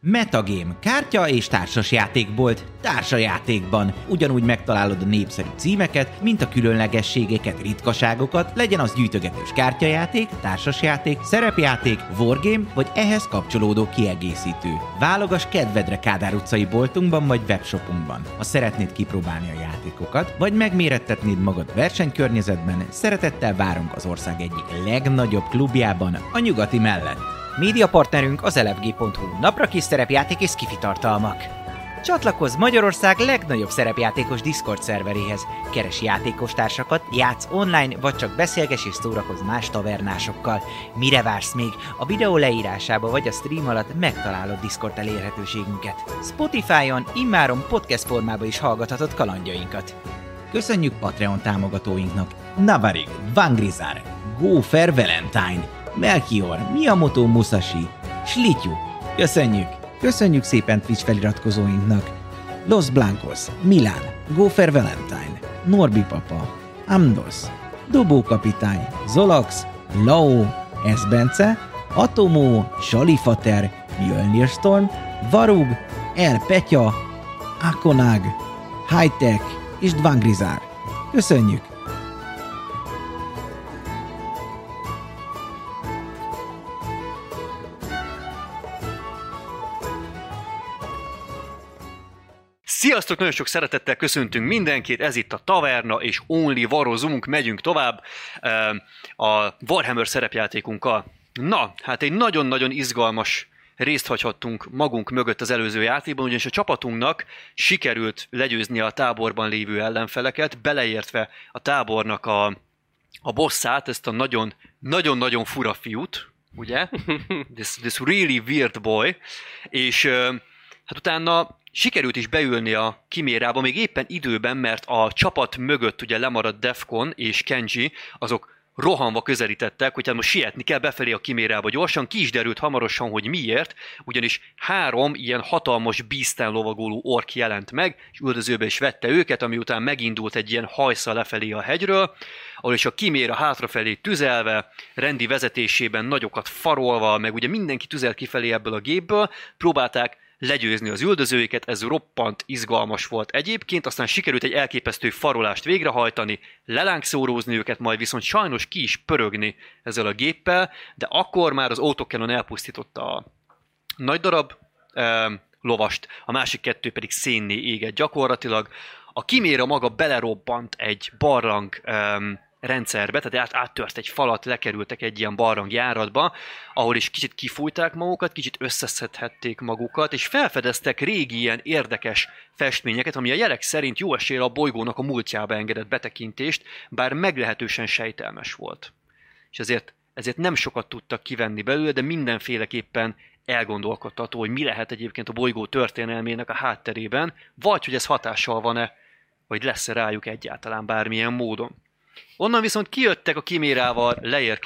Metagame, kártya és társasjátékbolt, társajátékban. Ugyanúgy megtalálod a népszerű címeket, mint a különlegességeket, ritkaságokat, legyen az gyűjtögetős kártyajáték, társasjáték, szerepjáték, wargame vagy ehhez kapcsolódó kiegészítő. Válogass kedvedre Kádár utcai boltunkban vagy webshopunkban. Ha szeretnéd kipróbálni a játékokat, vagy megmérettetnéd magad versenykörnyezetben, szeretettel várunk az ország egyik legnagyobb klubjában, a Nyugati mellett. Médiapartnerünk az elefg.hu, napra kis szerepjáték és skifi tartalmak. Csatlakozz Magyarország legnagyobb szerepjátékos Discord szerveréhez. Keres játékostársakat, játsz online, vagy csak beszélges és szórakozz más tavernásokkal. Mire vársz még? A videó leírásába vagy a stream alatt megtalálod Discord elérhetőségünket. Spotify-on immáron podcast formában is hallgathatod kalandjainkat. Köszönjük Patreon támogatóinknak: Navarig, Vangrizar, Gófer Valentine, Melchior, Miyamoto Musashi, Slityu. Köszönjük! Köszönjük szépen Twitch feliratkozóinknak: Los Blancos, Milán, Gófer Valentine, Norbi Papa, Amdos, Dobó Kapitány, Zolax, Lao, Esbence, Atomó, Salifater, Mjölnir Storm, Varug, El Petya, Akonag, Hightech és Dvangrizár. Köszönjük! Sziasztok! Nagyon sok szeretettel köszöntünk mindenkit, ez itt a Taverna és Only Warozunk, megyünk tovább a Warhammer szerepjátékunkkal. Na, hát egy nagyon-nagyon izgalmas részt hagyhattunk magunk mögött az előző játékban, ugyanis a csapatunknak sikerült legyőzni a táborban lévő ellenfeleket, beleértve a tábornak a bosszát, ezt a nagyon-nagyon fura fiút, ugye? This really weird boy, és hát utána sikerült is beülni a kimérába, még éppen időben, mert a csapat mögött ugye lemaradt Defcon és Kenji, azok rohanva közelítettek, hogy hát most sietni kell befelé a kimérába gyorsan, ki is derült hamarosan, hogy miért, ugyanis 3 ilyen hatalmas bízten lovagoló ork jelent meg, és üldözőbe is vette őket, ami után megindult egy ilyen hajszal lefelé a hegyről, ahol is a kiméra hátrafelé tüzelve, rendi vezetésében nagyokat farolva, meg ugye mindenki tüzel kifelé ebből a gépből, próbálták legyőzni az üldözőiket, ez roppant izgalmas volt egyébként, aztán sikerült egy elképesztő farolást végrehajtani, lelángszórózni őket, majd viszont sajnos ki is pörögni ezzel a géppel, de akkor már az autocannon elpusztította a nagy darab lovast, a másik 2 pedig szénné égett gyakorlatilag. A kiméra maga belerobbant egy barlang rendszerbe, tehát áttört egy falat, lekerültek egy ilyen barlangjáratba, ahol is kicsit kifújták magukat, kicsit összeszedhették magukat, és felfedeztek régi ilyen érdekes festményeket, ami a jelek szerint jó eséllyel a bolygónak a múltjába engedett betekintést, bár meglehetősen sejtelmes volt. És ezért nem sokat tudtak kivenni belőle, de mindenféleképpen elgondolkodtató, hogy mi lehet egyébként a bolygó történelmének a hátterében, vagy hogy ez hatással van-e, vagy lesz-e rájuk egyáltalán bármilyen módon. Onnan viszont kijöttek a kimérával,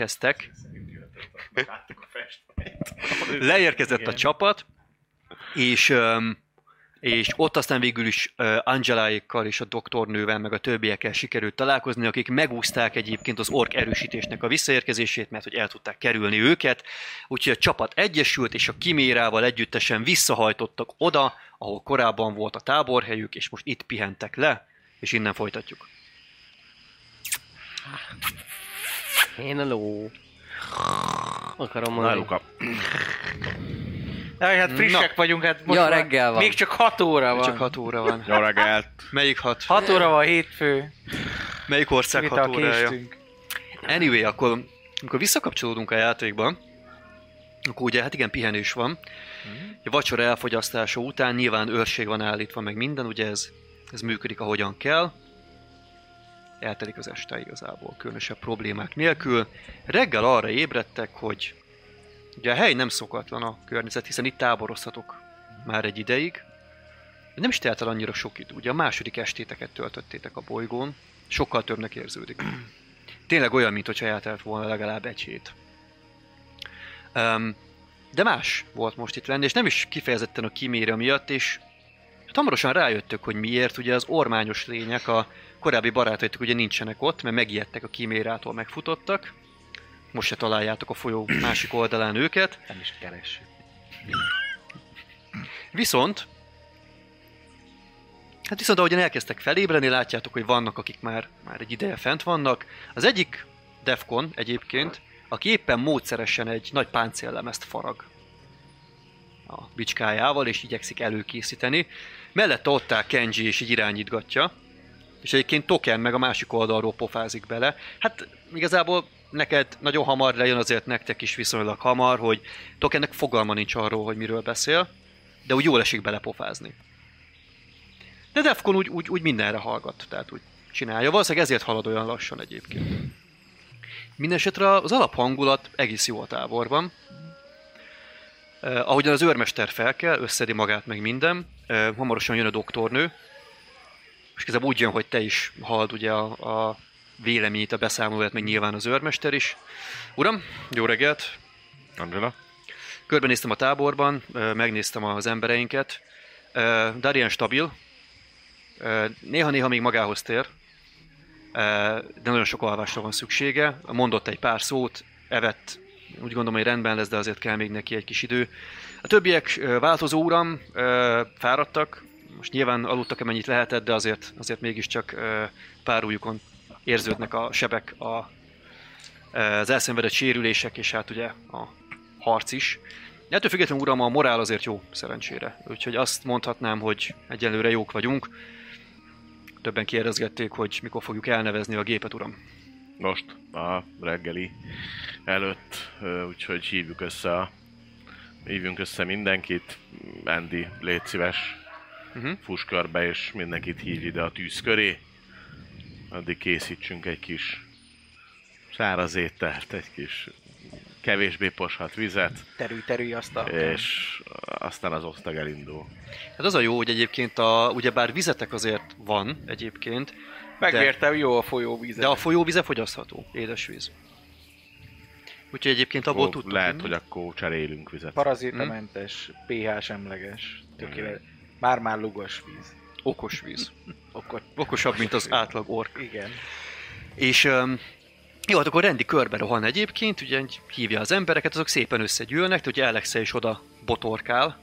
leérkezett a csapat, és ott aztán végül is Angelaékkal és a doktornővel, meg a többiekkel sikerült találkozni, akik megúszták egyébként az ork erősítésnek a visszaérkezését, mert hogy el tudták kerülni őket, úgyhogy a csapat egyesült, és a kimérával együttesen visszahajtottak oda, ahol korábban volt a táborhelyük, és most itt pihentek le, és innen folytatjuk. Én a ló. Akarom mondani. Luka. Hát frissek vagyunk, hát most reggel van. Még csak 6 óra van. Csak 6 óra van. Jó reggelt. Melyik 6? 6 óra van, hétfő. Melyik ország 6 órája? Késtünk. Anyway, akkor visszakapcsolódunk a játékba, akkor ugye hát igen, pihenés van. A vacsora elfogyasztása után nyilván őrség van állítva, meg minden, ugye ez működik ahogyan kell. Eltelik az este igazából, különösebb problémák nélkül. Reggel arra ébredtek, hogy ugye a hely nem szokatlan a környezet, hiszen itt táborozhatok már egy ideig. De nem is telt el annyira sok idő. Ugye a második estéteket töltöttétek a bolygón, sokkal többnek érződik. Tényleg olyan, mintha eltelt volna legalább egy hét. De más volt most itt lenni, és nem is kifejezetten a kiméra miatt, és hát hamarosan rájöttök, hogy miért. Ugye az ormányos lények, a korábbi barátaitok ugye nincsenek ott, mert megijedtek a kimérától, megfutottak. Most se találjátok a folyó másik oldalán őket. Nem is keressük. Viszont ahogyan elkezdtek felébredni, látjátok, hogy vannak, akik már egy ideje fent vannak. Az egyik Defcon egyébként, aki éppen módszeresen egy nagy páncéllemezt farag a bicskájával, és igyekszik előkészíteni. Mellette ott áll Kenji, és így irányítgatja. És egyébként Token meg a másik oldalról pofázik bele. Hát igazából neked nagyon hamar lejön, azért nektek is viszonylag hamar, hogy Tokennek fogalma nincs arról, hogy miről beszél, de úgy jól esik belepofázni. De Defcon úgy mindenre hallgat, tehát úgy csinálja. Valószínűleg ezért halad olyan lassan egyébként. Mindenesetre az alaphangulat egész jó a táborban. Ahogyan az őrmester felkel, összedi magát meg minden, hamarosan jön a doktornő, és igazából úgy jön, hogy te is hallod ugye a véleményét, a beszámolóját, meg nyilván az őrmester is. Uram, jó reggelt! Angela? Körbenéztem a táborban, megnéztem az embereinket. Darian stabil, néha-néha még magához tér, de nagyon sok alvásra van szüksége. Mondott egy pár szót, evett, úgy gondolom, hogy rendben lesz, de azért kell még neki egy kis idő. A többiek változó, uram, fáradtak, most nyilván aludtak, amennyit lehetett, de azért mégiscsak párujjukon érződnek a sebek, az elszenvedett sérülések, és hát ugye a harc is. Ettől függetlenül, uram, a morál azért jó, szerencsére. Úgyhogy azt mondhatnám, hogy egyelőre jók vagyunk. Többen kérdezgették, hogy mikor fogjuk elnevezni a gépet, uram. Most, a reggeli előtt, úgyhogy hívjunk össze mindenkit. Andy, légy szíves, fuss körbe, és mindenkit hívj ide a tűz köré. Addig készítsünk egy kis száraz ételt, egy kis kevésbé poshat vizet. Terülj asztal. És aztán az osztag elindul. Hát az a jó, hogy egyébként ugyebár vizetek azért van egyébként. Megvértem, jó a folyóvíz. De a folyóvíze fogyasztható, édesvíz. Úgyhogy egyébként abból tudtuk. Lehet, hogy akkor cserélünk vizet. Parazitamentes, pH-semleges, tökéletes. Már lugos víz. Okos víz. Okosabb, mint az átlag ork. Igen. És jó, hát akkor Randy körbe rohan egyébként, ugye hívja az embereket, azok szépen összegyűlnek, ugye Alexe is oda botorkál.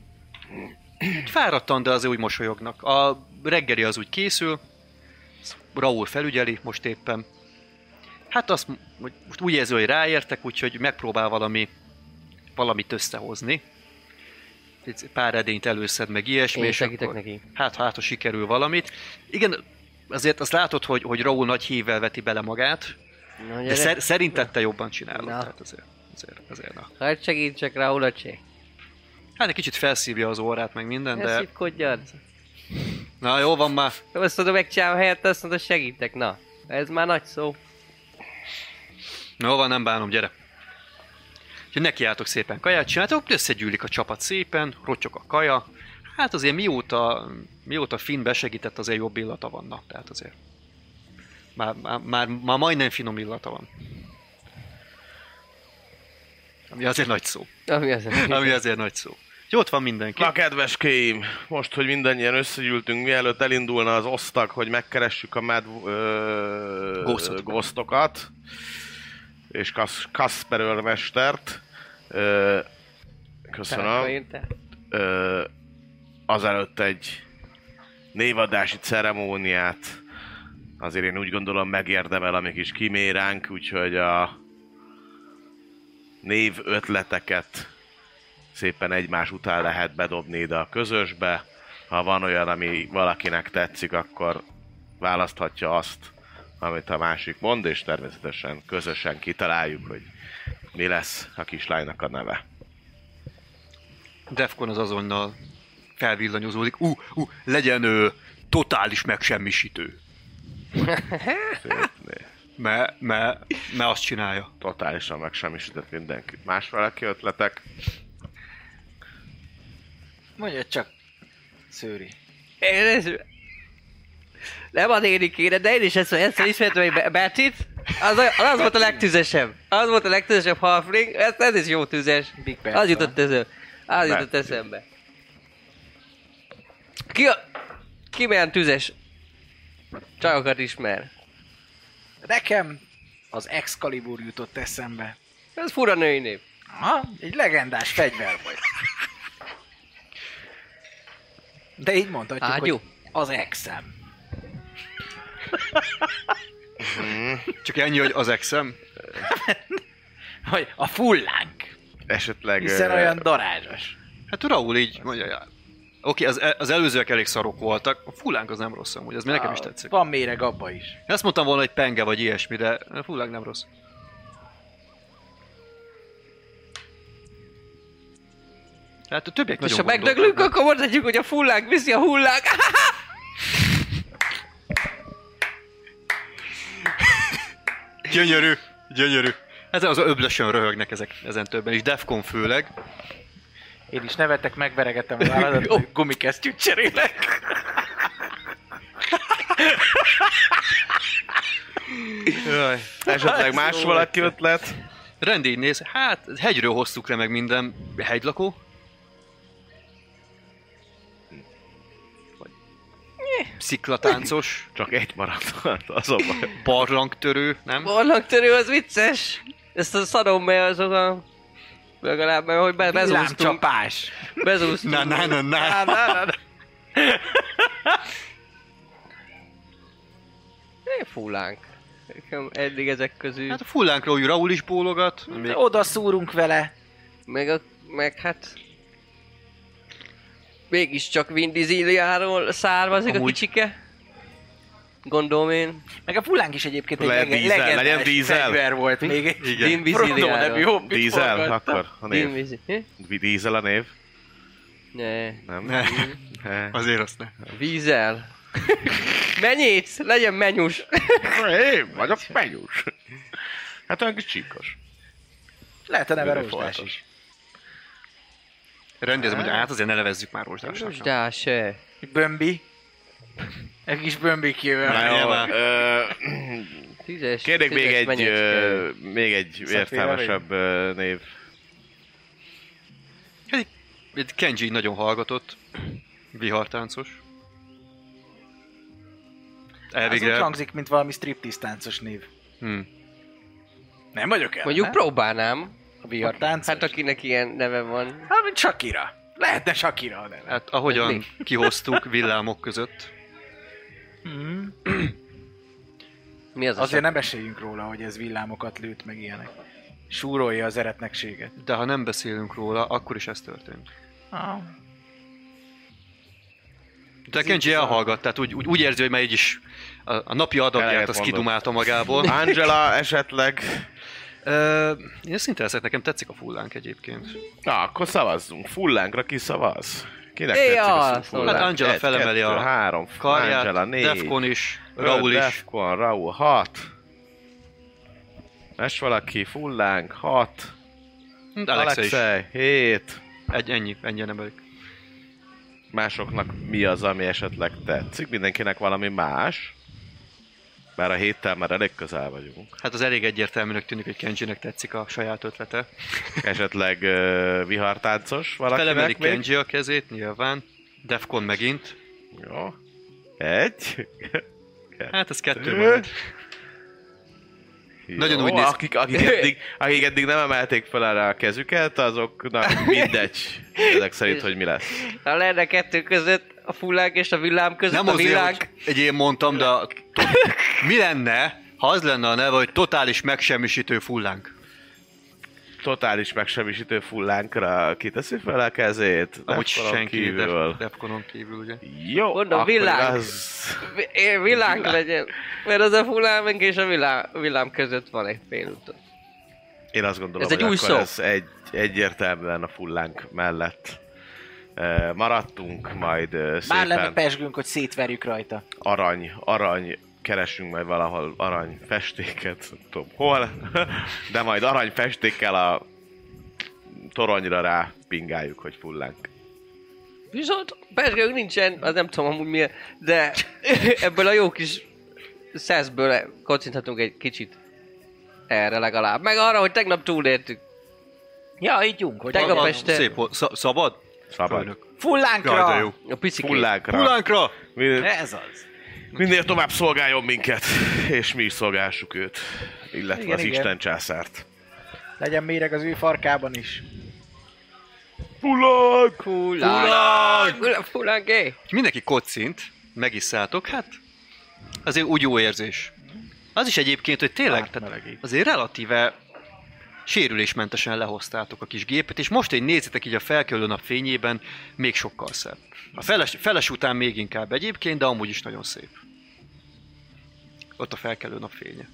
Fáradtan, de azért úgy mosolyognak. A reggeli az úgy készül, Raúl felügyeli most éppen. Hát azt most úgy érzi, hogy ráértek, úgyhogy megpróbál valamit összehozni. Egy pár edényt előszed, meg ilyesmi. Én segítek neki. Hát ha sikerül valamit. Igen, azért azt látod, hogy Raúl nagy hívvel veti bele magát, de szerinted te jobban csinálod. Tehát azért na. Hát segítsek Raúl öcsé. Hát egy kicsit felszívja az órát, meg minden, de... Szívkodjad. Na, jó van már. Azt mondom, megcsinálom helyette, azt mondom, segítek, na. Ez már nagy szó. Jó van, nem bánom, gyere. Úgyhogy nekiálltok szépen kaját csináltok, összegyűlik a csapat szépen, rotyog a kaja. Hát azért mióta Finn besegített, azért jobb illata vannak, tehát azért... Már majdnem finom illata van. Ami azért nagy szó. Ami azért nagy szó. Úgyhogy ott van mindenki. Na kedveskéim, most, hogy mindannyian összegyűltünk, mielőtt elindulna az osztag, hogy megkeressük a ghostokat, és Kasper őrmestert. Köszönöm. Azelőtt egy névadási ceremóniát azért én úgy gondolom megérdemel a mi kis kiméránk, úgyhogy a név ötleteket szépen egymás után lehet bedobni ide a közösbe. Ha van olyan, ami valakinek tetszik, akkor választhatja azt, amit a másik mond, és természetesen közösen kitaláljuk, hogy mi lesz a kislánynak a neve. Defcon az azonnal felvillanyozódik. Legyen totális megsemmisítő. Mert azt csinálja. Totálisan megsemmisített mindenkit. Más valaki ötletek? Mondja csak, Szőri. Nem a néni kéne, de én is ezt ismertem, hogy Bertit. Az volt a legtüzesebb. Az volt a legtüzesebb halfling. Ez is jó tüzes. Az jutott eszembe. Ki milyen tüzes csajokat ismer? Nekem az Excalibur jutott eszembe. Ez fura női név. Egy legendás fegyver volt. De így mondhatjuk, Ágyú. hogy az exem. Csak ennyi, hogy az exem. Vagy a fullánk. Esetleg... Hiszen olyan darázsas. Hát Raúl így mondja, oké, az előzőek elég szarok voltak, a fullánk az nem rossz amúgy, ez nekem is tetszik. Van méreg abba is. Ezt mondtam volna, hogy penge vagy ilyesmi, de a fullánk nem rossz. Hát a többiek És nagyon ha megdöglünk, akkor mondhatjuk, hogy a fullánk viszi a hullák. Gyönyörű, gyönyörű. Hát az öblösön röhögnek ezek ezen többen is, Defcon főleg. Én is nevetek, megveregettem az állatot, hogy gumikesztyűt cserélek. Jaj. Esetleg más valaki ötlet? Rendi így néz, hát hegyről hoztuk le meg minden hegylakó. Vagy sziklatáncos, Csak egy maradt, azonban. barlangtörő, nem? Barlangtörő az vicces. Ezt a szarom, mert azok a... Legalább, mert hogy bezúztunk. Villámcsapás. Bezúztunk. Na. Fullánk. Nekem eddig ezek közül. Hát a fullánkra úgy Raúl is bólogat. Még Oda szúrunk vele. Meg hát... Mégiscsak Vin Dieseljáról származik a Amúgy. kicsike. Gondolom én. Meg a fullánk is egyébként egy Lehet dízel, legyen legendás dízel. fegyver volt még. Vin Frodo nevű Dieseljáról. hobbit Dízel? forgatta. Akkor a Vin név. Diesel. Dízel a név? Ne. Nem? Ne. Ne. Azért azt ne. Vízel. Menyész! Legyen menyus! Én vagyok menyús. Hát olyan kis csíkos. Lehet a neve Bőrű rozsdás foltos. is. Rendezem, hogy hát azért ne nevezzük már rozsdásnak. Rozsdás se. Bömbi. Egy kis bömbi kijön. Na jó, már. Tízes. kérnék még tízes egy, menyecske. még egy Szafira értelmesebb név. Egy Kenji nagyon hallgatott. Vihartáncos. Ez úgy Elvégre... hangzik, mint valami striptease táncos név. Nem vagyok el, Mondjuk próbálnám. A vihartáncos? Hát akinek ilyen neve van. Hát, mint Shakira. Lehetne Shakira a neve. Hát ahogyan Mi? kihoztuk villámok között. Mi az a Azért nem beszéljünk róla, hogy ez villámokat lőtt, meg ilyenek. Súrolja az eretnekséget. De ha nem beszélünk róla, akkor is ez történt. De Kenji elhallgat, tehát úgy érzi, hogy már így is a napi adagját Eleget azt mondott. kidumálta magából. Angela esetleg. Én szinte leszek, nekem tetszik a fullánk egyébként. Na, akkor szavazzunk. Fullánkra ki szavaz? Kinek Éj, tetszik a azt fullánk? Hát Angela Egy, felemeli kettő, a három, karját, Angela 4. Defcon is, Raúl is. Defcon, Raúl 6. Mes valaki, fullánk 6. Alexa is. Alexei 7. Ennyi emelik. Másoknak mi az, ami esetleg tetszik? Mindenkinek valami más? Bár a héttel már elég közel vagyunk. Hát az elég egyértelműnek tűnik, hogy Kenjinek tetszik a saját ötlete. Esetleg vihartáncos Felemeli valakinek még? Kenji a kezét, nyilván. Defcon megint. Jó. 1. Hát ez 2 marad. Nagyon úgy néz akik eddig nem emelték fel erre a kezüket, azoknak mindegy. Ezek szerint, hogy mi lesz. Ha lenne kettő között, a fullánk és a villám között, Nem a azért, villánk. hogy egy én mondtam, de mi lenne, ha az lenne a neve, hogy totális megsemmisítő fullánk? Totális megsemmisítő fullánkra kiteszi fel a kezét. Amúgy Defconon senki kívül. Defconon kívül, ugye? Jó, Mondom, akkor villánk. Villánk legyen. Mert az a fullánk és a villám között van egy félúton. Én azt gondolom, Ez egy hogy új akkor szó. ez egyértelműen a fullánk mellett maradtunk, majd Már lenne szépen pesgünk, hogy szétverjük rajta. arany, keresünk majd valahol arany festéket, nem tudom hol, de majd arany festékkel a toronyra rá pingáljuk, hogy fullánk. Viszont pesgőnk nincsen, az nem tudom amúgy milyen, de ebből a jó kis szeszből kocinthatunk egy kicsit erre legalább. Meg arra, hogy tegnap túléltük. Ja, ígyunk, hogy Tegnap Maga- este- Szép volt. Szabad? Szabad. Főnök. fullánkra! Jaj, de jó. A picikét. Fullánkra. Fullánkra! Ez az. Minél tovább szolgáljon minket, és mi is szolgálsuk őt, illetve Igen, az igen. Isten császárt. Legyen méreg az ő farkában is. Fulag! Mindenki kocint, megisszátok, hát azért úgy jó érzés. Az is egyébként, hogy tényleg tehát azért relatíve sérülésmentesen lehoztátok a kis gépet, és most, hogy nézitek így a felkelő nap fényében, még sokkal szebb. A feles után még inkább egyébként, de amúgy is nagyon szép. Ott a felkelő nap fénye.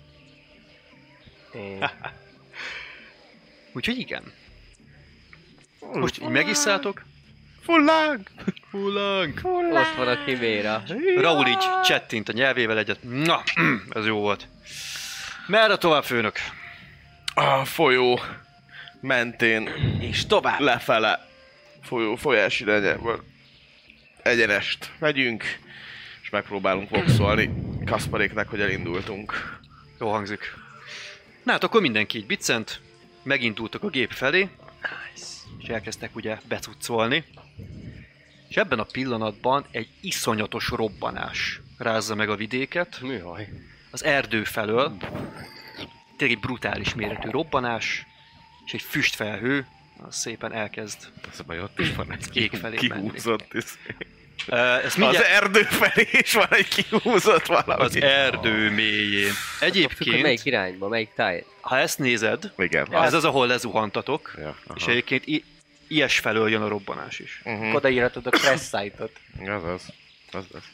Úgyhogy igen. Most így megisszátok. Fullang! Ott van a kiméra. Raúl így csettint a nyelvével egyet. Na, ez jó volt. Merre tovább, főnök? A folyó mentén És tovább. lefele folyás irányából egyenest megyünk, és megpróbálunk voxolni Kasparéknek, hogy elindultunk. Jó hangzik. Na hát akkor mindenki így biccent, megindultak a gép felé, és elkezdtek ugye becuccolni. És ebben a pillanatban egy iszonyatos robbanás rázza meg a vidéket. Műhaj. Az erdő felől. Tényleg egy brutális méretű robbanás, és egy füstfelhő, az szépen elkezd Ez a baj, ott is van egy ég felé kihúzott. ezt mindjárt Az erdő felé is van egy kihúzott valami. az erdő mélyén. Függ, hogy Egyébként, melyik irányba, melyik táj? ha ezt nézed, Igen. ez az, ahol lezuhantatok, Ja, és egyébként ilyes felől jön a robbanás is. Odaírhatod a crash site-ot. Az.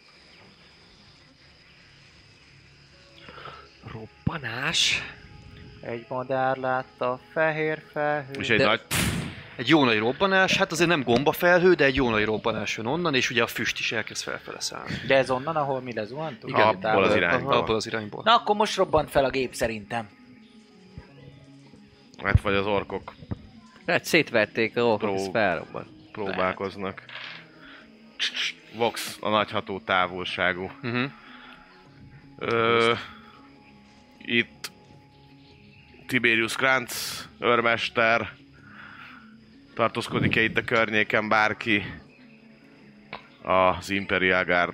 Robbanás? Egy madár látta, fehér felhő. És egy De- nagy... Egy jó nagy robbanás, hát azért nem gombafelhő, de egy jó nagy robbanás jön onnan, és ugye a füst is elkezd felfele szállni. De ez onnan, ahol mi lezuhantunk? Igen, abból az irányból. Abból az irányból. Na akkor most robbant fel a gép szerintem. Hát vagy az orkok Hát szétverték a orkok, Pró- ez felrobban. próbálkoznak. Vox a nagyható távolságú. Uh-huh. Itt Tiberius Krantz, őrmester, tartózkodik-e itt a környéken bárki? Az Imperial Guard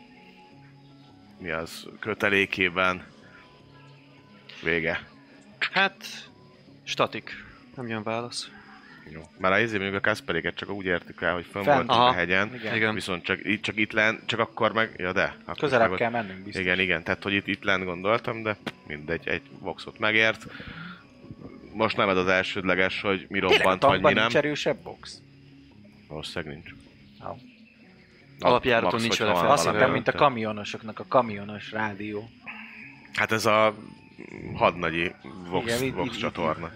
kötelékében. Vége. Hát, statik. Nem jön válasz. Jó. Már az mondjuk a Kasparéket csak úgy értük el, hogy fönn Fenn. voltunk Aha. a hegyen. Igen. Viszont csak itt lent, csak akkor meg... Ja de. Akkor Közelebb meg kell mennünk biztos. Igen, tehát hogy itt lent gondoltam, de mindegy, egy voxot megért. Most nem ez az elsődleges, hogy mi Tényleg a robbant, vagy mi tankban nem. nincs erősebb box? Valószínűleg nincs. Jó. Alapjáraton Max, nincs hogy vele van fel. Azt valami hittem, mint a előtte. kamionosoknak a kamionos rádió. Hát ez a hadnagyi Vox, Igen, Vox így- csatorna.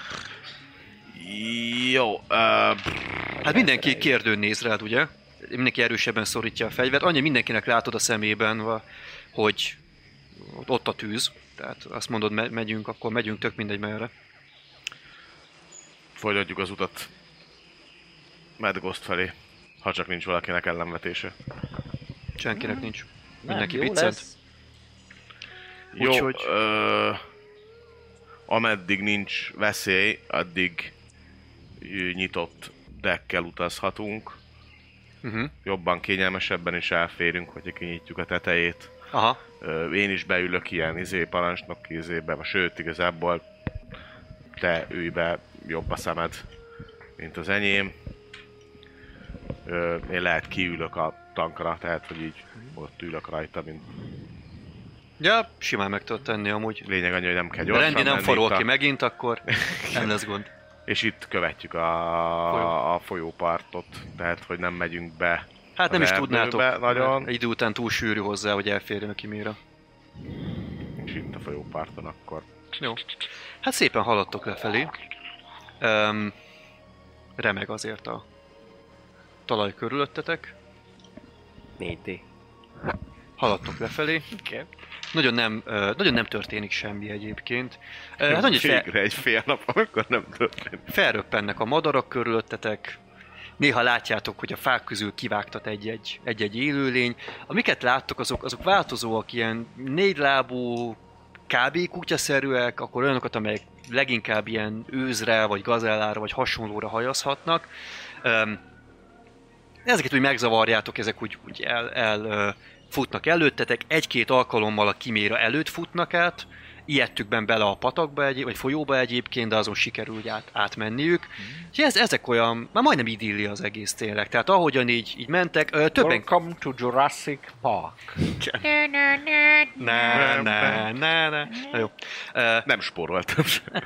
Jó. Hát mindenki kérdőn néz rád, ugye? Mindenki erősebben szorítja a fegyvert. Annyi mindenkinek látod a szemében, hogy ott a tűz. Tehát azt mondod, megyünk, akkor megyünk, tök mindegy merre. Folytatjuk az utat Mad Ghost felé. Ha csak nincs valakinek ellenvetése. Senkinek nincs. Nem, Mindenki jó viccent. lesz. Jó, Úgyhogy- ameddig nincs veszély, addig nyitott deckkel utazhatunk. Uh-huh. Jobban, kényelmesebben is elférünk, hogyha kinyitjuk a tetejét. Aha. Én is beülök ilyen parancsnok kézébe, sőt, igazából te ülj be, jobb a szemed, mint az enyém. Én lehet kiülök a tankra, tehát hogy így ott ülök rajta, mint Ja, simán meg tudod tenni amúgy. lényeg annyi, hogy nem kell De gyorsan Rendi nem menni forog itt ki megint, akkor nem lesz gond. És itt követjük a folyópartot, tehát hogy nem megyünk be. Hát nem az is erdőbe tudnátok. Nagyon. Egy idő után túl sűrű hozzá, hogy elférjen a kiméra. És itt a folyóparton akkor. Jó. Hát szépen haladtok lefelé. Remeg azért a talaj körülöttetek. 4D. Haladtok lefelé. Nagyon nem történik semmi egyébként. Hát annyit Végre egy fél nap, amikor nem történt. felröppennek a madarak körülöttetek. Néha látjátok, hogy a fák közül kivágtat egy-egy élőlény. Amiket láttok, azok változóak, ilyen négylábú, kb. Kutyaszerűek, akkor olyanokat, amelyek leginkább ilyen őzre, vagy gazellára, vagy hasonlóra hajazhatnak. Ezeket úgy megzavarjátok, ezek úgy futnak előttetek, egy-két alkalommal a kiméra előtt futnak át, ijedtük bele a patakba, vagy folyóba egyébként, de azon sikerül átmenniük. Úgyhogy ezek olyan, már majdnem idilli az egész tényleg. Tehát ahogyan így mentek, többen... Welcome to Jurassic Park. Ne. Na jó. Nem spóroltam sem.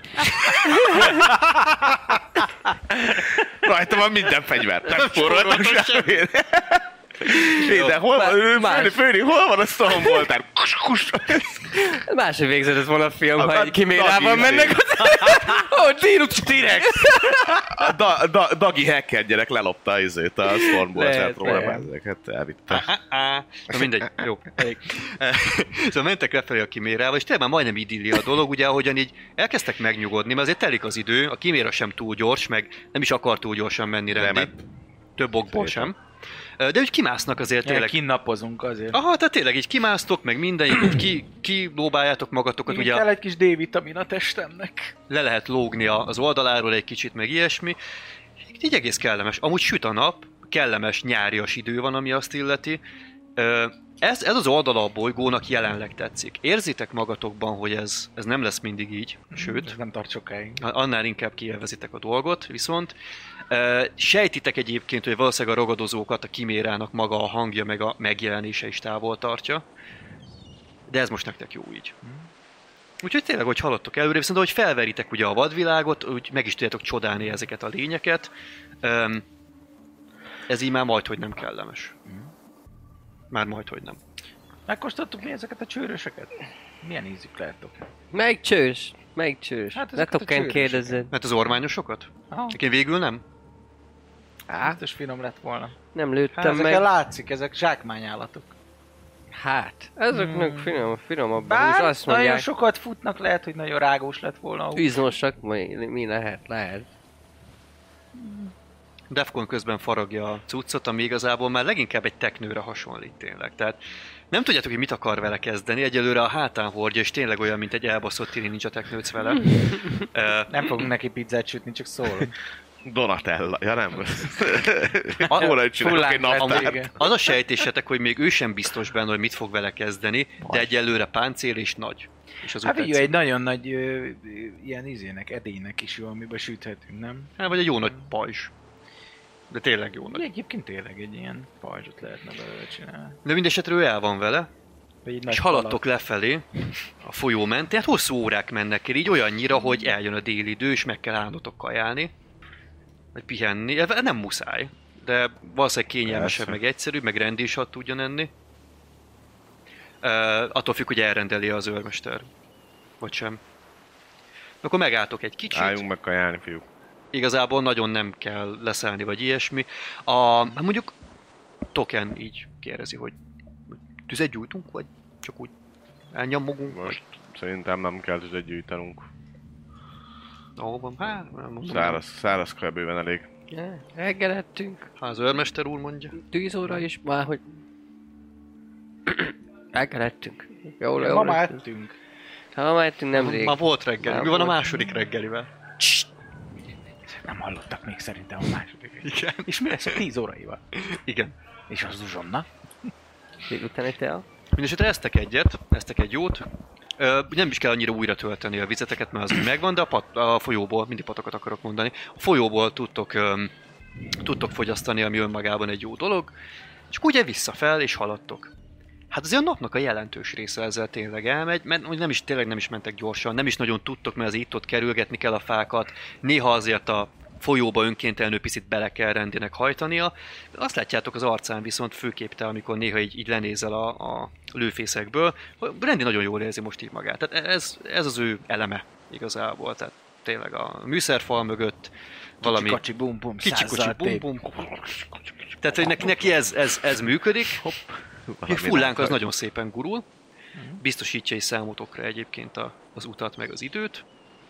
Rajta van minden fegyver. Nem spóroltam semmit. De Főni, hol van a szomboltár? Máshogy végződött volna a film, ha egy kimérában mennek. Ó, T-Rex! Dagi hacker gyerek lelopta a Stormboltát róla, ezeket elvitte. Na mindegy, jó, elég. Szóval mentek lefelé a kimérával, és tényleg már majdnem idilli a dolog, ugye, ahogyan így elkezdtek megnyugodni, mert azért telik az idő, a kiméra sem túl gyors, meg nem is akar túl gyorsan menni rendi. Több okból sem. De úgy kimásznak azért tényleg. Kinnapozunk azért. Aha, tehát tényleg így kimásztok, meg minden, így kilóbáljátok magatokat. Igen, ugye kell egy kis D-vitamin a testemnek. le lehet lógni az oldaláról egy kicsit, meg ilyesmi. Így egész kellemes. Amúgy süt a nap, kellemes nyárias idő van, ami azt illeti. Ez az oldala a bolygónak jelenleg tetszik. Érzitek magatokban, hogy ez nem lesz mindig így, sőt. Ez nem tart sokáig. Annál inkább kielvezitek a dolgot, viszont sejtitek egyébként, hogy valószínűleg a ragadozókat a kimérának maga a hangja, meg a megjelenése is távol tartja. De ez most nektek jó így. Úgyhogy tényleg, hogy haladtok előre, viszont ahogy felveritek ugye a vadvilágot, úgy meg is tudjátok csodálni ezeket a lényeket. Ez így már majdhogy nem kellemes. Már majdhogy nem. Megkóstoltuk mi ezeket a csőröseket? Milyen ízük lehetok? Melyik csős? Hát Ne ezeket a tokken csőröseket. kérdezzed. Mert az ormányosokat? Aha. Én végül nem? Biztos finom lett volna. Nem Hát lőttem ezeken meg. látszik, ezek zsákmányállatok. Hát, ezeknek finomabb. Bár Azt nagyon mondják, sokat futnak, lehet, hogy nagyon rágós lett volna. izmosak, mi lehet. Defcon közben faragja a cuccot, ami igazából már leginkább egy teknőre hasonlít tényleg. Tehát nem tudjátok, hogy mit akar vele kezdeni, egyelőre a hátán hordja, és tényleg olyan, mint egy elbaszott tini ninja teknőc vele. Nem fogunk neki pizzát sütni, csak szólunk. Donatella, ja nem. A- Csinálok egy naptárt. Az a sejtésetek, hogy még ő sem biztos benne, hogy mit fog vele kezdeni, de egyelőre páncél és nagy. És az Hát úgy figyelj, tetszik. egy nagyon nagy ilyen izének, edénynek is jó, amiben süthetünk, nem? Hát, vagy egy jó nagy pajzs. De tényleg jó De nagy. egyébként tényleg egy ilyen pajzsot lehetne belőle csinálni. De mindesetre ő el van vele, Vagy egy és nagy haladtok lefelé a folyó mentén, hát hosszú órák mennek el, így olyannyira, hogy eljön a déli idő, és meg kell állnotok kajálni, vagy pihenni. Nem muszáj, de valószínűleg kényelmesebb, Persze. meg egyszerűbb, meg rendésat tudjon enni. Attól függ, hogy elrendeli az őrmester, vagy sem. Akkor megálltok egy kicsit. Álljunk meg kajálni, fiúk. Igazából nagyon nem kell leszállni, vagy ilyesmi. Mondjuk Token így kérdezi, hogy tüzet gyújtunk, vagy csak úgy elnyomogunk? Most szerintem nem kell tüzet gyűjtenünk. Ahol van? Hát, nem mondom. Száraz kajá bőven elég. Reggelhettünk, Ha az őrmester úr mondja. 10 óra is, már hogy... Reggelhettünk. Jól, Ma már ettünk. Ha már ettünk nemrég. Már volt reggeli. Már Mi van a volt. második reggelivel? Nem hallottak még szerintem a második. Igen. És mi lesz a 10 óraival? Igen. És az uzsonna? Délután egy tea. Mindenesetre eztek egy jót. Nem is kell annyira újra tölteni a vizeteket, mert az úgy megvan, de a folyóból, mindig patokat akarok mondani, a folyóból tudtok fogyasztani, ami önmagában egy jó dolog, és akkor ugye visszafel, és haladtok. Hát azért a napnak a jelentős része ezzel tényleg elmegy, mert tényleg nem is mentek gyorsan, nem is nagyon tudtok, mert az itt-ott kerülgetni kell a fákat, néha azért a folyóba önkéntelenül picit bele kell rendinek hajtania. Azt látjátok az arcán viszont főképp te, amikor néha így lenézel a lőfészekből, hogy Rendi nagyon jól érzi most így magát. Tehát ez az ő eleme igazából. Tehát tényleg a műszerfal mögött valami... Kicsi bum bum, Kicsi bum bum. Tehát, hogy neki ez működik. A fullánk az nagyon szépen gurul. Biztosítja is számotokra egyébként az utat meg az időt.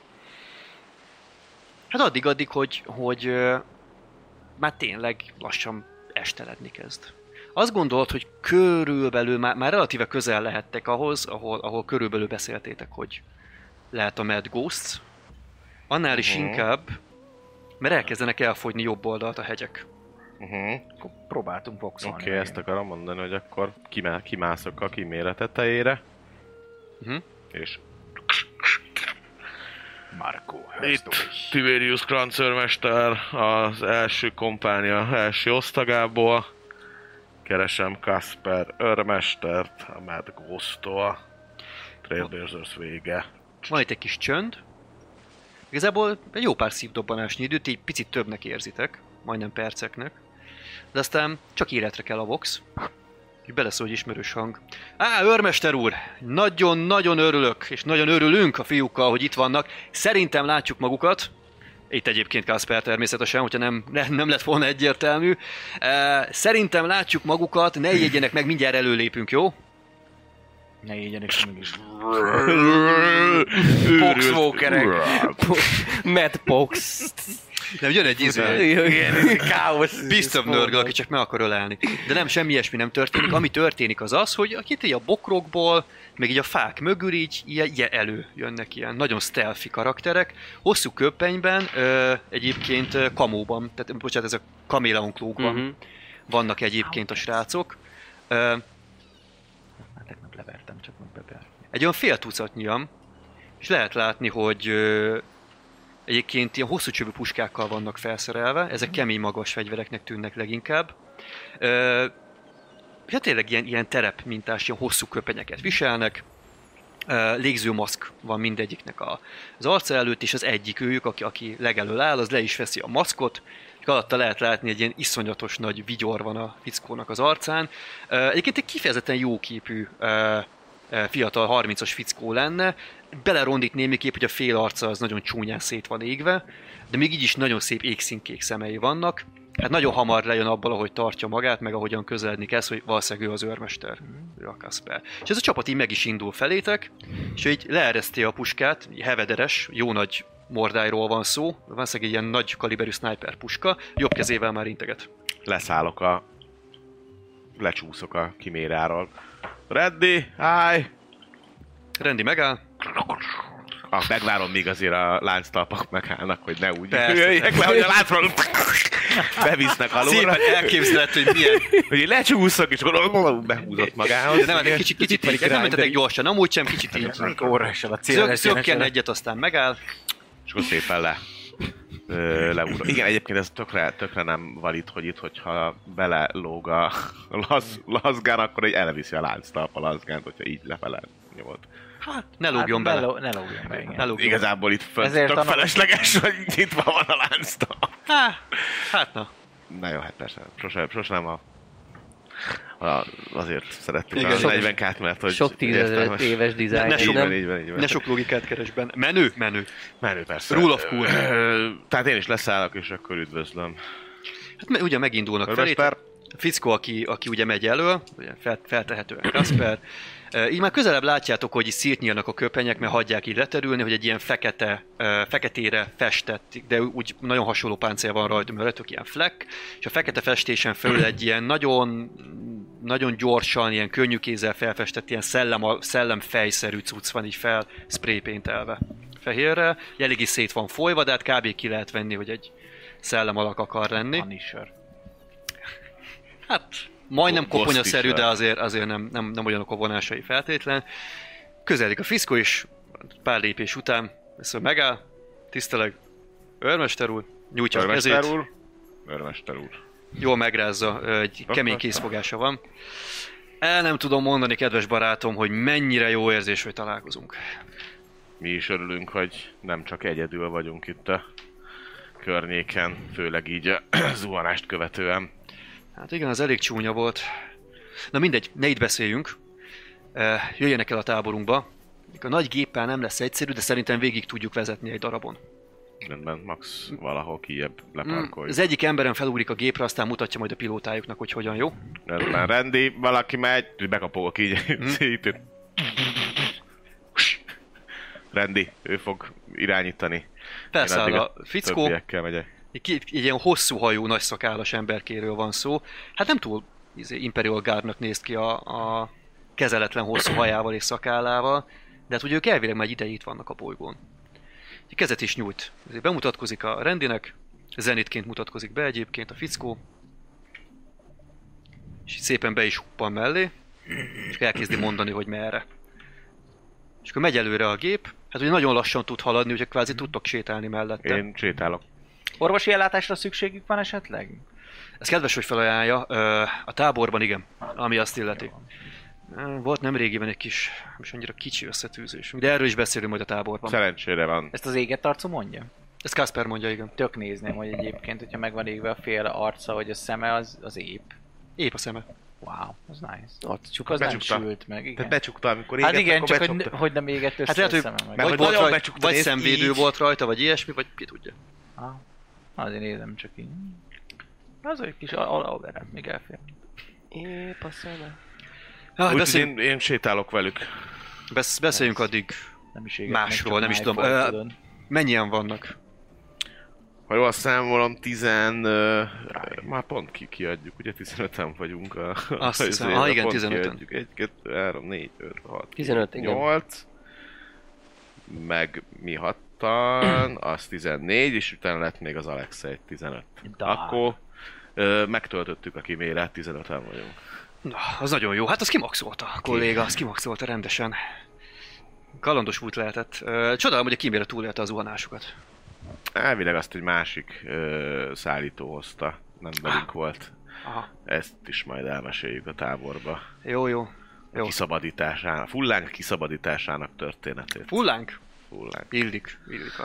Hát addig, hogy már tényleg lassan esteledni kezd. Azt gondolod, hogy körülbelül már relatíve közel lehettek ahhoz, ahol körülbelül beszéltétek, hogy lehet a Mad Ghosts. Annál is inkább, mert elkezdenek elfogyni jobb oldalt a hegyek. Akkor próbáltunk voxolni. Oké, ezt akarom mondani, hogy akkor kimászok a kiméra tetejére, és Marco. Itt Tiberius Kranzőrmester az első kompánia első osztagából. Keresem Kasper őrmestert, a Mad Ghost-tól. Trailblazers vége. Van itt egy kis csönd. Igazából egy jó pár szívdobbanásnyi időt, így picit többnek érzitek, majdnem perceknek. De aztán csak életre kell a vox. Így beleszól egy ismerős hang. Őrmester úr! Nagyon-nagyon örülök, és nagyon örülünk a fiúkkal, hogy itt vannak. Szerintem látjuk magukat. Itt egyébként Kasper természetesen, hogyha nem lett volna egyértelmű. Szerintem látjuk magukat, ne ijedjenek meg, mindjárt előlépünk, jó? Ne égyenek meg is. Poxwalkerek. Mad Pox. Nem, jön egy Ilyen káosz. Biztos nörgöl, aki csak meg akar ölelni. De nem, semmi ilyesmi nem történik. Ami történik az az, hogy itt így a bokrokból, meg így a fák mögül így előjönnek ilyen nagyon stealthy karakterek. Hosszú köpenyben, egyébként kamóban, tehát bocsánat, ez a kaméleon klókban vannak egyébként a srácok. Tegnap levertem, csak meg beber. Egy olyan fél tucatnyian, és lehet látni, hogy egyébként ilyen hosszú csövű puskákkal vannak felszerelve, ezek kemény magas fegyvereknek tűnnek leginkább. Hát tényleg ilyen terep mintás, ilyen hosszú köpenyeket viselnek. Légzőmaszk van mindegyiknek az arca előtt, és az egyik őjük, aki legelől áll, az le is veszi a maszkot, és alatta lehet látni egy ilyen iszonyatos nagy vigyor van a fickónak az arcán. Egyébként egy kifejezetten jóképű fiatal 30-as fickó lenne, belerondít némiképp, hogy a fél arca az nagyon csúnyán szét van égve, de még így is nagyon szép égszínkék szemei vannak. Hát nagyon hamar lejön abból, ahogy tartja magát, meg ahogyan közeledni kezd, hogy valószínűleg ő az őrmester, ő a Kasper. És ez a csapat így meg is indul felétek, és ő így leereszti a puskát, hevederes, jó nagy mordályról van szó, valószínűleg egy ilyen nagy kaliberű sniper puska, jobb kezével már integet. Lecsúszok a kiméráról. Ready, hi! Rendi megáll. Megvárom, míg azért a lánctalpak megállnak, hogy ne úgy Persze. jöjjek le, hogy a láncról bevisznek alulra. Szépen elképzelhető, hogy milyen. Hogy én lecsúszok, és akkor behúzott magához. De nem, kicsit nem mentetek gyorsan, amúgy sem, kicsit így. Órással a célra. Szökken egyet, aztán megáll. És akkor szépen leúrok. Igen, egyébként ez tökre nem valid, hogy itt, hogyha belelóg a lazgán, akkor egy elviszi a lánctalp a lazgánt, hogyha így lefele nyomod. Hát, ne lógjon bele. Ne lógjon be, igen. Ne lógjon. Igazából itt Ezért tök felesleges, hogy nyitva van a lánctalp. Hát na. Na jó, hát persze. Sose nem azért szerettük Igen, a sok- 40K-t, mert hogy... Sok tízezer éves dizájn. Ne sok- Így van. Ne sok logikát keres benne. Menő. Menő persze. Rule of cool. Tehát én is leszállok, és akkor üdvözlöm. Hát ugye megindulnak felé. Örmester. A fickó, aki ugye megy elől, ugye feltehetően Kasper. Így már közelebb látjátok, hogy így szét nyílnak a köpenyek, mert hagyják így leterülni, hogy egy ilyen feketére festett, de úgy nagyon hasonló páncél van rajta, mert rajtuk ilyen fleck, és a fekete festésen fölül egy ilyen nagyon gyorsan, ilyen könnyű kézzel felfestett, ilyen szellemfejszerű cucc van így fel spraypaintelve fehérre. Eléggé szét van folyva, de hát kb. Ki lehet venni, hogy egy szellem alak akar lenni. Punisher. Hát majdnem Ghost koponyaszerű, is de azért nem olyanok a vonásai feltétlen. Közeledik a fiszkó, és pár lépés után ezt megáll, tiszteleg, őrmester úr, nyújtja a kezét, Őrmester úr. jól megrázza, egy kemény készfogása van. El nem tudom mondani, kedves barátom, hogy mennyire jó érzés, hogy találkozunk. Mi is örülünk, hogy nem csak egyedül vagyunk itt a környéken, főleg így a zuhanást követően. Hát igen, az elég csúnya volt. Na mindegy, ne itt beszéljünk. Jöjjenek el a táborunkba. A nagy géppel nem lesz egyszerű, de szerintem végig tudjuk vezetni egy darabon. Rendben, max valahol kijebb leparkoljuk. Az egyik emberen felúrik a gépre, aztán mutatja majd a pilótájuknak, hogy hogyan, jó? Rendben, rendi, valaki megy, bekapogok így. Rendi, ő fog irányítani. Felszáll Én addig a fickó. többiekkel megyek. Egy ilyen hosszú hajú, nagy szakállas emberkéről van szó. Hát nem túl Imperial Guardnak néz ki a kezeletlen hosszú hajával és szakállával, de hát ugye ők elvileg már egy ideig itt vannak a bolygón. Egy kezet is nyújt. Ezért bemutatkozik a rendinek, zenitként mutatkozik be egyébként a fickó, és így szépen be is huppan mellé, és elkezdi mondani, hogy merre. És akkor megy előre a gép, Hát ugye nagyon lassan tud haladni, úgyhogy kvázi tudtok sétálni mellette. Én sétálok. Orvosi ellátásra szükségük van esetleg? Ez kedves, hogy felajánlja. A táborban igen, ami azt illeti. Volt nem régiben egy kis, és annyira kicsi összetűzés. De erről is beszélünk majd a táborban. Szerencsére van. Ezt az éget arcú mondja? Ezt Kasper mondja, igen. Tök nézném, hogy egyébként, hogyha meg van égve a fél arca, hogy a szeme az épp. Épp a szeme. Wow, az nice. Ott Csak az nem Becsukta. sült meg, igen. Tehát becsukta, amikor Hát égett, igen, akkor csak becsukta. hogy nem égett össze Hát lehet, a hogy szeme meg. Mert vagy, hogy volt nagyon rajta, becsukta, vagy nézd szemvédő így. volt rajta, vagy ilyesmi, vagy ki tudja. Ah, azért nézem csak így. Az egy kis alaverát még elfér. Épp a szeme. Ah, Úgyhogy én sétálok velük. beszéljünk addig Nem is éget másról, nem is tudom. tudom. Mennyien vannak? Ha jól számolom, már pont kiadjuk, ugye 15-en vagyunk Azt hiszem, igen, 15-en. 1, 2, 3, 4, 5, 6, 15, igen. 8, meg mi 6-tan, az 14, és utána lett még az Alexei 15. Da. Akkor megtöltöttük a kimérát, 15-en vagyunk. Na, az nagyon jó. Hát az kimaxolta a kolléga, az kimaxolta rendesen. Kalandos út lehetett. Csodálom, hogy a kímére túlélte az zuhanásukat. Elvileg azt egy másik szállító hozta, nem velünk volt. Aha. Ezt is majd elmeséljük a táborba. Jó. A kiszabadításának, Fullánk kiszabadításának történetét. Fullánk? Fullánk. Illik a...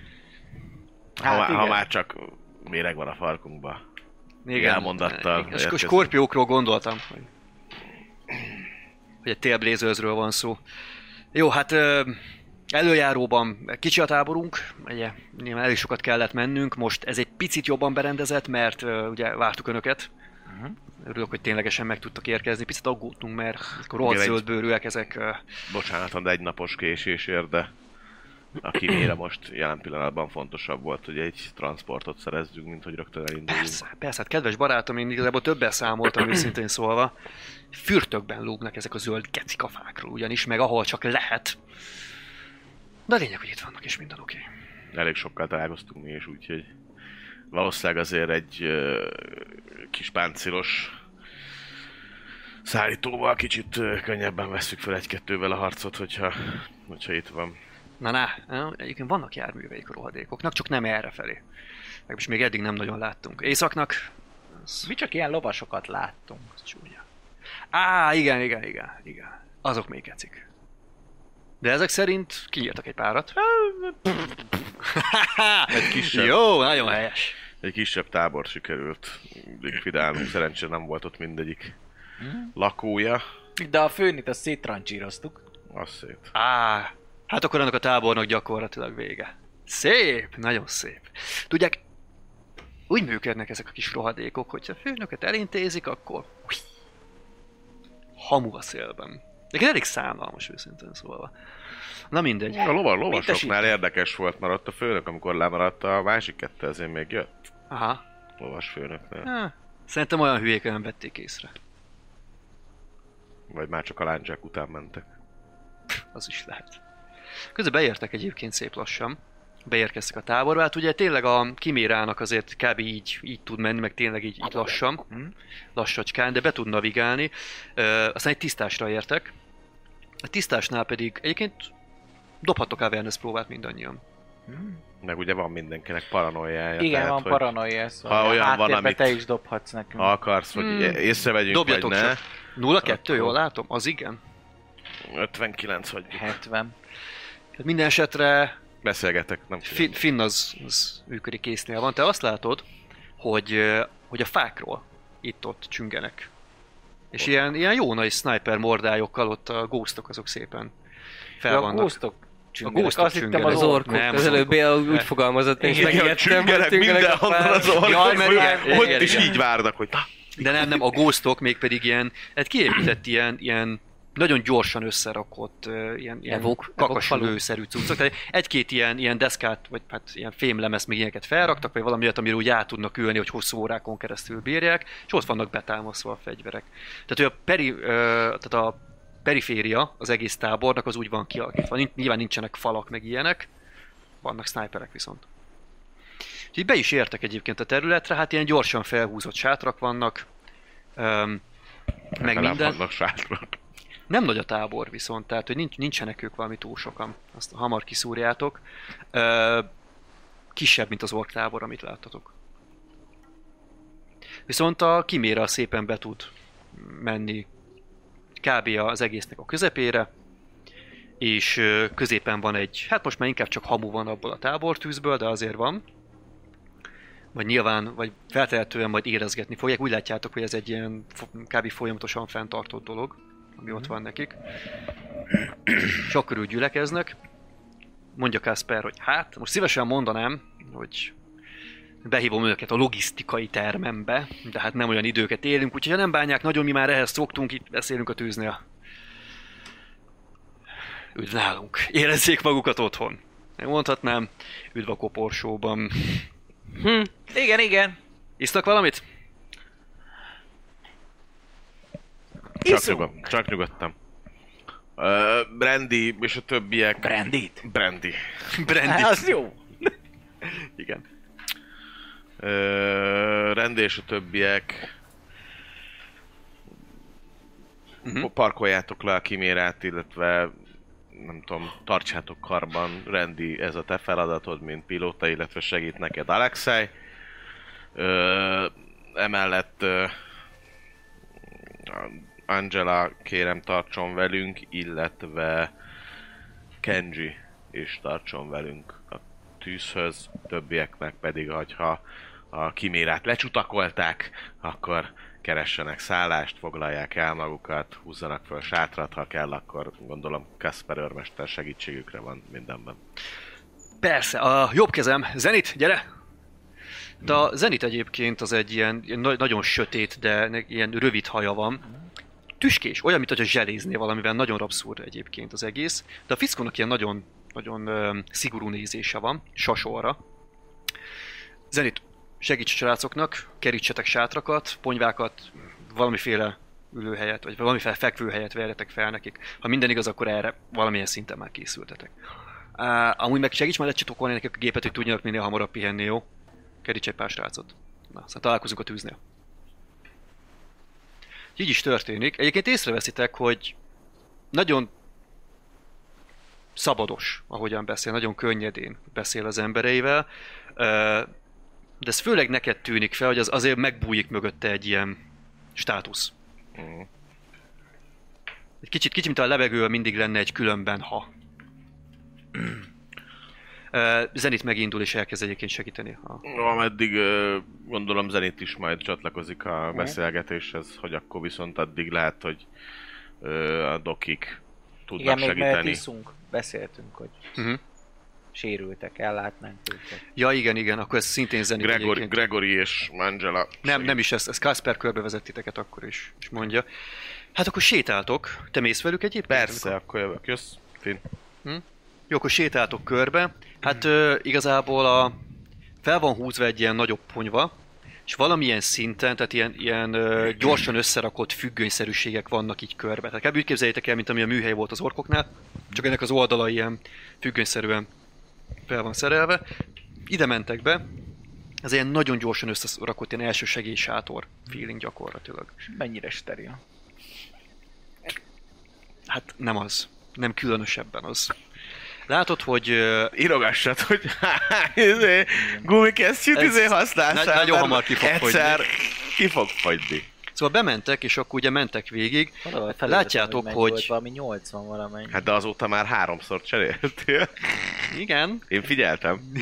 Ha már csak méreg van a farkunkba. Igen, Elmondattal igen. érkezünk. Skorpiókról gondoltam, hogy egy télblézőzről van szó. Jó, hát előjáróban kicsi a táborunk, ugye nyilván elég sokat kellett mennünk, most ez egy picit jobban berendezett, mert ugye vártuk önöket. Örülök, hogy ténylegesen meg tudtak érkezni, picit aggódtunk, mert rohadt zöldbőrűek ezek. Bocsánat, de egy napos késésért, de a kimére most jelen pillanatban fontosabb volt, hogy egy transportot szerezzünk, mint hogy rögtön elinduljunk. Persze, hát kedves barátom, én igazából többen számoltam őszintén szólva. Fürtökben lógnak ezek a zöld kecikafákról ugyanis, meg ahol csak lehet. De a lényeg, hogy itt vannak, és minden oké. Elég sokkal találkoztunk mi is, úgyhogy valószínűleg azért egy kis páncélos szállítóval kicsit könnyebben vesszük fel egy-kettővel a harcot, hogyha itt van. Na, egyébként vannak járműveik a rohadékoknak, csak nem errefelé. Meg még eddig nem nagyon láttunk. Északnak... Mi csak ilyen lovasokat láttunk. Az csúnya. Igen. Azok még kecik. De ezek szerint kinyírtak egy párat. Egy kisebb, Jó, nagyon helyes. egy kisebb tábor sikerült likvidálnunk, szerencsére nem volt ott mindegyik lakója. De a főnit azt széttrancsíroztuk. Az szét. Hát akkor annak a tábornak gyakorlatilag vége. Szép, nagyon szép. Tudják, úgy működnek ezek a kis rohadékok, hogyha a főnöket elintézik, akkor hamu a szélben. De elég szánalmas őszintén szólva. Na mindegy. A lovasoknál érdekes volt, mert ott a főnök, amikor lemaradt, a másik kettő azért még jött. Aha. Lovas főnöknél. Szerintem olyan hülyéken nem vették észre. Vagy már csak a lándzsák után mentek. Az is lehet. Közben beértek egyébként szép lassan. Beérkeztek a táborba, hát ugye tényleg a kimérának azért kb. így tud menni, meg tényleg így lassan, lassacskán, de be tud navigálni. Aztán egy tisztásra értek. A tisztásnál pedig egyébként dobhattok awareness próbát mindannyian. Meg ugye van mindenkinek paranoiája. Igen, tehát, van hogy paranoia, szóval ha olyan van, amit te is dobhatsz nekünk. ha akarsz, hogy észrevegyünk, Dobjatok vagy ne. csak. 0-2, Akkor- jól látom? Az igen. 59 vagy. 70. Hát minden esetre Beszélgetek, nem tudom. Finn az működik késznél van. Te azt látod, hogy a fákról itt-ott csüngenek. És ilyen jó nagy sniper mordályokkal ott a ghostok azok szépen fel A vannak. ghostok csüngenek. ghostok Azt hittem csüngenek. az Az orkok. orkok. Nem, Az az előbbi orkok. úgy fogalmazott, és Igen, megijedtem, csüngenek hogy tüngenek a mindenhonnan az fák. orkok, Jaj, mert hogy igen, ott igen, is igen. így várnak, hogy na, De nem, a ghostok még pedig ilyen, egy kiépített ilyen nagyon gyorsan összerakott ilyen kakasülőszerű cuccok. Tehát egy-két ilyen deszkát, vagy hát ilyen fémlemezt még ilyeneket felraktak, vagy valami olyat, amiről úgy át tudnak ülni, hogy hosszú órákon keresztül bírják, és ott vannak betámasztva a fegyverek. Tehát, hogy a periféria az egész tábornak az úgy van kialakítva. Nyilván nincsenek falak meg ilyenek, vannak sniperek viszont. Úgyhogy be is értek egyébként a területre, hát ilyen gyorsan felhúzott sátrak vannak, meg nem minden. vannak sátrak. Nem nagy a tábor viszont, tehát hogy nincsenek ők valami túl sokan. Azt hamar kiszúrjátok. Kisebb, mint az ork tábor, amit láttatok. Viszont a Kiméra szépen be tud menni kb. Az egésznek a közepére, és középen van egy, hát most már inkább csak hamu van abból a tábortűzből, de azért van. Vagy nyilván, vagy feltehetően majd érezgetni fogják. Úgy látjátok, hogy ez egy ilyen kb. Folyamatosan fenntartott dolog, ami ott van nekik. És akkor úgy gyülekeznek. Mondja Kasper, hogy hát, most szívesen mondanám, hogy behívom őket a logisztikai termembe, de hát nem olyan időket élünk, úgyhogy ha nem bánják nagyon, mi már ehhez szoktunk, itt beszélünk a tűznél. Üdv nálunk, érezzék magukat otthon. Én mondhatnám, üdv a koporsóban. Igen. Isznak valamit? Csak nyugodtam. Brandy és a többiek... Brandit? Brandy. Brandy. Az jó. Igen. Randy és a többiek... Parkoljátok le a Kimérát, illetve nem tudom, tartsátok karban. Randy, ez a te feladatod, mint pilóta, illetve segít neked Alexei. Emellett Angela kérem tartson velünk, illetve Kenji is tartson velünk a tűzhöz, többieknek pedig, hogyha a Kimérát lecsutakolták, akkor keressenek szállást, foglalják el magukat, húzzanak föl sátrat, ha kell, akkor gondolom Kasper őrmester segítségükre van mindenben. Persze, a jobb kezem, Zenit, gyere! De a Zenit egyébként az egy ilyen nagyon sötét, de ilyen rövid haja van. Tüskés, olyan, mint hogy zselézné valamivel, nagyon rabszúr egyébként az egész. De a fickónak ilyen nagyon szigorú nézése van, sasorra. Zenit, segíts a srácoknak, kerítsetek sátrakat, ponyvákat, valamiféle ülőhelyet, vagy valamiféle fekvőhelyet verjetek fel nekik. Ha minden igaz, akkor erre valamilyen szinten már készültetek. Amúgy meg segíts majd lecsitokolni nekik a gépet, hogy tudjanak minél hamarabb pihenni, jó? Keríts egy pár srácot. Na, aztán találkozunk a tűznél. Így is történik. Egyébként észreveszitek, hogy nagyon szabados, ahogyan beszél, nagyon könnyedén beszél az embereivel, de ez főleg neked tűnik fel, hogy az azért megbújik mögötte egy ilyen státusz. Egy kicsit, mint a levegő mindig lenne egy különben, ha. Zenit megindul és elkezd egyébként segíteni. Ameddig gondolom Zenit is majd csatlakozik a beszélgetéshez, hogy akkor viszont addig lehet, hogy a dokik tudnak igen, segíteni. Igen, még iszunk, beszéltünk, hogy sérültek, ellátnánk őket. Ja, igen, akkor ez szintén Zenit Gregory és Angela. Nem is, ez Kasper körbevezet titeket akkor is, és mondja. Hát akkor sétáltok, te mész velük egyébként? Persze, akkor jövök, jössz, Finn. Jó, akkor sétáltok körbe. Hát igazából fel van húzva egy ilyen nagyobb ponyva, és valamilyen szinten, tehát ilyen gyorsan összerakott függönyszerűségek vannak így körbe. Tehát kb. Úgy képzeljétek el, mint ami a műhely volt az orkoknál, csak ennek az oldala ilyen függönyszerűen fel van szerelve. Ide mentek be, ez ilyen nagyon gyorsan összerakott ilyen elsősegély sátor feeling gyakorlatilag. És mennyire steril? Hát nem az. Nem különösebben az. Látod, hogy... írogassad, hogy gumikesztyűt használsz. Nagyon hamar ki fog egyszer ki fog fogyni. Szóval bementek, és akkor ugye mentek végig. Látjátok, hogy... Volt valami 80 valamennyi. Hát de azóta már 3-szor cseréltél. Igen. Én figyeltem.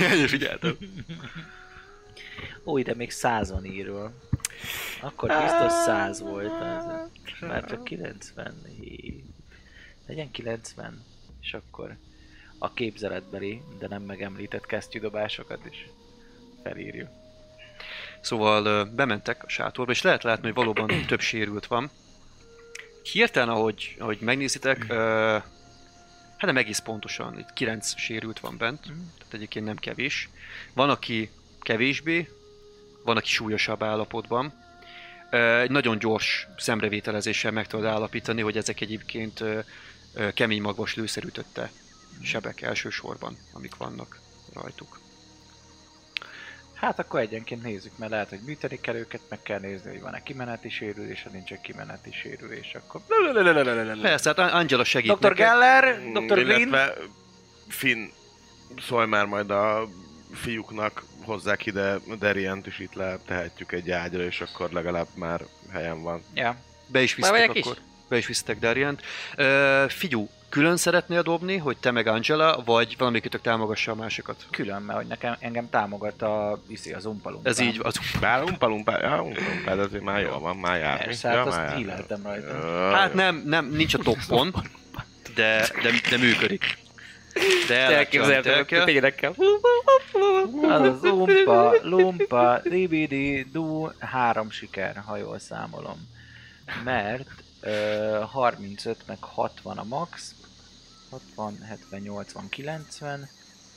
Ó, ide még 100-on írul. Akkor biztos 100 volt az. Már csak 97. Legyen 90. És akkor a képzeletbeli, de nem megemlített kesztyűdobásokat is felírjuk. Szóval bementek a sátorba, és lehet látni, hogy valóban több sérült van. Hirtelen, ahogy megnézitek, hát nem egész pontosan, itt 9 sérült van bent, tehát egyébként nem kevés. Van, aki kevésbé, van, aki súlyosabb állapotban. Egy nagyon gyors szemrevételezéssel meg tudod állapítani, hogy ezek egyébként kemény magvas lőszerütötte sebek elsősorban, amik vannak rajtuk. Hát akkor egyenként nézzük, mert lehet, hogy műteni kell őket, meg kell nézni, hogy van-e kimeneti sérülés, ha nincsen kimeneti sérülés, akkor... Persze, hát Angela segít Dr. Geller, Dr. Green... Illetve Finn, szólj már majd a fiúknak, hozzák ide Darient is itt letehetjük egy ágyra, és akkor legalább már helyen van. Ja. Be is Már visztek megyek akkor. Be is visztek Darient. Figyú, külön szeretnél dobni, hogy te meg Angela, vagy valamelyikötök támogassa a másikat? Külön, mert hogy engem támogat az Umpalumpa. Ez így az. Bár Umpalumpá, de azért már jól van, már jár. Persze, hát azt híleltem rajta. Hát nem, nincs a toppon, de működik. De Elképzeltem, hogy tényleg kell. Az az Lumpa, Dibidi, Du, 3 siker, ha jól számolom. Mert 35 meg 60 a max, 60, 70, 80, 90,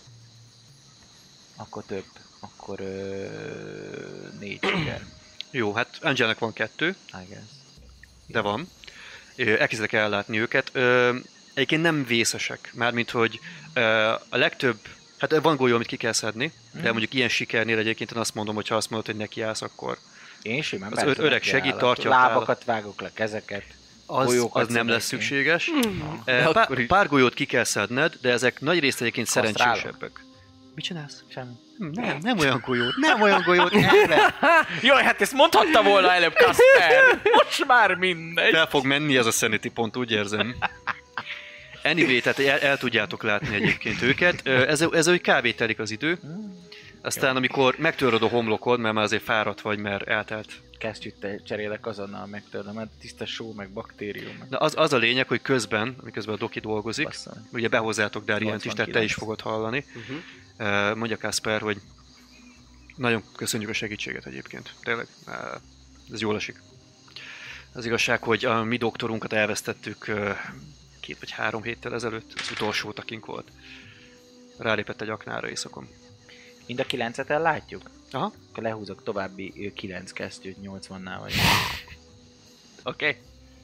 akkor több, akkor 4 siker, Jó, hát Angelának van 2, I guess. de van. Elkezdek ellátni őket. Egyébként nem vészesek, mármint hogy a legtöbb, hát van golyó, amit ki kell szedni, de mondjuk ilyen sikernél egyébként én azt mondom, hogy ha azt mondod, hogy nekiállsz, akkor Én simán az öreg segít, tartja a lábakat vágok le, kezeket. az nem lesz szükséges. Pár golyót ki kell szedned, de ezek nagy részt egyébként Kasztrálok. szerencsésebbek. Mit csinálsz? Semmi. Nem olyan golyót, nem olyan golyót. Jaj, hát ezt mondhatta volna előbb, Kasper! Most már mindegy! El fog menni ez a sanity pont, úgy érzem. Anyway, tehát el tudjátok látni egyébként őket. Ez úgy kb. Telik az idő. Aztán amikor megtöröd a homlokod, mert már azért fáradt vagy, mert eltelt. Kesztyűt cserélek azonnal megtörlem, mert tiszta só, meg baktérium. Meg Na az a lényeg, hogy miközben a doki dolgozik, basszony. ugye behozzátok Darient is, tehát te is fogod hallani. Mondja Kasper, hogy nagyon köszönjük a segítséget egyébként. Tényleg, ez jól esik. Az igazság, hogy a mi doktorunkat elvesztettük 2 vagy 3 héttel ezelőtt, az utolsó takink volt. Rálépett egy aknára éjszakon. Mind a 9-et ellátjuk? Aha. Akkor lehúzok további 9 kesztyűt, 80-nál vagy. Oké.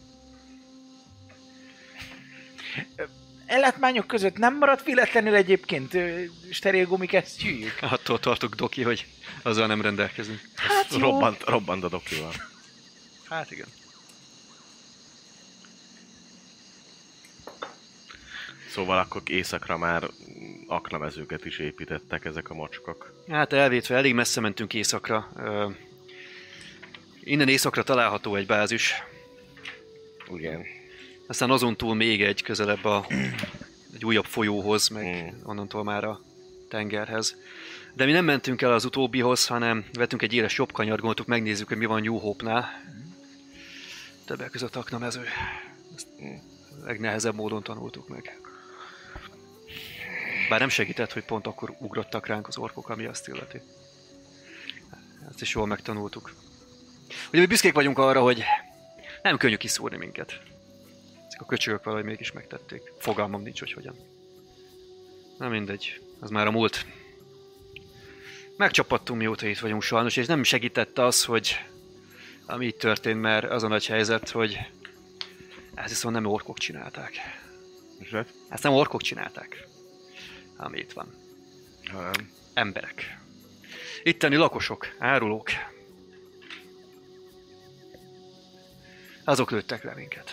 Ellátmányok között nem maradt véletlenül egyébként steril gumikesztyűjük? Attól tartok, Doki, hogy azzal nem rendelkezünk. Hát jó. Robbant a dokival. Hát igen. Szóval akkor éjszakra már aknamezőket is építettek ezek a mocskok. Hát elvétve elég messze mentünk északra. Innen északra található egy bázis. Igen. Aztán azon túl még egy közelebb egy újabb folyóhoz, meg onnantól már a tengerhez. De mi nem mentünk el az utóbbihoz, hanem vettünk egy éles jobb kanyart, gondoltuk, megnézzük, hogy mi van New Hope-nál. Többek között aknamező. Ezt legnehezebb módon tanultuk meg. Bár nem segített, hogy pont akkor ugrottak ránk az orkok, ami azt illeti. Ezt is jól megtanultuk. Ugye mi büszkék vagyunk arra, hogy nem könnyű kiszúrni minket. Ezek a köcsögök valahogy mégis megtették. Fogalmam nincs, hogy hogyan. Na mindegy, az már a múlt. Megcsapattunk, mióta itt vagyunk sajnos, és nem segített az, hogy ami itt történt, mert az a nagy helyzet, hogy ezt viszont nem orkok csinálták. Ezt nem orkok csinálták, ami itt van. Emberek. Itteni lakosok, árulók. Azok lőttek le minket.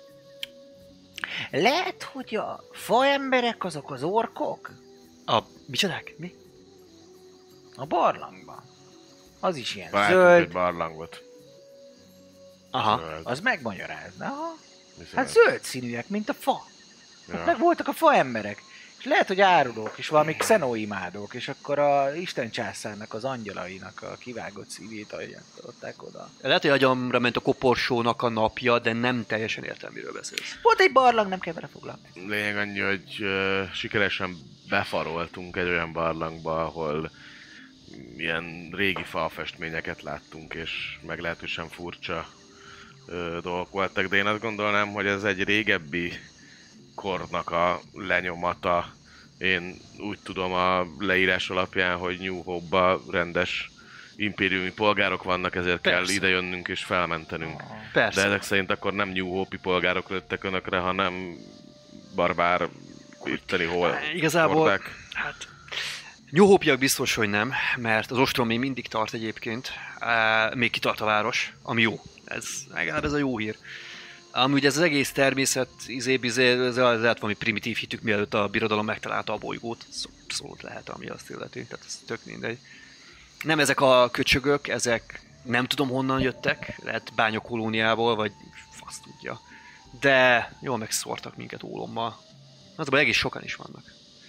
Lehet, hogy a faemberek azok az orkok? Micsodák? Mi? A barlangban. Az is ilyen Vártunk zöld. egy barlangot. Aha. Zöld. Az megmagyarázna. Aha. Viszont- Hát zöld színűek, mint a fa. Hát meg voltak a faemberek. És lehet, hogy árulók is, valami xenoimádók, és akkor a Isten császárnak, az angyalainak a kivágott szívét adják oda. Lehet, hogy agyamra ment a koporsónak a napja, de nem teljesen értem, miről beszélsz. Volt egy barlang, nem kell vele foglalkozni. Lényeg annyi, hogy sikeresen befaroltunk egy olyan barlangba, ahol ilyen régi falfestményeket láttunk, és meglehetősen furcsa dolgok voltak, de én azt gondolnám, hogy ez egy régebbi kornak a lenyomata. Én úgy tudom a leírás alapján, hogy New Hope-ba rendes impériumi polgárok vannak, ezért Persze. kell idejönnünk és felmentenünk. Persze. De ezek szerint akkor nem New Hope-i polgárok lőttek önökre, hanem barbár itteni Igazából, hordák. hát Nyuhópiak biztos, hogy nem, mert az ostrom még mindig tart egyébként. Még kitart a város, ami jó. Legalább ez a jó hír. Amúgy ez az egész természet, ez lehet valami primitív hitük, mielőtt a birodalom megtalálta a bolygót. Abszolút lehet, ami azt illeti, tehát ez tök mindegy. Nem ezek a köcsögök, ezek nem tudom honnan jöttek, lehet bányakolóniából, vagy fasz tudja. De jól megszórtak minket ólommal. Azonban egész sokan is vannak.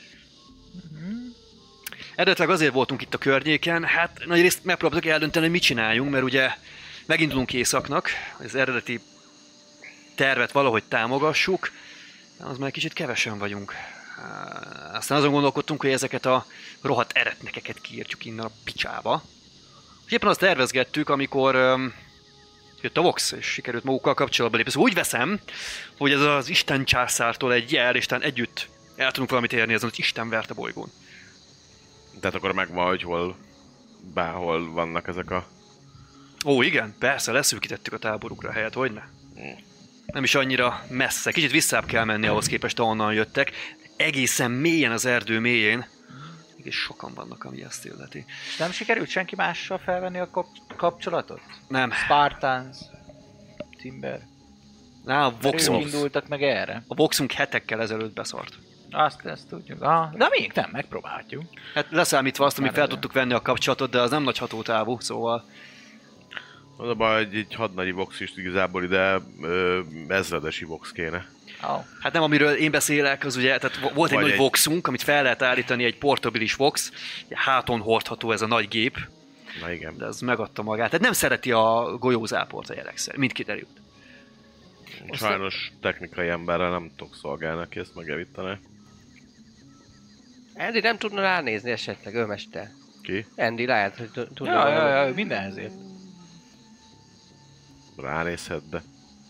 Eredetileg azért voltunk itt a környéken, hát nagyrészt megpróbáltuk eldönteni, hogy mit csináljunk, mert ugye megindulunk északnak, az eredeti tervet valahogy támogassuk, de az már kicsit kevesen vagyunk. Aztán azon gondolkodtunk, hogy ezeket a rohadt eretnekeket kiírtjuk innen a picsába. És éppen azt tervezgettük, amikor jött a Vox, és sikerült magukkal kapcsolatba lépni. Szóval úgy veszem, hogy ez az Isten császártól egy jel, és talán együtt el tudunk valamit érni ezen az Isten verte bolygón. Tehát akkor megvan, hogy bárhol vannak ezek a... Ó, igen, persze, leszűkítettük a táborukra a helyet, hogyne? Nem is annyira messze, kicsit visszább kell menni ahhoz képest, ahonnan jöttek. Egészen mélyen az erdő mélyén. És sokan vannak, ami ezt illeti. És nem sikerült senki mással felvenni a kapcsolatot? Nem. Spartans, Timber. A Voxunk, indultak meg erre. a Voxunk hetekkel ezelőtt beszart. Ezt tudjuk. De még nem, megpróbálhatjuk. Hát leszámítva azt, ami Már fel erre. tudtuk venni a kapcsolatot, de az nem nagy hatótávú, szóval... Az a baj, hogy egy hadnagyi Vox is igazából ide ezredesi Vox kéne. Hát nem, amiről én beszélek, az ugye, tehát volt egy Vagy nagy egy- Voxunk, amit fel lehet állítani, egy portabilis Vox, háton hordható ez a nagy gép, Na igen. de ez megadta magát. Tehát nem szereti a golyózáport a jellegszer, mint kiderült. Sajnos technikai emberrel nem tudok szolgálni, aki ezt megjavítani. Andy nem tudna ránézni esetleg, ő mester. Ki? Andy lehet, hogy tudna. Ja, mindenhez ért. Ránézhet, de...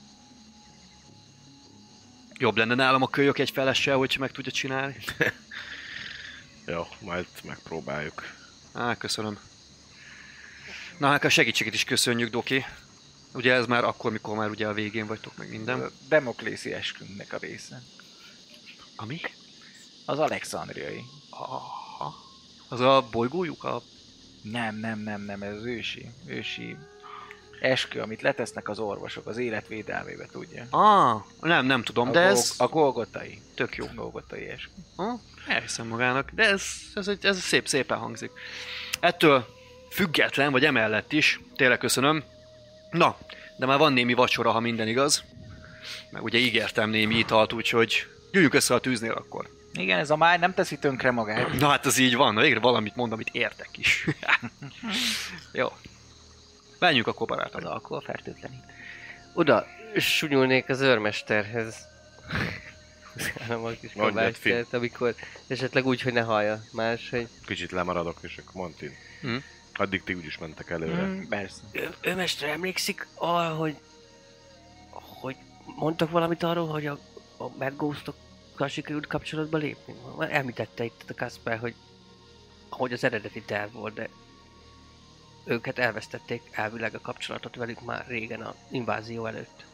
Jobb lenne nálam a kölyök egy felessel, hogy meg tudja csinálni. Jó, majd megpróbáljuk. Köszönöm. Na hát a segítséget is köszönjük, Doki. Ugye ez már akkor, mikor már ugye a végén vagytok, meg minden. Demoklészi eskünknek a része. Ami? Az alexandriai. Aha. Az a bolygójuk? Nem, ez az ősi eskü, amit letesznek az orvosok az élet védelmébe, tudja? Nem tudom, de ez A golgotai. tök jó. Golgotai eskü. Elhiszem magának, de ez szépen hangzik. Ettől független, vagy emellett is, tényleg köszönöm. Na, de már van némi vacsora, ha minden igaz. Meg ugye ígértem némi italt, úgyhogy jöjjünk össze a tűznél akkor. Igen, ez a máj nem teszi tönkre magát. Na hát az így van, végre valamit mond, amit értek is. Jó. Menjünk akkor, Az barátom. alkohol fertőtlenít. Oda sunyulnék az őrmesterhez. Nem a kis Mondjad, kabácskát, amikor esetleg úgy, hogy ne hallja más, hogy... Kicsit lemaradok, és akkor mondd én. Hm? Addig ti úgyis mentek előre. Persze. Őrmester, emlékszik arra, hogy mondtak valamit arról, hogy a Mad Ghost-okkal sikerült kapcsolatba lépni? Említette itt a Kasper, hogy az eredeti terv volt, de őket elvesztették elvileg a kapcsolatot velük már régen a invázió előtt.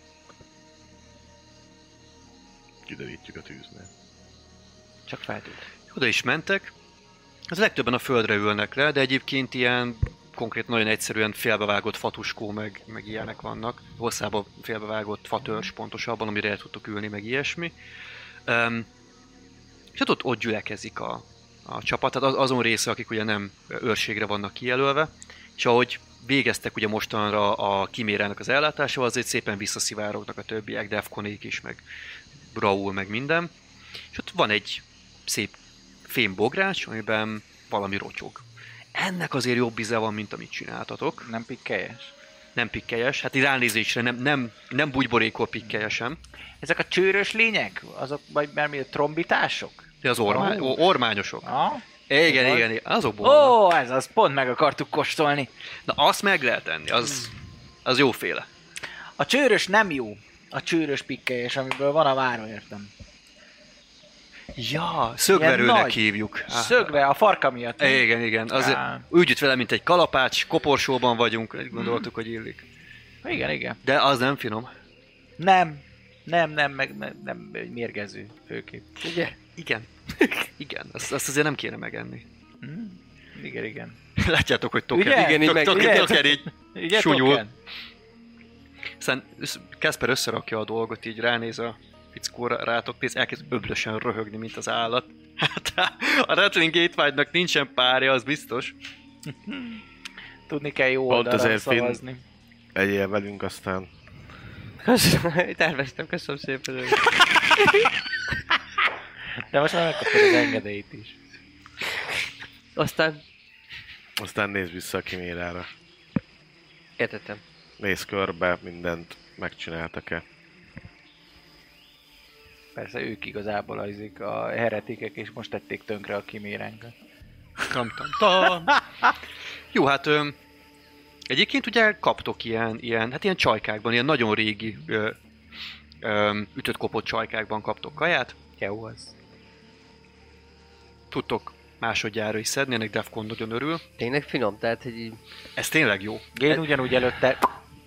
Kiderítjük a tűznél. Csak feltűnt. Oda is mentek. Az legtöbben a földre ülnek le, de egyébként ilyen konkrét nagyon egyszerűen félbevágott fatuskó, meg ilyenek vannak. Hosszába félbevágott fatörzs pontosabban, amire el tudtok ülni, meg ilyesmi. És hát ott gyülekezik a csapat, tehát azon része, akik ugye nem őrségre vannak kijelölve, és ahogy végeztek ugye mostanra a kimérának az ellátásával, azért szépen visszaszivárognak a többiek, Defconék is, meg Raúl, meg minden. És ott van egy szép fémbogrács, amiben valami rotyog. Ennek azért jobb íze van, mint amit csináltatok. Nem pikkelyes. Nem pikkelyes, hát így ránézésre nem bugyborékol pikkelyesen. Ezek a csőrös lények? Azok vagy mert mi a trombitások? De az ormányosok. Igen, azokból. Ó, ez az, pont meg akartuk kóstolni. Na azt meg lehet enni, az jóféle. A csőrös nem jó. A csőrös pikkelyes, amiből van a vára, értem. Ja, szögverőnek nagy. hívjuk. Szögve, a farka miatt. Igen. Az úgy jut vele, mint egy kalapács, koporsóban vagyunk, így gondoltuk, hogy illik. Igen. De az nem finom. Nem, mérgező főképp. Ugye? Igen. Igen, azt azért nem kéne megenni. Igen. Látjátok, hogy Ugye? Token. Igen, így Token így Ugye, sunyul. Token? Aztán Kasper összerakja a dolgot, így ránéz a fickóra, rátok néz, elkezd öblösen röhögni, mint az állat. Hát a Rattling Gateway-nak nincsen párja, az biztos. Tudni kell jó Pont oldalra azért Finn szavazni. egyél velünk, aztán Köszönöm, terveztem, köszönöm szépen. De most már megkaptad az engedélyt is. Aztán nézz vissza a kimérára. értettem. Nézz körbe, mindent megcsináltak-e. Persze ők igazából a heretikek, és most tették tönkre a kiméránkat. Tam. Jó, hát egyébként ugye kaptok ilyen csajkákban, ilyen nagyon régi ütött-kopott csajkákban kaptok kaját. Jó az. Tudtok másodjára is szedni, ennek Defcon nagyon örül. Tényleg finom, tehát hogy így... Ez tényleg jó. Én ugyanúgy előtte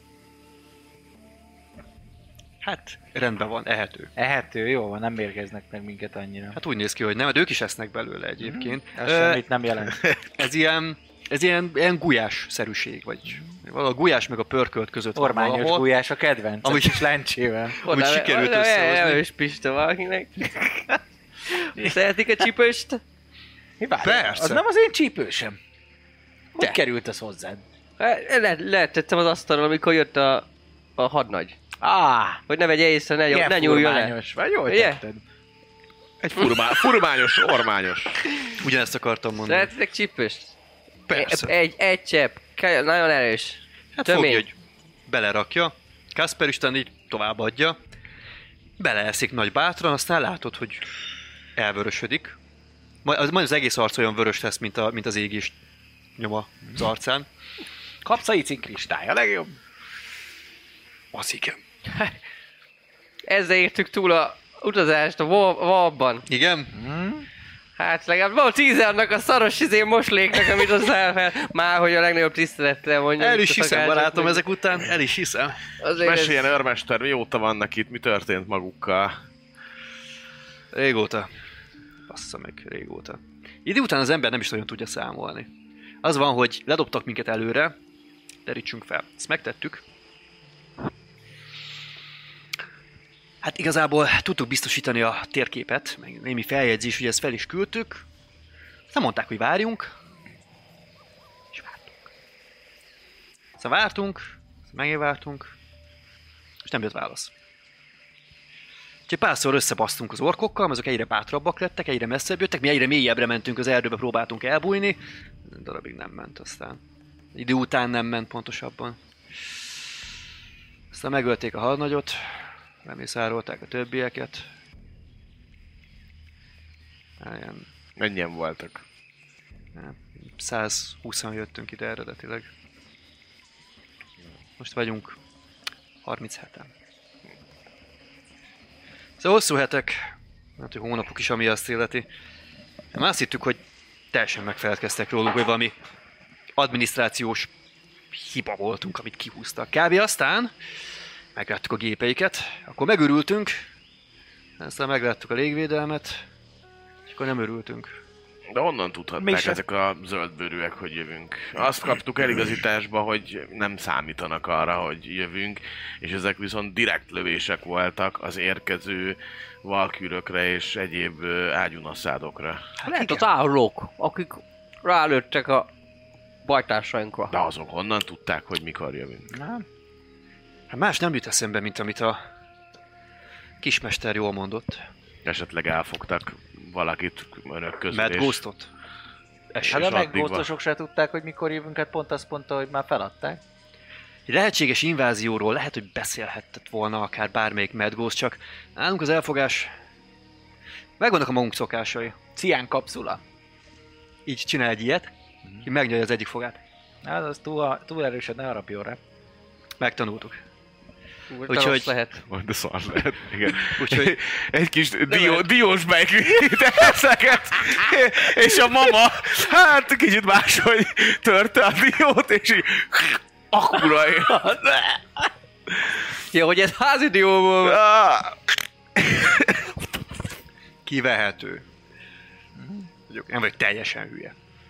Hát rendben van, ehető. ehető, jó van, nem mérgeznek meg minket annyira. Hát úgy néz ki, hogy nem, de ők is esznek belőle egyébként. Ez semmit nem jelent. Ez ilyen gulyás-szerűség, vagy valahol a gulyás meg a pörkölt között van Ormányos valahol. gulyás a kedvenc, Amúgy- kis lencsével. Úgy sikerült összehozni. Erős Pista valakinek. Szeretik a csípőst? Mi várj? Persze. Az nem az én csípősem. Hogy De. került az hozzád? Letettem az asztalon, amikor jött a hadnagy. Hogy Hogy ne vegye észre, ne nyúljon le. furmányos vagy, jól Ugye? tetted. Egy furmányos, ormányos. Ugyanezt akartam mondani. Szeretitek csípőst? Persze. Egy csepp. Nagyon erős. Hát tömény. fogja, hogy belerakja, Kasper Isten így továbbadja, beleeszik nagy bátran, aztán látod, hogy elvörösödik. Majd az egész arc olyan vörös lesz, mint az égés nyoma az arcán. Kapsz a icin kristály, a legjobb. Az igen. Ezzel értük túl a utazást a Valban. Igen? Hát legalább van 10 a szaros mosléknak, amit az elfel. Már hogy a legnagyobb tisztelettel mondja. El itt is a hiszem, szakácsok, barátom, hogy- ezek után el is hiszem. Azért ez- Meséljen, őrmester, mióta vannak itt, mi történt magukkal? Régóta. Bassza meg, régóta. Idő után az ember nem is nagyon tudja számolni. Az van, hogy ledobtak minket előre, derítsünk fel. Ezt megtettük. Hát igazából tudtuk biztosítani a térképet, meg némi feljegyzés, hogy ezt fel is küldtük. Aztán mondták, hogy várjunk. És vártunk. Aztán vártunk, megint vártunk, és nem jött válasz. Úgyhogy párszor összebasztunk az orkokkal, azok egyre bátrabbak lettek, egyre messzebb jöttek, mi egyre mélyebbre mentünk az erdőbe, próbáltunk elbújni. Darabig nem ment aztán. Idő után nem ment pontosabban. Aztán megölték a hadnagyot, lemészárolták a többieket. Ilyen, Mennyien voltak? 120-an jöttünk ide eredetileg. Most vagyunk 37-en. Szóval hosszú hetek, hát hogy hónapok is, ami azt illeti. Már azt hittük, hogy teljesen megfeledkeztek rólunk, hogy valami adminisztrációs hiba voltunk, amit kihúztak. Kb. Aztán megláttuk a gépeiket, akkor megörültünk, aztán megláttuk a légvédelmet, és akkor nem örültünk. De honnan Mi tudhatták sem. ezek a zöldbőrűek, hogy jövünk? Azt kaptuk eligazításba, hogy nem számítanak arra, hogy jövünk, és ezek viszont direkt lövések voltak az érkező valkűrökre és egyéb ágyunaszádokra. Lehet az állók, akik rálőttek a bajtársainkra. De azok honnan tudták, hogy mikor jövünk? Nem. Hát más nem jut eszembe, mint amit a kismester jól mondott. Esetleg elfogtak valakit önök közül, Mad és Ghostot. Hát és a addig meggóztosok se tudták, hogy mikor jövünk, hát pont azt mondta, hogy már feladták. Egy lehetséges invázióról lehet, hogy beszélhetett volna akár bármelyik Mad Ghost, csak nálunk az elfogás... Megvannak a magunk szokásai. Cián kapszula. Így csinál egy ilyet, így megnyalja az egyik fogát. Hát az túl erősed, ne harapjon rá. Megtanultuk. Úgyhogy Úgyhogy- lehet. Majd de szar lehet. Igen. Úgyhogy- egy kis diós beiglit és a mama, hát kicsit máshogy törte a diót, és így a kurva élet. Ja, hogy ez házi dióból van. Kivehető. Nem vagyok teljesen hülye.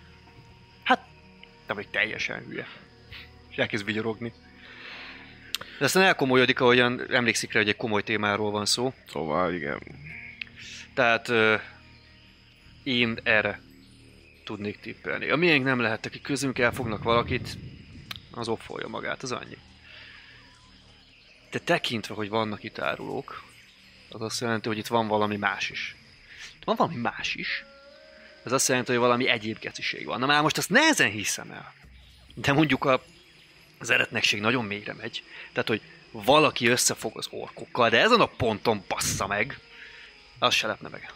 te vagy teljesen hülye. És elkezd vigyorogni. De aztán elkomolyodik, ahogyan emlékszik rá, hogy egy komoly témáról van szó. Szóval igen. Tehát én erre tudnék tippelni. A miénk nem lehet, akik közünk elfognak valakit, az offolja magát, az annyi. De tekintve, hogy vannak itt árulók, az azt jelenti, hogy itt van valami más is. Van valami más is. Ez azt jelenti, hogy valami egyéb geciség van. Na már most azt nehezen hiszem el. De mondjuk az eretnekség nagyon mélyre megy. Tehát, hogy valaki összefog az orkokkal, de ezen a ponton bassza meg, az se lepne meg.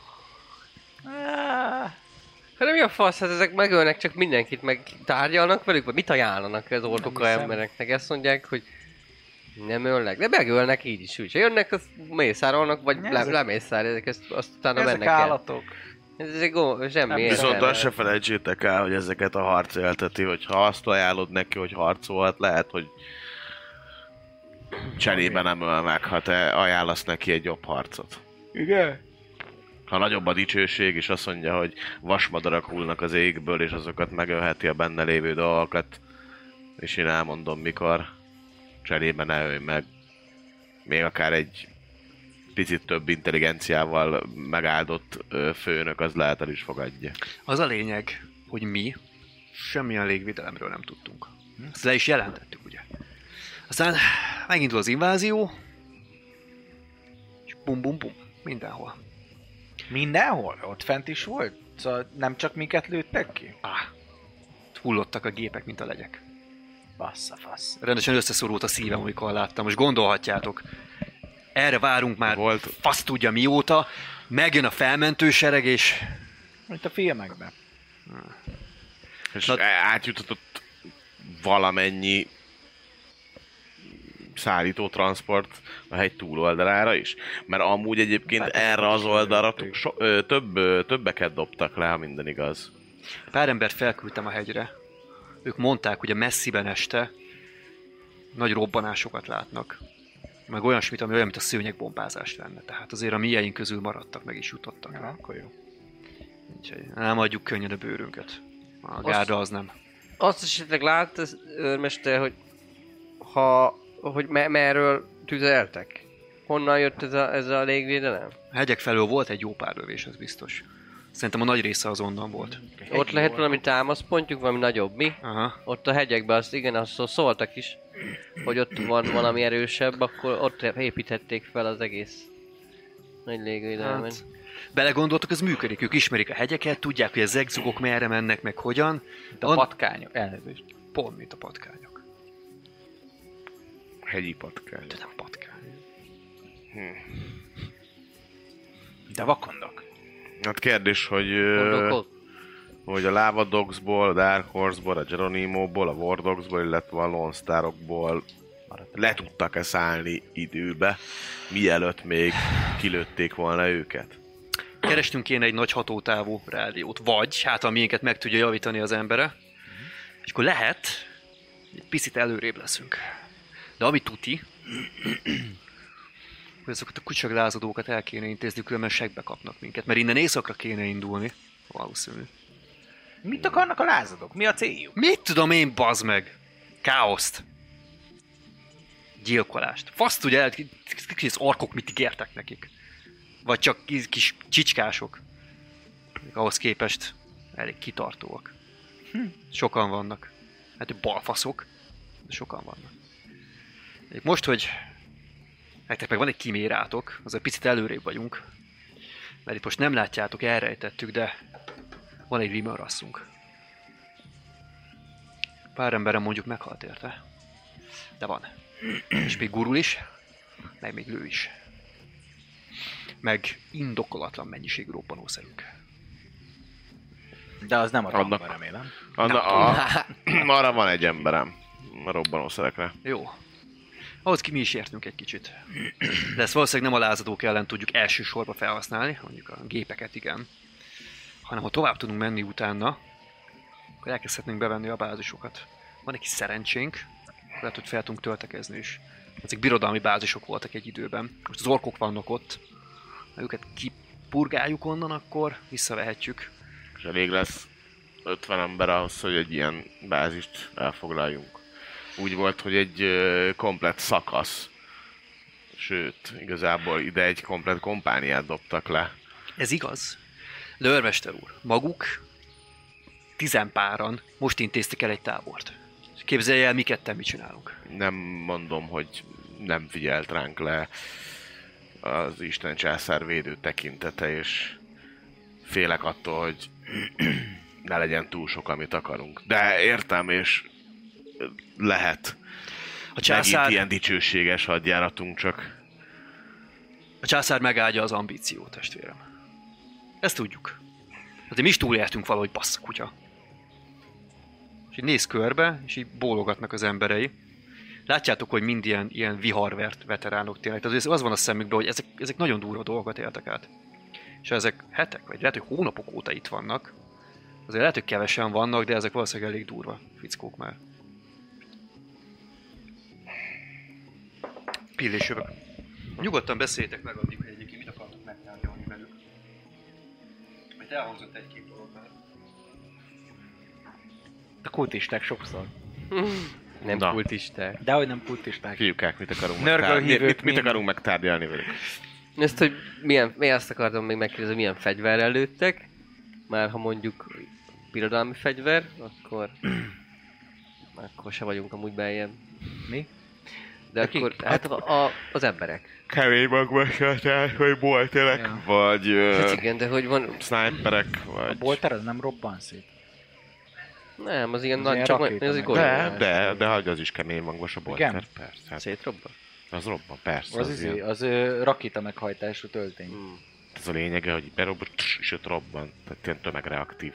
Hát mi a fasz, hát ezek megölnek csak mindenkit, meg tárgyalnak velük, vagy mit ajánlanak az orkok a embereknek? Ezt mondják, hogy nem ölnek, de megölnek így is, úgy. Jönnek, azt mészárolnak, vagy lemészárolják, azt utána ezek mennek el. állatok. Ezek semmi Viszont azt se felejtsétek el, hogy ezeket a harc élteti, hogyha azt ajánlod neki, hogy harcolhat, lehet, hogy cserébe nem öl meg, ha te ajánlasz neki egy jobb harcot. Igen? Ha nagyobb a dicsőség, és azt mondja, hogy vasmadarak hullnak az égből, és azokat megölheti a benne lévő dolgokat, és én elmondom mikor, cserébe ne ölj meg. Még akár egy picit több intelligenciával megáldott főnök, az lehet el is fogadja. Az a lényeg, hogy mi semmilyen légvédelemről nem tudtunk. Ezt le is jelentettük, ugye. Aztán megindul az invázió, és bum bum bum, mindenhol. Mindenhol? Ott fent is volt? Szóval nem csak minket lőttek ki? Hullottak a gépek, mint a legyek. Bassza fasz. Rendesen összeszorult a szívem, amikor láttam. Most gondolhatjátok, erre várunk már Volt. fasz tudja mióta, megjön a felmentősereg, és... Mint a filmekben. És Na- átjutatott valamennyi szállító transport a hegy túloldalára is? Mert amúgy egyébként erre az oldalra többeket dobtak le, ha minden igaz. Pár embert felküldtem a hegyre. Ők mondták, hogy a messziben este nagy robbanásokat látnak. Meg olyasmit, ami olyan, mint a szőnyegbombázást lenne. Tehát azért a mieink közül maradtak, meg is jutottak. Ja, akkor jó. Úgyhogy nem adjuk könnyen a bőrünket. A gárda az nem. Azt is esetleg lát, az őrmester, hogy merről tüzeltek? Honnan jött ez a légvédelem? A hegyek felől volt egy jó pár lövés, ez biztos. Szerintem a nagy része az onnan volt. Ott lehet valami támaszpontjuk, valami nagyobb, mi? Aha. Ott a hegyekben azt igen, azt szóltak is, hogy ott van valami erősebb, akkor ott építhették fel az egész nagy légvédelmet. Hát, belegondoltok, ez működik. Ők ismerik a hegyeket, tudják, hogy a zegzugok merre mennek, meg hogyan. De a patkányok, elnézést. Pont, mint a patkányok. Hegyi patkány. De nem patkány. De vakondok. Hát kérdés, Gondolkod? hogy a Lava Dogsból, a Dark Horse-ból, a Geronimo-ból, a War Dogsból, illetve a Lone Starokból le tudtak-e szállni időbe, mielőtt még kilőtték volna őket? Kerestünk kéne egy nagy hatótávú rádiót, vagy hát a miénket meg tudja javítani az embere, és akkor lehet, egy picit előrébb leszünk. De ami tuti, hogy azokat a kutyaglázadókat el kéne intézni, különben segbe kapnak minket, mert innen északra kéne indulni, valószínű. Mit akarnak a lázadók? Mi a céljuk? Mit tudom én, bazd meg? Káoszt. Gyilkolást. Fasz tudja el, kis orkok mit ígértek nekik. Vagy csak kis csicskások. Ahhoz képest elég kitartóak. Sokan vannak. Hát balfaszok, de sokan vannak. Most, hogy nektek meg van egy kimérátok, az egy picit előrébb vagyunk. Mert itt most nem látjátok, elrejtettük, de van egy rimarasszunk. Pár emberem mondjuk meghalt érte. De van. És még gurul is, meg még lő is. Meg indokolatlan mennyiségű robbanószerünk. De az nem a Annak- tankban, remélem. Arra van egy emberem. A robbanószerekre. Jó. Ahhoz mi is értünk egy kicsit. De ezt valószínűleg nem a lázadók ellen tudjuk elsősorban felhasználni, mondjuk a gépeket igen. Hanem ha tovább tudunk menni utána, akkor elkezdhetnénk bevenni a bázisokat. Van egy kis szerencsénk, lehet, hogy fel tudunk töltekezni is. Ezek birodalmi bázisok voltak egy időben. Most az orkok vannak ott. Ha őket kipurgáljuk onnan, akkor visszavehetjük. És elég lesz 50 ember ahhoz, hogy egy ilyen bázist elfoglaljunk. Úgy volt, hogy egy komplett szakasz. Sőt, igazából ide egy komplett kompániát dobtak le. Ez igaz. De őrmester úr, maguk 10 páran most intéztek el egy tábort. Képzelje el, mi ketten mit csinálunk. Nem mondom, hogy nem figyelt ránk le az Isten császár védő tekintete, és félek attól, hogy ne legyen túl sok, amit akarunk. De értem, és lehet. A császár, megint ilyen dicsőséges hadjáratunk, csak a császár megáldja az ambíciót, testvérem. Ezt tudjuk. Azért mi is túléltünk valahogy, bassza kutya. És így néz körbe, és így bólogatnak az emberei. Látjátok, hogy mind ilyen viharvert veteránok tényleg. Tehát az van a szemükben, hogy ezek nagyon durva dolgokat éltek át. És ezek hetek, vagy lehet, hogy hónapok óta itt vannak. Azért lehet, hogy kevesen vannak, de ezek valószínűleg elég durva fickók már. Pillésövök. Nyugodtan beszéljétek meg addig, hogy egyébként mit akartok megtárgyalni velük. Mert elhangzott egy-két dolog már. A kultisták sokszor. Nem Na. kultisták. Dehogy nem kultisták. fiúkák, mit akarunk Nörgölhívők mit mind. akarunk megtárgyalni velük? Ezt, hogy mi azt akartam még megkérdezni, milyen fegyverrel lőttek. Már ha mondjuk birodalmi fegyver, akkor se vagyunk amúgy beljebb. Mi? De De akkor, kik? hát az emberek. Kemény magvasaltás, vagy bolterek, Ja. vagy Hát igen, de hogy van... sniperek, A vagy... bolter az nem robban szét. Nem, az ilyen Az nagy, ilyen csak rakéta ez egy meg. De, golyó. de hagyj, az is kemény magvas a bolter, Igen? persze. Hát Szétrobban? az robban, persze. Az ilyen. az rakéta meghajtású töltény. Ez a lényege, hogy berobban, és ott robban. Tehát ilyen tömegreaktív.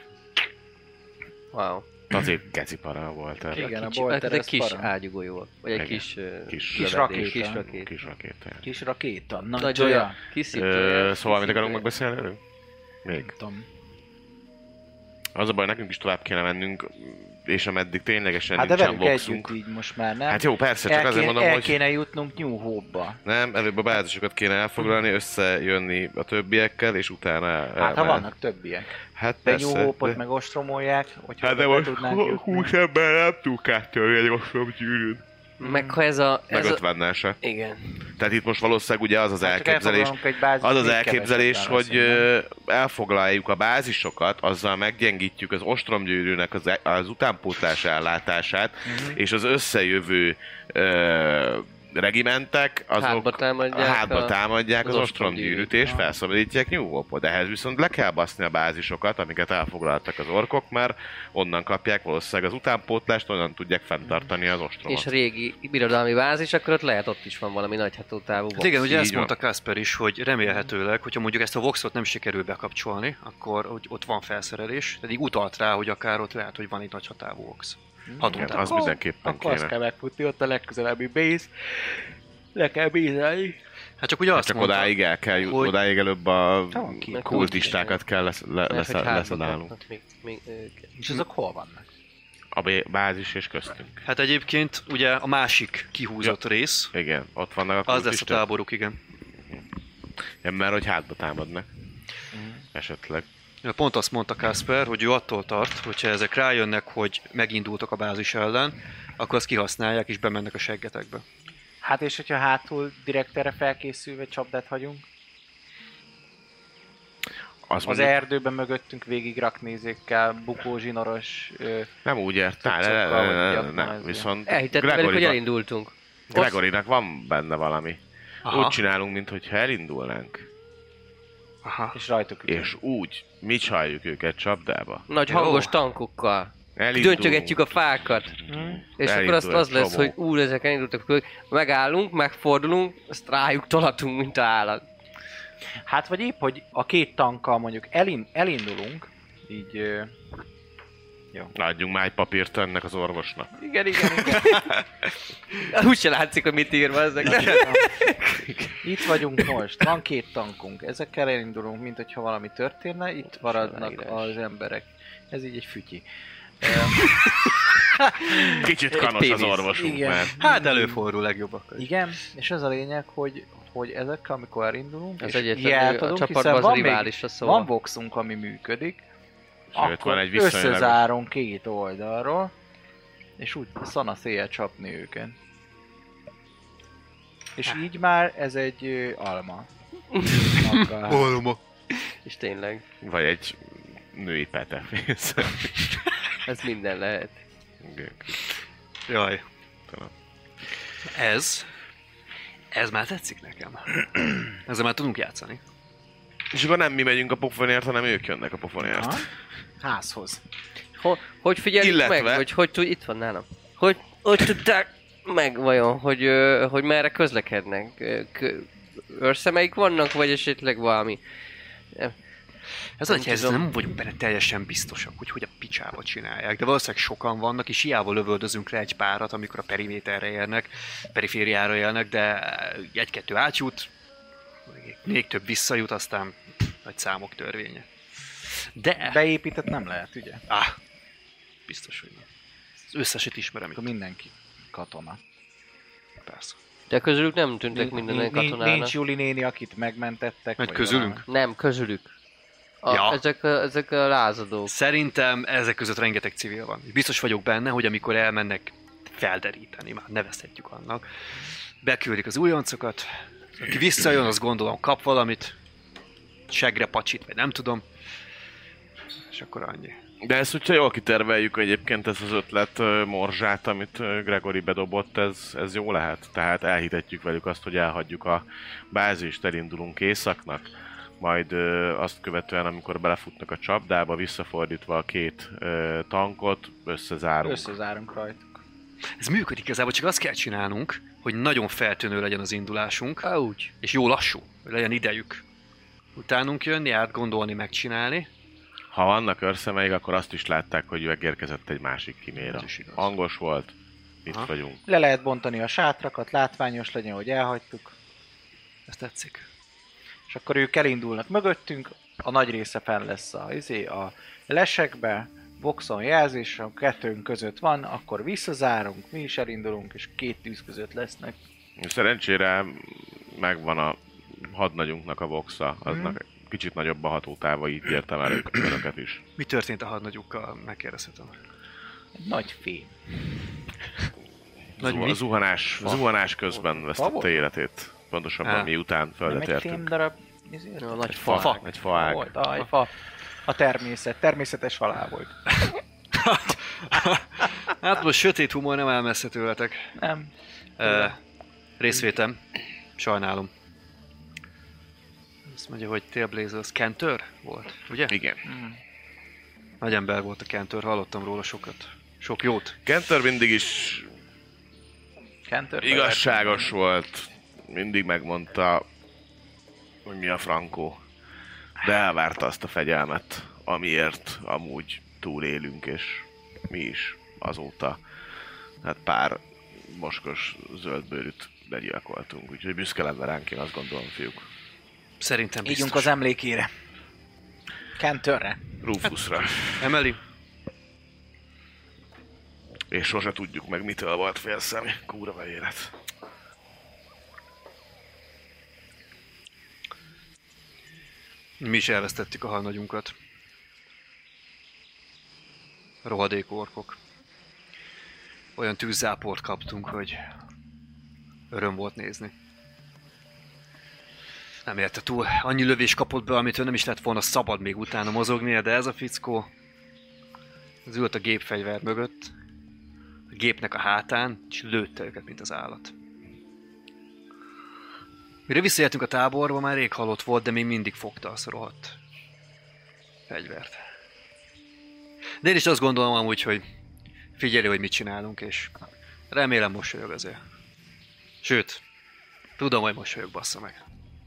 Wow. Azért gecipara volt. Igen, a Kicsi, bolter hát egy ez kis para. ágyugójó. Vagy egy Igen. kis Kis lövedék, rakéta. Kis rakéta. Kis rakéta. Kis rakéta. Nagy Nagy csaja. olyan. Kis szívcsója. Szóval mit akarunk megbeszélni velünk? Még. Nem tudom. Az a baj, nekünk is tovább kéne mennünk, és ameddig ténylegesen Hát de nincsen velünk boxunk. együtt így most már, nem? Hát jó, persze, csak azért mondom, el hogy... kéne jutnunk New Hope-ba. Nem, előbb a bázisokat kéne elfoglalni, összejönni a többiekkel, és utána... Hát ha vannak többiek. Hát De persze. New Hope-ot meg ostromolják, hogyha Hát de be most tudnánk jutni. 20 ember nem tudunk áttörni egy ostromgyűrűn. Meg ha ez a... Meg Ez a... 50-nel se. Igen. Tehát itt most valószínűleg ugye az az Hát csak elképzelés, elfoglalunk egy bázist, az az még elképzelés, kevesebb hogy válaszol, elfoglaljuk a bázisokat, azzal meggyengítjük az ostromgyűrűnek az utánpótlás ellátását, és az összejövő regimentek, azok hátba támadják az ostromgyűrűt, és felszabadítják New Hope-ot. Ehhez viszont le kell baszni a bázisokat, amiket elfoglaltak az orkok, mert onnan kapják valószínűleg az utánpótlást, onnan tudják fenntartani az ostromot. És régi birodalmi bázis, akkor ott is van valami nagy hatótávú Hát igen, ugye Így ezt van. mondta Kasper is, hogy remélhetőleg, hogyha mondjuk ezt a Voxot nem sikerül bekapcsolni, akkor hogy ott van felszerelés, pedig utalt rá, hogy akár ott lehet, hogy van egy nagy hatávú Vox. Igen, Hatótávú. az mindenképpen Akkor azt kéne. kell megfutni, ott a legközelebbi base. Le kell bízelni. Hát csak ugye azt Csak mondta, odáig el kell, hogy- odáig előbb a Van ki. kultistákat kell leszedálnunk. És azok hol vannak? A bázis és köztünk. hát egyébként ugye a másik kihúzott rész, Igen, ott vannak a az lesz a kultisták. táboruk, igen. Igen, mert hogy hátba támadnak. Esetleg. Pont azt mondta Kasper, hogy ő attól tart, hogyha ezek rájönnek, hogy megindultak a bázis ellen, akkor azt kihasználják és bemennek a seggetekbe. Hát és hogyha hátul direkt erre felkészülve csapdát hagyunk? Az mondjuk, erdőben mögöttünk végig raknézékkel, bukó zsinoros... nem úgy értál, cuccokkal, vagy nem, gyakran viszont Elhittettem velük, hogy elindultunk. Gregorinak van benne valami. Aha. Úgy csinálunk, mintha elindulnánk. Aha. és rajtuk ütünk. És úgy, mi csaljuk őket csapdába. Nagy Jó. hangos tankokkal. Elindulunk. Döntögetjük a fákat. És akkor Elindul az egy lesz, csomó. hogy ezek elindultak, akkor megállunk, megfordulunk, azt rájuk tolatunk, mint a állat. Hát vagy épp, hogy a két tankkal mondjuk elindulunk, így... Adjunk már egy papírt ennek az orvosnak. Igen. Úgy se látszik, hogy mit írva ezek. Itt vagyunk most, van két tankunk, ezekkel elindulunk, mint hogyha valami történne, itt maradnak leírás. az emberek. Ez így egy fütyi. Kicsit kanos az pénisz. orvosunk, Igen. mert Hát előfordul legjobbak. Igen, és ez a lényeg, hogy ezekkel, amikor elindulunk, Ez és egyetlen, jelt a adunk, csapatban hiszen az van rivális a szóval. van voxunk, ami működik, Sőt, van Akkor egy viszonylag... összezárom két oldalról, és úgy szana széjjel csapni őket. És így már ez egy alma. Olma. És tényleg, Vagy egy női petefész. ez minden lehet. Jaj. Tudom. Ez már tetszik nekem. Ezzel már tudunk játszani. És akkor nem mi megyünk a pofonért, hanem ők jönnek a pofonért. Aha. Házhoz. Hogy figyelik Illetve- meg? Vagy hogy tud... Itt van nálam. Hogy tudták meg vajon, hogy merre közlekednek? Őrszemeik vannak, vagy esetleg valami? Ez Nem egy helyzet, tudom. nem vagyunk benne teljesen biztosak, hogy a picsába csinálják, de valószínűleg sokan vannak, és hiába lövöldözünk le egy párat, amikor a periméterre érnek, perifériára élnek, de egy-kettő átjut, még több visszajut, aztán nagy számok törvénye. De... Beépített nem lehet, ugye? Biztos, hogy nem. Az összeset ismerem Akkor itt. mindenki katona. Persze. De közülük nem tűntek mindenek katonának. Nincs Juli néni, akit megmentettek. Vagy vagy közülünk? Nem, közülük. Ja. Ezek a lázadók. Szerintem ezek között rengeteg civil van. Biztos vagyok benne, hogy amikor elmennek felderíteni, már nevezhetjük annak, beküldik az újoncokat, aki visszajön, az gondolom kap valamit, segre pacsit, vagy nem tudom, és akkor annyi. De ezt, hogyha jól kiterveljük egyébként, ez az ötlet morzsát, amit Gregory bedobott, ez jó lehet. Tehát elhitetjük velük azt, hogy elhagyjuk a bázist, elindulunk északnak, majd azt követően, amikor belefutnak a csapdába, visszafordítva a két tankot, összezárunk. Összezárunk rajtuk. Ez működik igazából, csak azt kell csinálnunk, hogy nagyon feltűnő legyen az indulásunk, Úgy. és jó lassú, hogy legyen idejük utánunk jönni, átgondolni, megcsinálni. Ha vannak őrszemeik, akkor azt is látták, hogy megérkezett egy másik kiméra. Ez is igaz. Hangos volt, itt Aha. vagyunk. Le lehet bontani a sátrakat, látványos legyen, hogy elhagytuk. Ez tetszik. És akkor ők elindulnak mögöttünk, a nagy része fenn lesz a lesekbe, boxon jelzés, a kettőnk között van, akkor visszazárunk, mi is elindulunk, és két tűz között lesznek. Szerencsére megvan a hadnagyunknak a boxa, aznak kicsit nagyobb a hatótáva, így értem el önöket is. Mi történt a hadnagyukkal? Megkérdezhetem. Egy nagy fém. Nagy mi? Zuhanás közben vesztette volt? életét. Pontosabban miután Nem földet egy értünk. fém darab, A nagy Egy fa. fa. Egy faág. volt, egy fa. A természetes halál volt. Hát most sötét humor nem áll messze tőletek. Nem. Részvétem. Sajnálom. Azt mondja, hogy Tailblazers Cantor volt, ugye? Igen. Nagy ember volt a Cantor, hallottam róla sokat. Sok jót. Kenter mindig is Cantor igazságos volt. Mindig megmondta, hogy mi a frankó. De elvárta azt a fegyelmet, amiért amúgy túlélünk, és mi is azóta hát pár moskos zöldbőrűt begyilkoltunk. Úgyhogy büszke lenne ránk, én azt gondolom, fiúk. Szerintem biztos. Ígyunk az emlékére. Cantorre. Rufusra. Emeli? És sose tudjuk meg, mitől volt félszemi. Kurva élet. Mi is elvesztettük a halnagyunkat. Rohadék orkok. Olyan tűzzáport kaptunk, hogy öröm volt nézni. Nem érte túl. Annyi lövés kapott be, amitől nem is lett volna szabad még utána mozognia, de ez a fickó az ült a gépfegyver mögött, a gépnek a hátán, és lőtte őket, mint az állat. Mire visszajöttünk a táborba, már rég halott volt, de még mindig fogta azt a rohadt fegyvert. De én is azt gondolom amúgy, hogy figyeli, hogy mit csinálunk, és remélem mosolyog azért. Sőt, tudom, hogy mosolyog, bassza meg.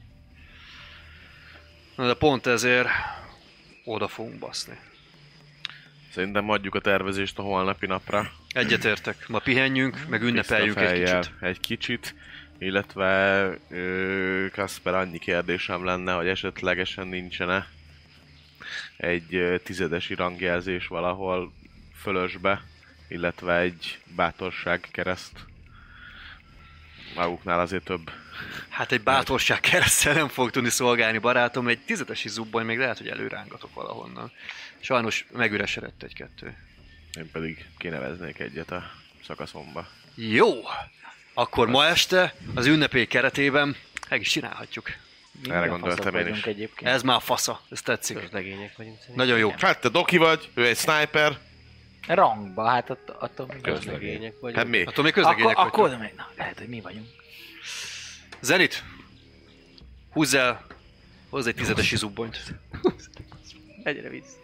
Na de pont ezért oda fogunk baszni. Szerintem adjuk a tervezést a holnapi napra. Egyetértek, ma pihenjünk, meg ünnepeljünk Tiszta egy fejjel kicsit. egy kicsit. Illetve Kasper, annyi kérdésem lenne, hogy esetlegesen nincsene egy 10-es rangjelzés valahol fölösbe, illetve egy bátorság kereszt maguknál azért több. Hát egy bátorság keresztel nem fog tudni szolgálni, barátom. Egy 10-es zubbony még lehet, hogy előrángatok valahonnan. Sajnos megüresedett egy-kettő. Én pedig kineveznék egyet a szakaszomba. Jó! Akkor ma este az ünnepély keretében meg is csinálhatjuk. Erre gondoltam én is. Egyébként. Ez már fasza, ez tetszik. Közlegények vagyunk szerintem. Nagyon jó. Hát te doki vagy, ő egy sniper. Rangba, hát attól mi Közlegények vagyunk. Hát mi? Attól még közlegények Akkor vagytok. még, na, lehet, hogy mi vagyunk. Zenit, húzz el, hozz egy 10-es zubbonyt. Egyre víz.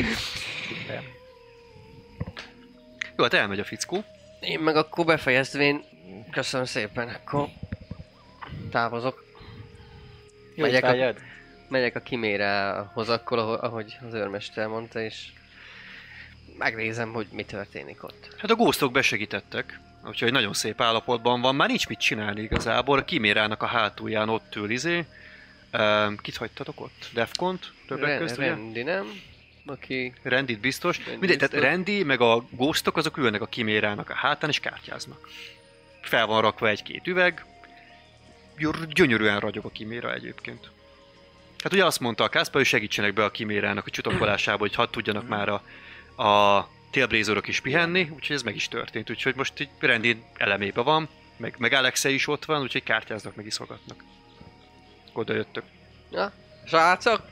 Jó, hát elmegy a fickó. Én meg akkor befejeztvén, köszönöm szépen, akkor távozok. Jó Megyek a- vágyad? Megyek a Kimérához akkor, ahogy az őrmester mondta, és megnézem, hogy mi történik ott. Hát a ghostok besegítettek, úgyhogy nagyon szép állapotban van, már nincs mit csinálni igazából. A Kimérának a hátulján ott ül kit hagytatok ott? Defcont? Többek közt, ugye? Rendi, nem? Aki... Rendit biztos. Rendi Mindegy, tehát biztos. Rendi meg a ghostok azok ülnek a Kimérának a hátán és kártyáznak. Fel van rakva egy-két üveg. Gyönyörűen ragyog a Kiméra egyébként. Hát ugye azt mondta a Kászpár, hogy segítsenek be a Kimérának a csutakolásába, hogy hadd tudjanak már a Tailblazerok is pihenni, úgyhogy ez meg is történt. Úgyhogy most így Rendi elemébe van, meg Alexei is ott van, úgyhogy kártyáznak, meg iszogatnak. Oda jöttök. Ja, srácok!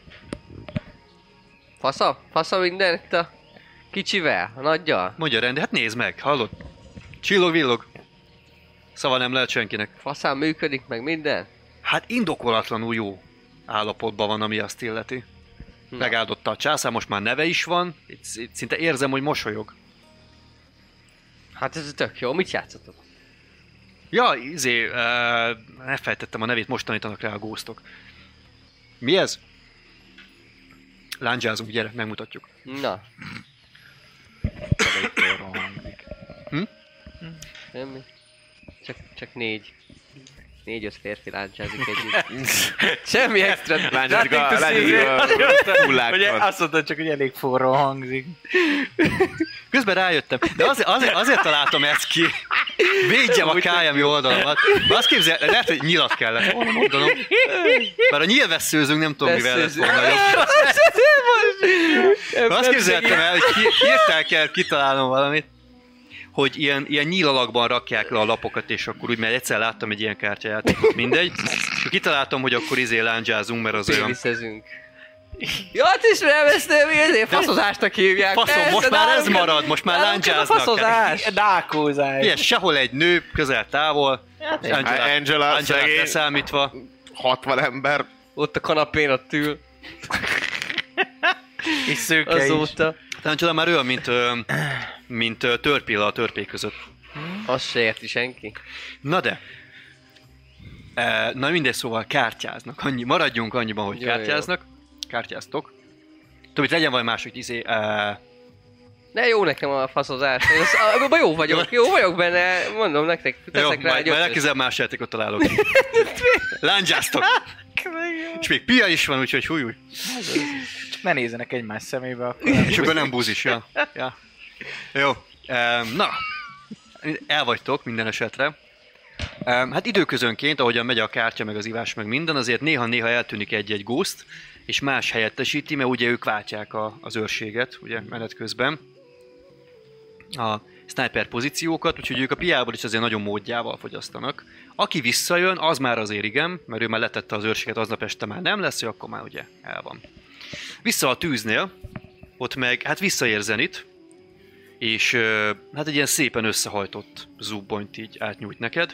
Fasza minden itt a kicsivel, a nagyjal. Mondja Rendi, hát nézd meg, hallod? Csillog-villog. Szava nem lehet senkinek. Faszán működik, meg minden. Hát indokolatlanul jó állapotban van, ami azt illeti. Na. Megáldotta a császár, most már neve is van, itt szinte érzem, hogy mosolyog. Hát ez tök jó, mit játszotok? Ja, elfelejtettem a nevét, most tanítanak rá a ghostok. Mi ez? Lándzsázunk, gyere, megmutatjuk. Na, semmi. Csak 4-5 férfi láncsázik együtt. Semmi extra. Láncsázik a hullákon. Ugye azt mondtad csak, hogy elég forró hangzik. Közben rájöttem, de azért találtam ezt ki. Védjem a KM oldalamat. Azt képzel, lehet, hogy nyilat kellett volna mondanom. Bár a nyilvesszőzőnk nem tudom, mivel lett volna jobb. Azt képzeltem el, hogy hirtelen kell kitalálnom valamit, hogy ilyen nyílalakban rakják le a lapokat, és akkor úgy, mert egyszer láttam egy ilyen kártyajátékot, mindegy. És kitaláltam, hogy akkor lándzsázunk, mert az olyan... Téviszezünk. Ja, hát ismerem ezt, ezért faszozásnak hívják. Faszom, most már ez marad, most már lándzsáznak. Faszozás. Dákózás. Ilyen, sehol egy nő, közel-távol, Angela szegény. leszámítva. 60 ember. Ott a kanapén ott ül. És szőke is. Azóta. Angela már olyan, mint törpilla a törpék között. Azt se érti senki. Na de. Na mindegy, szóval kártyáznak. Maradjunk annyiban, hogy Jó, kártyáznak. Kártyáztok. Tudom, hogy legyen valami másik De jó nekem a faszozás. Abban jó vagyok benne. Mondom nektek, jó, teszek rá majd egy legközelebb más játékot találok. Lándzsáztok! És még pia is van, úgyhogy húj. Csak ne nézzenek egymás szemébe, akkor És akkor nem búzis, ja. Jó. Na, elvagytok minden esetre. Hát időközönként, ahogyan megy a kártya, meg az ivás, meg minden, azért néha-néha eltűnik egy-egy ghost, és más helyettesíti, mert ugye ők váltják az őrséget, ugye, menet közben. A sniper pozíciókat, úgyhogy ők a piából is azért nagyon módjával fogyasztanak. Aki visszajön, az már azért igen, mert ő már letette az őrséget, aznap este már nem lesz, ő akkor már ugye el van. Vissza a tűznél, ott meg, hát visszaér Zenit, és hát egy ilyen szépen összehajtott zubbonyt így átnyújt neked.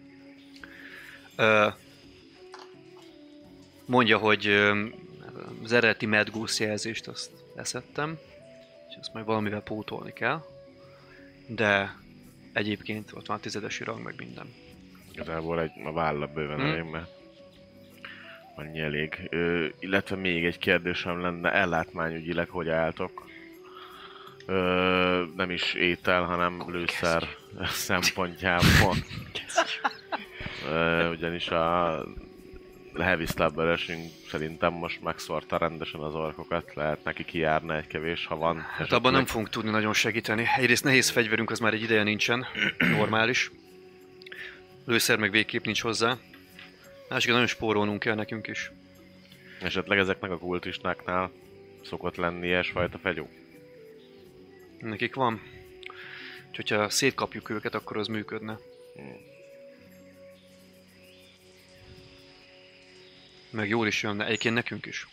Mondja, hogy az eredeti Mad Goose jelzést azt leszettem, és azt majd valamivel pótolni kell. De egyébként ott van a 10-es rang, meg minden. Igazából a válla bőven elég, mert annyi elég. Illetve még egy kérdésem lenne, ellátmányügyileg hogy álltok? Nem is étel, hanem lőszer szempontjából. Ugyanis a Heavy Slabberesünk szerintem most megszórta rendesen az orkokat, lehet neki kijárna egy kevés, ha van. Hát abban nem fogunk tudni nagyon segíteni. Egyrészt nehéz fegyverünk, az már egy ideje nincsen, normális. Lőszer meg végképp nincs hozzá. Másik, nagyon spórolnunk kell nekünk is. Esetleg ezeknek a kultistáknál szokott lenni ilyesfajta fegyó? Nekik van. Úgyhogy ha szétkapjuk őket, akkor az működne. Meg jól is jönne, egyébként nekünk is.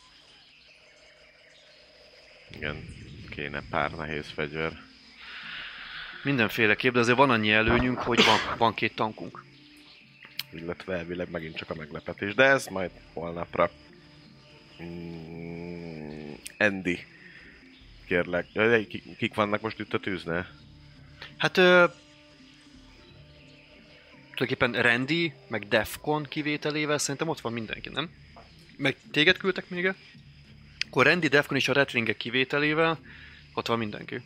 Igen, kéne pár nehéz fegyver. Mindenféleképp, de azért van annyi előnyünk, hogy van 2 tankunk. Illetve elvileg megint csak a meglepetés, de ez majd holnapra. Andy, kérlek. Kik vannak most itt a tűznél? Hát tulajdonképpen Randy, meg Defcon kivételével szerintem ott van mindenki, nem? Meg téged küldtek még el? Akkor Randy, Defcon és a Retringek kivételével ott van mindenki.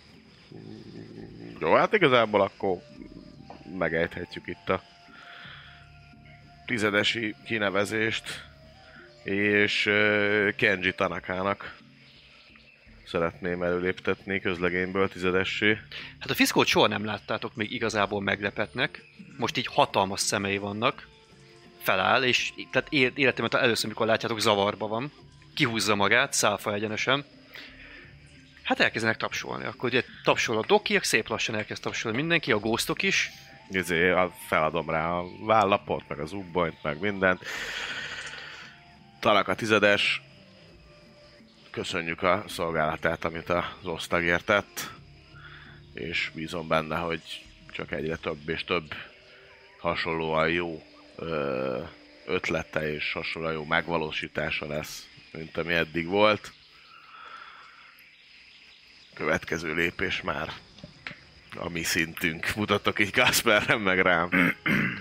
Jó, hát igazából akkor megejthetjük itt a 10-esi kinevezést, és Kenji Tanakának szeretném előléptetni közlegényből 10-essé. Hát a Fiszkót soha nem láttátok még igazából meglepetnek. Most így hatalmas szemei vannak. Feláll, és tehát életemben először, mikor látjátok, zavarba van. Kihúzza magát, szálfa egyenesen. Hát elkezdenek tapsolni. Akkor ugye tapsol a dokiak, szép lassan elkezd tapsolni mindenki, a ghostok is. Feladom rá a vállapot, meg az ubbonyt, meg mindent. Tanaka 10-es. Köszönjük a szolgálatát, amit az osztagért tett. És bízom benne, hogy csak egyre több és több hasonlóan jó ötlete és hasonlóan jó megvalósítása lesz, mint ami eddig volt. Következő lépés már a mi szintünk. Mutatok így Kasperre, meg rám.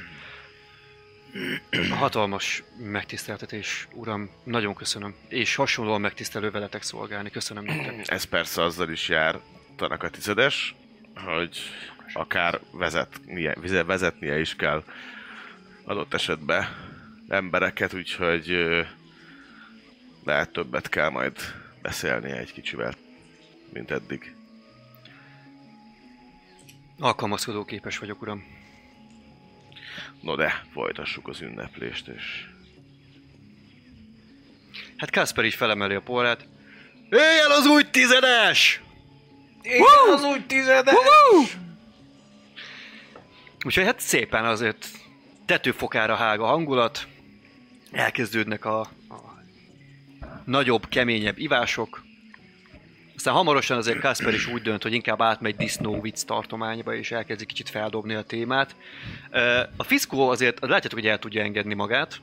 Hatalmas megtiszteltetés, uram, nagyon köszönöm. És hasonlóan megtisztelő veletek szolgálni, köszönöm nektek. Ez persze azzal is jár Tanaka 10-es, hogy akár vezetnie is kell adott esetben embereket, úgyhogy lehet többet kell majd beszélnie egy kicsivel, mint eddig. Alkalmazkodó képes vagyok, uram. No de, folytassuk az ünneplést és... Hát Kasper így felemeli a porrát. Éjjel az új 10-es! Igen, az úgy 10-es! Úgyhogy hát szépen azért tetőfokára hág a hangulat. Elkezdődnek a nagyobb, keményebb ivások. Aztán hamarosan azért Kasper is úgy dönt, hogy inkább átmegy disznóvic tartományba, és elkezdi kicsit feldobni a témát. A Fiszkó azért, látjátok, hogy el tudja engedni magát.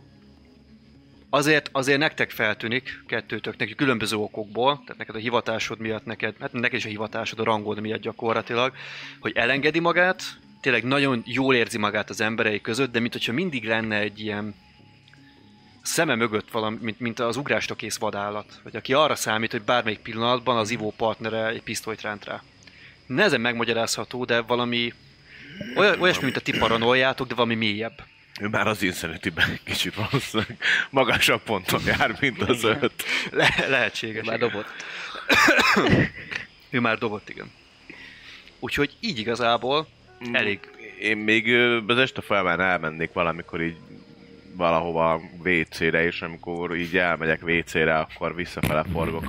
Azért nektek feltűnik, kettőtöknek különböző okokból, tehát neked a hivatásod miatt, neked is a hivatásod a rangod miatt gyakorlatilag, hogy elengedi magát, tényleg nagyon jól érzi magát az emberei között, de mintha mindig lenne egy ilyen szeme mögött valami, mint az ugrásra kész vadállat, vagy aki arra számít, hogy bármelyik pillanatban az ivó partnere egy pisztolyt ránt rá. Nehezen megmagyarázható, de valami olyasmi, mint a ti paranoiátok, de valami mélyebb. Ő már az Insanity-ben kicsit valószínűleg magasabb ponton jár, mint az 5. Lehetséges. Már dobott. Ő már dobott, igen. Úgyhogy így igazából elég. Én még az este folyamán elmennék valamikor így valahova WC-re, és amikor így elmegyek WC-re, akkor visszafele forgok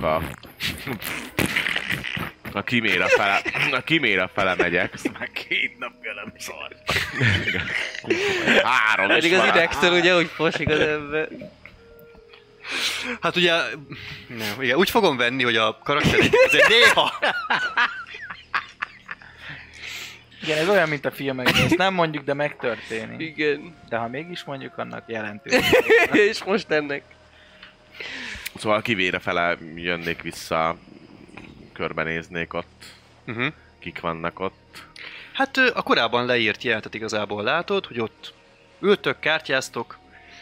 a kiméra fele megyek. Ezt már 2 napja nem szar. 3 is Pedig az van. idegtől ugye úgy fosik az ember. Hát ugye, nem, ugye úgy fogom venni, hogy a karakterek azért néha... Igen, ez olyan, mint a filmekben. Ezt nem mondjuk, de megtörténik. Igen. De ha mégis mondjuk, annak jelentős. És most ennek. Szóval kivére fele jönnék vissza, körbenéznék ott, kik vannak ott. Hát a korábban leírt jelentet igazából látod, hogy ott ültök, kártyáztok.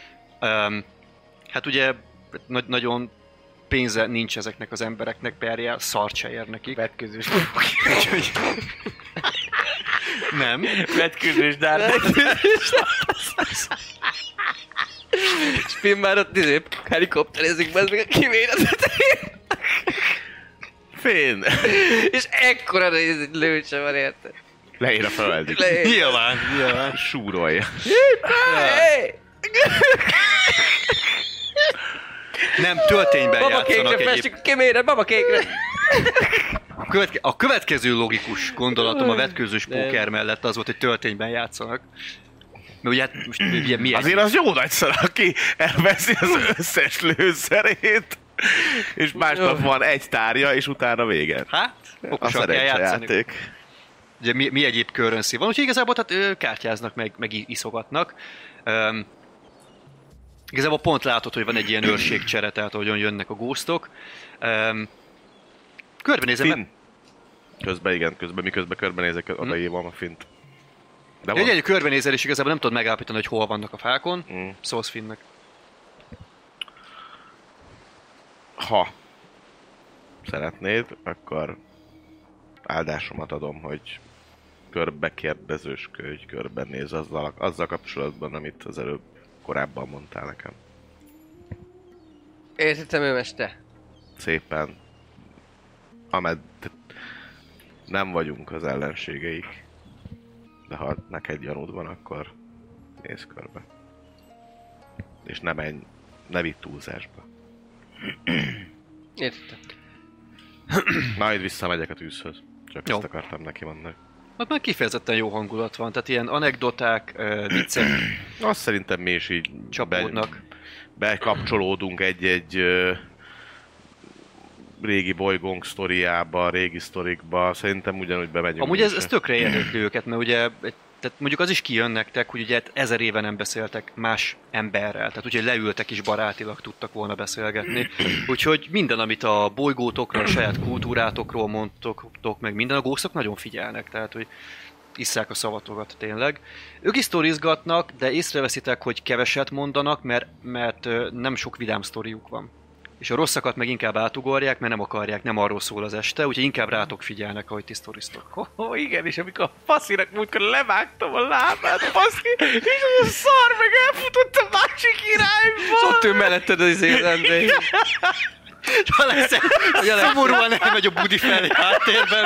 Hát ugye nagyon pénze nincs ezeknek az embereknek, perjel szart se ér nekik. Vetközős. Nem. Vetközős dárd. És Finn már ott helikopterezik be, ez meg a kiméretet. Finn! És ekkora lőcse van érte. Leére feleldik. Nyilván. Súrolja. Nem, töltényben Baba játszanak kékre egyébként. festjük, kiméred, baba kékre! A következő logikus gondolatom a vetkőzős póker mellett az volt, hogy töltényben játszanak. Mert ugye hát most mi Azért az jó nagy szar, aki elveszi az összes lőszerét, és másnap van egy tárja, és utána vége. Hát, A okosan kell játszani. szerencsejáték. Ugye mi egyéb currency van, úgyhogy igazából tehát, kártyáznak, meg iszogatnak. Igazából pont látod, hogy van egy ilyen őrségcsere, tehát ahogyan jönnek a ghostok. Körbenézem, Finn. Közben miközben körbenézek, odaívom a Fint. De van. egy körbenézel, és igazából nem tudod megállapítani, hogy hol vannak a fákon. Szólsz Finnnek. Ha szeretnéd, akkor áldásomat adom, hogy körbekérdezősködj, körbenéz azzal kapcsolatban, amit az előbb korábban mondtál nekem. Értettem, őmeste. Szépen. Nem vagyunk az ellenségeik. De ha neked gyanúd van, akkor nézz körbe. És ne vidd túlzásba. Értettem. Majd visszamegyek a tűzhöz. Csak Jó. ezt akartam neki mondani. Hát már kifejezetten jó hangulat van, tehát ilyen anekdoták, viccek Azt szerintem mi is így csapódnak. bekapcsolódunk egy régi bolygónk sztoriába, régi sztorikba. Szerintem ugyanúgy bemegyünk. Amúgy mi ez is. tökre érdekli őket, mert ugye tehát mondjuk az is kijön nektek, hogy ugye 1000 éve nem beszéltek más emberrel, tehát úgyhogy leültek is barátilag tudtak volna beszélgetni. Úgyhogy minden, amit a bolygótokról, a saját kultúrátokról mondtok, meg minden, a gószok nagyon figyelnek, tehát hogy isszák a szavatokat tényleg. Ők is sztorizgatnak, de észreveszitek, hogy keveset mondanak, mert nem sok vidám sztoriuk van. És a rosszakat meg inkább átugorják, mert nem akarják, nem arról szól az este, úgyhogy inkább rátok figyelnek, ahogy ti sztoriztok. Igen, és amikor a faszinak múltkor levágtam a lábát, baszki, és az a szar meg elfutott a másik irányba. És ott ő melletted az André. És ha lesz szomorúan elmegy a budi felé háttérben.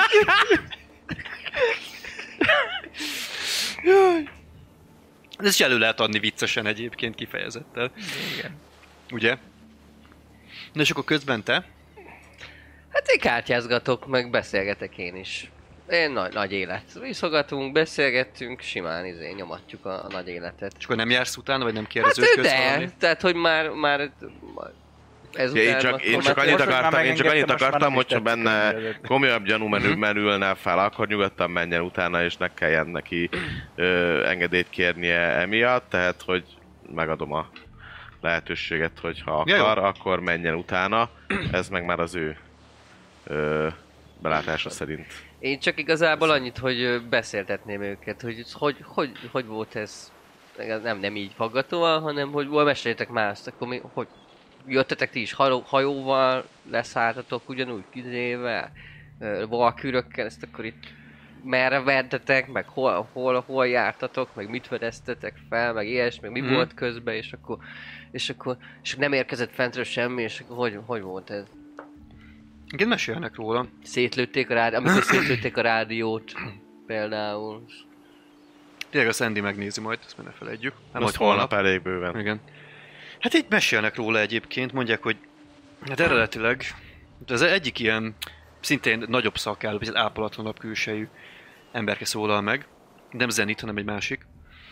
Ez is elő lehet adni viccesen egyébként kifejezetten. Igen. Ugye? Na és akkor közben te? Hát én kártyázgatok, meg beszélgetek én is. Én nagy élet. Viszogatunk, beszélgettünk, simán nyomatjuk a nagy életet. És akkor nem jársz utána, vagy nem Hát kérdezősködsz valami? de, tehát hogy már ezután... Én csak annyit akartam, hogyha benne komolyabb gyanú merülne fel, akkor nyugodtan menjen utána, és ne kelljen neki engedélyt kérnie emiatt, tehát hogy megadom a lehetőséget, hogy ha akar, akkor menjen utána. Ez meg már az ő belátása szerint. Én csak igazából annyit, hogy beszéltetném őket, hogy volt ez, nem így faggatóan, hanem hogy meséljetek már azt, akkor hogy jöttetek ti is hajóval, leszálltatok ugyanúgy kizével, valkürökkel, ezt akkor itt merre vertetek, meg hol jártatok, meg mit fedeztetek fel, meg ilyesmi, meg mi volt közben, és akkor nem érkezett fentről semmi, és akkor hogy volt ez? Igen, mesélnek róla. Szétlőtték a rádiót, amikor szétlőtték a rádiót például. Tényleg a Sandy megnézi majd, ezt ne felejtjük. Nem Most holnap elég bőven. Igen. Hát így mesélnek róla egyébként, mondják, hogy hát eredetileg az egyik ilyen szintén nagyobb szakálló, vagy az ápolatlanabb külsejű emberke szólal meg, nem Zenit, hanem egy másik.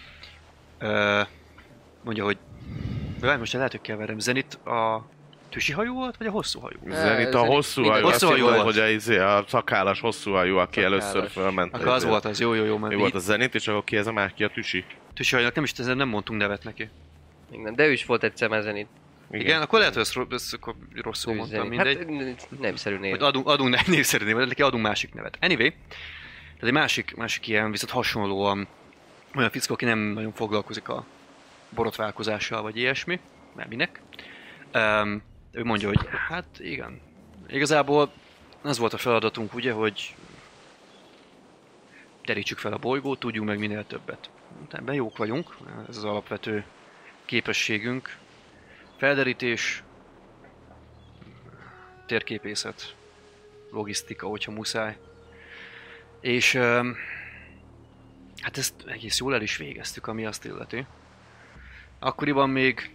Mondja, hogy most lehet, hogy keverem, Zenit a tüsi hajó volt, vagy a hosszú hajó? Zenit a hosszú hajó, hosszú hajó volt, volt. hogy a szakállas hosszú hajó, aki Szakállas. először fölment. Akkor az volt az, jó, mert Mi volt a Zenit, és akkor ki ez a más, ki a tüsi? tüsi hajónak nem is, nem mondtunk nevet neki. Igen, de ő is volt egyszer Zenit. Igen, akkor lehet, hogy ezt akkor rosszul mondtam, mindegy. Hát népszerű név. Vagy adunk népszerű névet, neki adunk másik nevet. Anyway, tehát egy másik ilyen, viszont hasonlóan olyan fickó, aki nem nagyon foglalkozik a borotválkozással, vagy ilyesmi, mert minek. Ő mondja, hogy hát igen, igazából az volt a feladatunk, ugye, hogy terítsük fel a bolygót, tudjunk meg minél többet. Ebben jók vagyunk, ez az alapvető képességünk. Felderítés, térképészet, logisztika, hogyha muszáj. És Hát ezt egész jól el is végeztük, ami azt illeti. Akkoriban még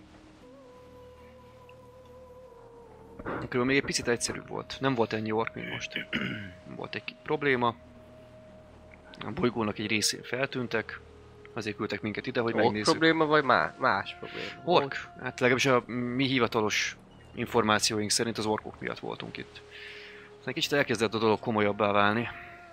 egy picit egyszerűbb volt. Nem volt ennyi ork, mint most. Volt egy probléma. A bolygónak egy részén feltűntek. Azért küldtek minket ide, hogy megnézzük. probléma, vagy más probléma? Ork? Hát legalábbis a mi hivatalos információink szerint az orkok miatt voltunk itt. Aztán kicsit elkezdett a dolog komolyabbá válni.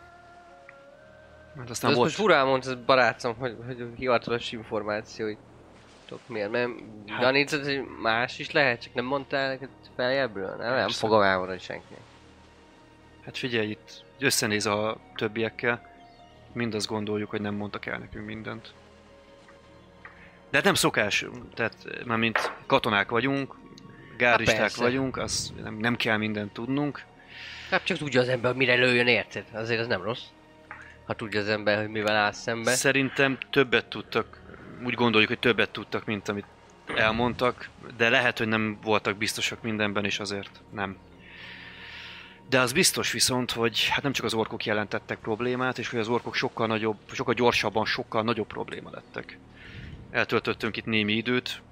Hát aztán volt... most furán mondta barátom, hogy hivatalos információit miért? Mert gyanítsd, hogy más is lehet, csak nem mondtál neked feljebbről? Nem fogom elmondani senkinek. Hát figyelj, itt összenéz a többiekkel. Mind azt gondoljuk, hogy nem mondtak el nekünk mindent. De hát nem szokás, tehát már mint katonák vagyunk, gárdisták vagyunk, az nem kell mindent tudnunk. Hát csak tudja az ember, mire lőjön, érted? Azért az nem rossz. Ha tudja az ember, hogy mivel áll szembe. Szerintem többet tudtak, úgy gondoljuk, hogy többet tudtak, mint amit elmondtak, de lehet, hogy nem voltak biztosak mindenben, és azért nem. De az biztos viszont, hogy hát nem csak az orkok jelentettek problémát, és hogy az orkok sokkal gyorsabban, sokkal nagyobb probléma lettek. Eltöltöttünk itt némi időt.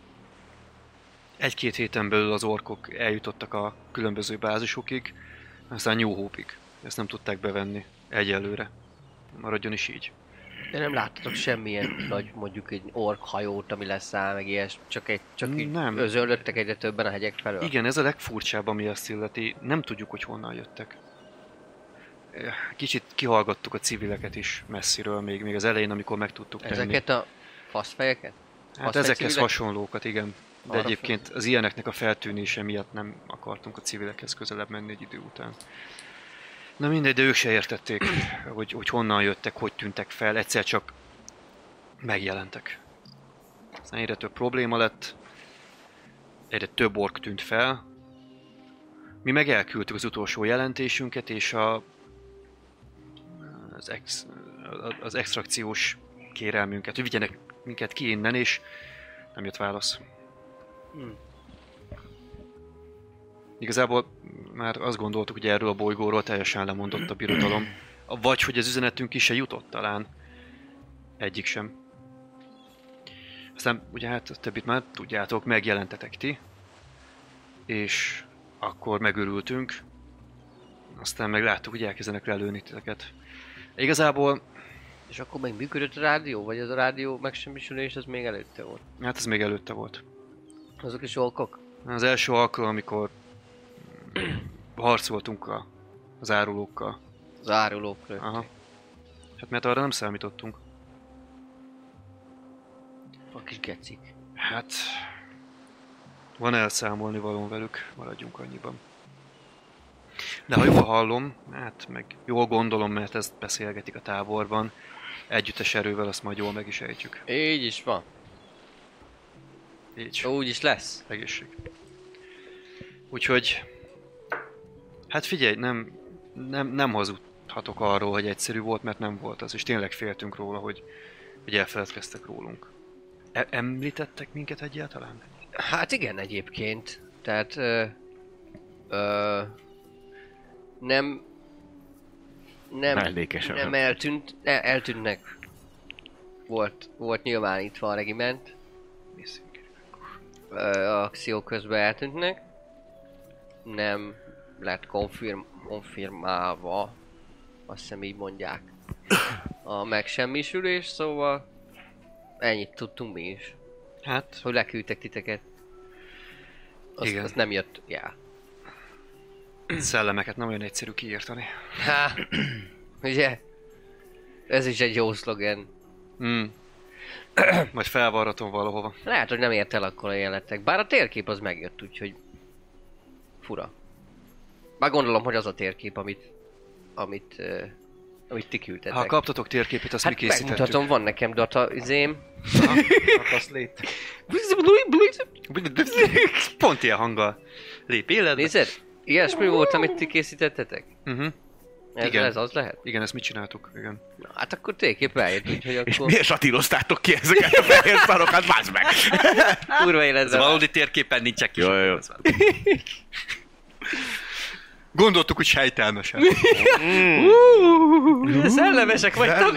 1-2 héten belül az orkok eljutottak a különböző bázisokig, aztán New Hope-ig. Ezt nem tudták bevenni egyelőre. Maradjon is így. De nem láttatok semmilyen nagy, mondjuk egy ork hajót, ami leszáll, meg ilyes, csak így özöllöttek egyre többen a hegyek felől? Igen, ez a legfurcsább, ami azt illeti. Nem tudjuk, hogy honnan jöttek. Kicsit kihallgattuk a civileket is messziről, még az elején, amikor meg tudtuk tenni. Ezeket a faszfejeket? Hát ezekhez hasonlókat, igen. De arra egyébként az ilyeneknek a feltűnése miatt nem akartunk a civilekhez közelebb menni egy idő után. Na mindegy, de ők se értették, hogy honnan jöttek, hogy tűntek fel, egyszer csak megjelentek. Aztán egyre több probléma lett, egyre több ork tűnt fel. Mi meg elküldtük az utolsó jelentésünket, és az extrakciós kérelmünket, hogy vigyenek minket ki innen, és nem jött válasz. Igazából már azt gondoltuk, hogy erről a bolygóról teljesen lemondott a birodalom. Vagy hogy az üzenetünk is se jutott talán. Egyik sem. Aztán ugye hát a többit már tudjátok, megjelentetek ti. És akkor megörültünk. Aztán meg láttuk, hogy elkezdenek lelőni titeket. Igazából... És akkor még működött a rádió? Vagy az a rádió megsemmisülés, az még előtte volt? Hát ez még előtte volt. Azok is olkok? Az első alkalom, amikor harcoltunk az árulókkal. Az árulók rögtön. Aha. Hát mert arra nem számítottunk. A kis gecik. Hát... Van elszámolni valón velük, maradjunk annyiban. De ha jól hallom, hát meg jól gondolom, mert ezt beszélgetik a táborban, együttes erővel azt majd jól meg is ejtjük. Így is van. Így. Úgy is lesz. Egészség. Úgyhogy... Hát figyelj, nem hazudhatok arról, hogy egyszerű volt, mert nem volt az, és tényleg féltünk róla, hogy elfeledkeztek rólunk. Említettek minket egyáltalán? Hát igen, egyébként. Tehát... Nem eltűnnek. Volt nyilvánítva a regiment. Akció közben eltűntnek. Nem lett konfirmálva, azt hiszem így mondják, a megsemmisülés, szóval ennyit tudtunk mi is. Hát... Hogy leküldtek titeket. Az nem jött, Szellemeket nem olyan egyszerű kiírtani. Há, ugye? Ez is egy jó szlogen. Majd felvarratom valahova. Lehet, hogy nem ért el akkor a jelenetek. Bár a térkép az megjött, úgyhogy... Fura. Már gondolom, hogy az a térkép, amit ti küldtetek. Ha kaptatok térképet, azt mi készítettük. Megmutatom, van nekem data izém. Dataszlét. Pont ilyen hanggal lép életbe. Nézed? Ilyesmi volt, amit ti készítettetek? Igen. Ez az lehet? Igen, ezt mit csináltuk, igen. Na, hát akkor térkép eljött, úgyhogy akkor... És miért satíroztátok ki ezeket a fehér szarokat, bázd meg! Kurva Ez életben. valódi térképen nincsen kis. Jó. Gondoltuk, hogy sejtelmesen. Szellemesek vagytok.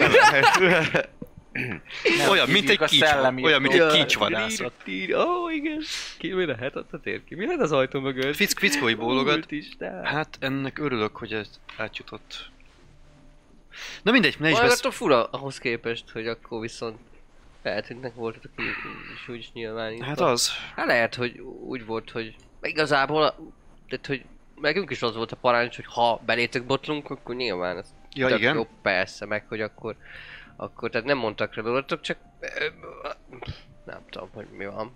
Olyan, mint egy a kics. szellemi Olyan, mint egy kicsvadászat. Ó, igen. Ki mi lehet ott a tér ki? Mi lehet az ajtó mögött? Fickói bólogat. Úristen. Hát ennek örülök, hogy ez átjutott. Na mindegy, ne is Olyan besz... attól fura ahhoz képest, hogy akkor viszont eltűntnek voltatok és úgy is nyilvánítva. Hát az. Hát lehet, hogy úgy volt, hogy igazából, tehát hogy nekünk is az volt a parancs, hogy ha belétek botlunk, akkor nyilván ez Ja, tök igen. jó, persze, meg hogy akkor tehát nem mondtak rá dolgotok, csak nem tudom, hogy mi van.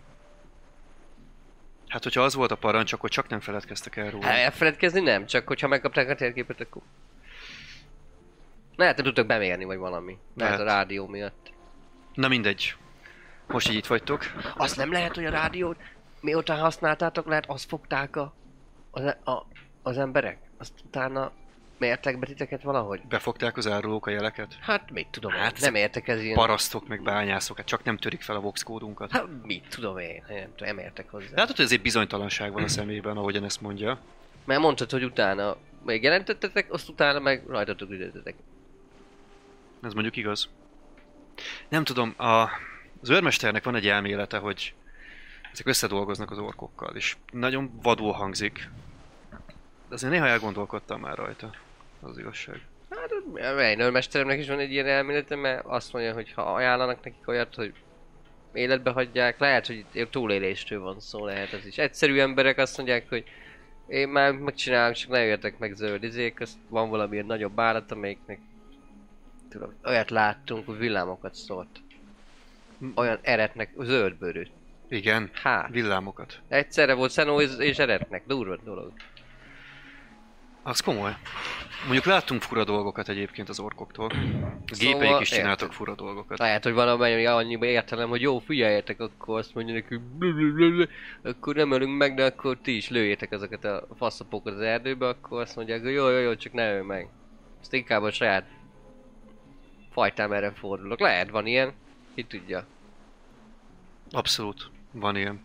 Hát hogyha az volt a parancs, akkor csak nem feledkeztek el róla. Hát elfeledkezni nem, csak hogyha megkapták a térképet, akkor... Lehet, nem tudtok bemérni, vagy valami. Lehet a rádió miatt. Na mindegy. Most így itt vagytok. Azt nem lehet, hogy a rádiót miután használtátok, lehet azt fogták az emberek? Azt utána mértek be titeket valahogy? Befogták az árulók a jeleket? Hát mit tudom én, Hát nem értek ez ilyen... Parasztok meg bányászok, hát csak nem törik fel a vox kódunkat. Hát mit tudom én, nem értek hozzá. Látod, hogy ezért bizonytalanság van a szemében, ahogyan ezt mondja. Mert mondtad, hogy utána még jelentettetek, azt utána meg rajtatok üdöttetek. Ez mondjuk igaz. Nem tudom, az őrmesternek van egy elmélete, hogy ezek összedolgoznak az orkokkal, és nagyon vadul hangzik. De azért néha elgondolkodtam már rajta, az igazság. Hát a Reynőr-mesteremnek is van egy ilyen elmélete, mert azt mondja, hogy ha ajánlanak nekik olyat, hogy életbe hagyják, lehet, hogy itt túléléstől van szó, lehet ez is. Egyszerű emberek azt mondják, hogy én már megcsinálom, csak ne jöjjetek meg zöld izék, azt van valamilyen nagyobb állat, amelyiknek tudom, olyat láttunk, hogy villámokat szólt. Olyan eretnek, zöldbőrű. Igen, Hát, villámokat. egyszerre volt Szenó és eretnek, durva dolog. Az komoly. Mondjuk láttunk fura dolgokat egyébként az orkoktól. A gépeik Szóval is csináltak érted. fura dolgokat. Lehet, hogy valamely annyiba értelem, hogy jó, figyeljetek, akkor azt mondja nekünk, blablabla, akkor nem ölünk meg, de akkor ti is lőjétek ezeket a faszapokat az erdőbe, akkor azt mondják, hogy jó, csak ne ölj meg. Ezt inkább a saját fajtám erre fordulok. Lehet, van ilyen, ki tudja. Abszolút. Van ilyen.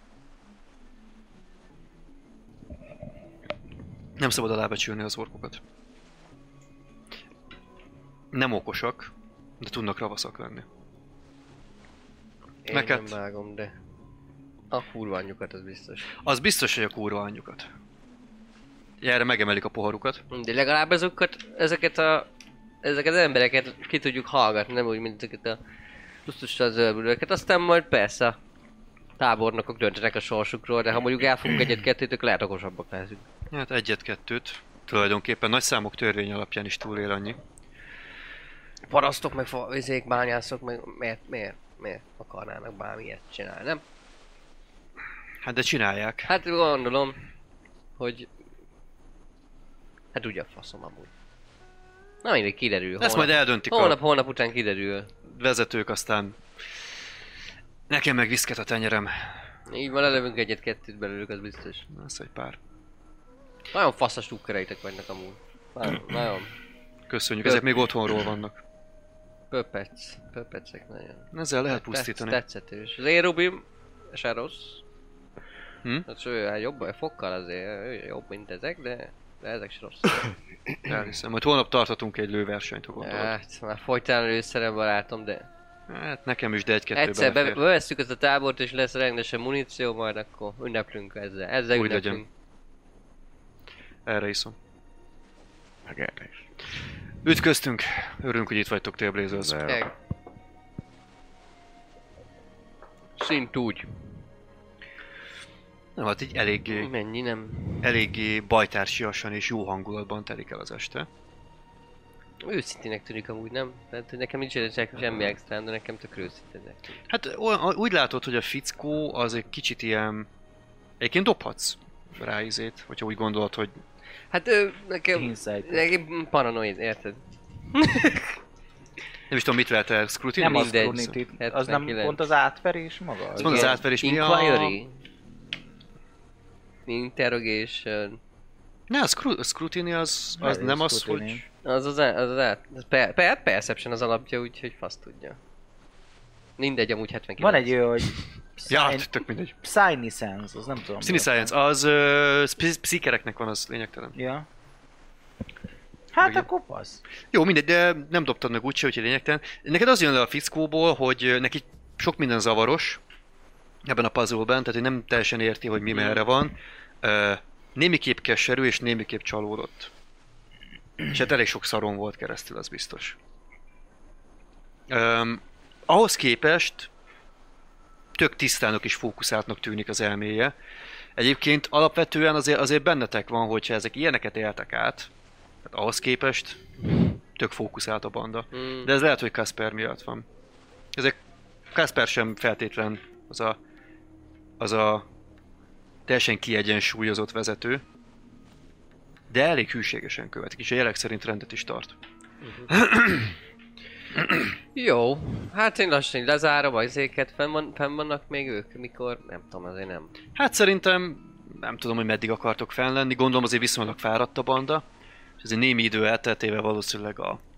Nem szabad alábecsülni az orkokat. Nem okosak, de tudnak ravaszak lenni. Én Neked? nem vágom, de a kurva anyjukat, az biztos. Az biztos, hogy a kurva anyjukat. Erre megemelik a poharukat. De legalább ezeket az embereket ki tudjuk hallgatni, nem úgy, mint ezeket a lusztussal zöldbülőket. Aztán majd persze a tábornokok döntenek a sorsukról, de ha mondjuk elfogunk egyet-kettőt, lehet okosabbak leszünk. Hát egyet-kettőt. Tulajdonképpen nagy számok törvény alapján is túlél annyi. Parasztok meg vizék, bányászok meg miért akarnának bármilyet csinálni, nem? Hát de csinálják. Hát gondolom, hogy... Hát ugye a faszom amúgy. Na mindig kiderül. Ezt majd eldöntik a Holnap után kiderül. vezetők, aztán nekem meg viszket a tenyerem. Így van, lelövünk egyet-kettőt belőlük, az biztos. Ez egy pár. Nagyon faszas tukkereitek vagynak amúgy. Nagyon Köszönjük, ezek még otthonról vannak. pöpecek nagyon. Ezzel lehet pusztítani. Tetszetős. Az Érubim se rossz. Hm? Hát jobb, fokkal azért ő jobb, mint ezek, de ezek se rossz. Elhiszem, majd holnap tartatunk egy lőversenyt, ha gondolod. Hát, már folytán lőszerem barátom, de... Hát nekem is, de egy-kettő Egyszer belefér. bevesszük ezt a tábort és lesz rendesen muníció, majd akkor ünneplünk ezzel. Ezzel Úgy ünneplünk. legyen. Erre iszom. Meg erre is. Ütköztünk! Örülünk, hogy itt vagytok, Trailblazers. De- Szint úgy. Na, hát így Mennyi nem... eléggé bajtársiasan és jó hangulatban telik el az este. Őszintének tűnik amúgy, nem? Tehát hogy nekem nincs semmi extra, de nekem tök őszintének tűnik. Hát úgy látod, hogy a fickó az egy kicsit ilyen... Egyébként dobhatsz rá izét, hogyha úgy gondolod, hogy... Hát nekem... Insight. Nekem paranoid, érted? Nem is tudom, mit vett el, Scrutiny? Nem az mindegy. Scrutiny, az nem 79. pont az átverés maga? Az pont az átverés, mi a... Inquiry. Interrogation. Ne, a Scrutiny az Nagyon nem az, Scrutiny. hogy... Perception az alapja, úgyhogy fasz tudja. Mindegy, amúgy 79. Van egy olyan, hogy Ja, tök mindegy. Shiny Sense, az nem tudom. Cine mi Science, az pszikereknek van, az lényegtelen. Ja. Hát akkor passz. Jó, mindegy, de nem dobtad meg úgyse, úgyhogy lényegtelen. Neked az jön le a fickóból, hogy neki sok minden zavaros ebben a puzzle-ben, tehát hogy nem teljesen érti, hogy mi merre van. Némiképp keserű és némiképp csalódott. És hát elég sok szaron volt keresztül, az biztos. Ahhoz képest tök tisztának és fókuszáltnak tűnik az elméje. Egyébként alapvetően azért bennetek van, hogyha ezek ilyeneket éltek át, tehát ahhoz képest tök fókuszált a banda. De ez lehet, hogy Kasper miatt van. Ezek Kasper sem feltétlen az a teljesen kiegyensúlyozott vezető, de elég hűségesen követik, és a jelek szerint rendet is tart. Jó, hát én lassan lezárom az éket, fenn vannak még ők, mikor, nem tudom, azért nem. Hát szerintem nem tudom, hogy meddig akartok fenn lenni, gondolom azért viszonylag fáradt a banda, és azért némi idő elteltével valószínűleg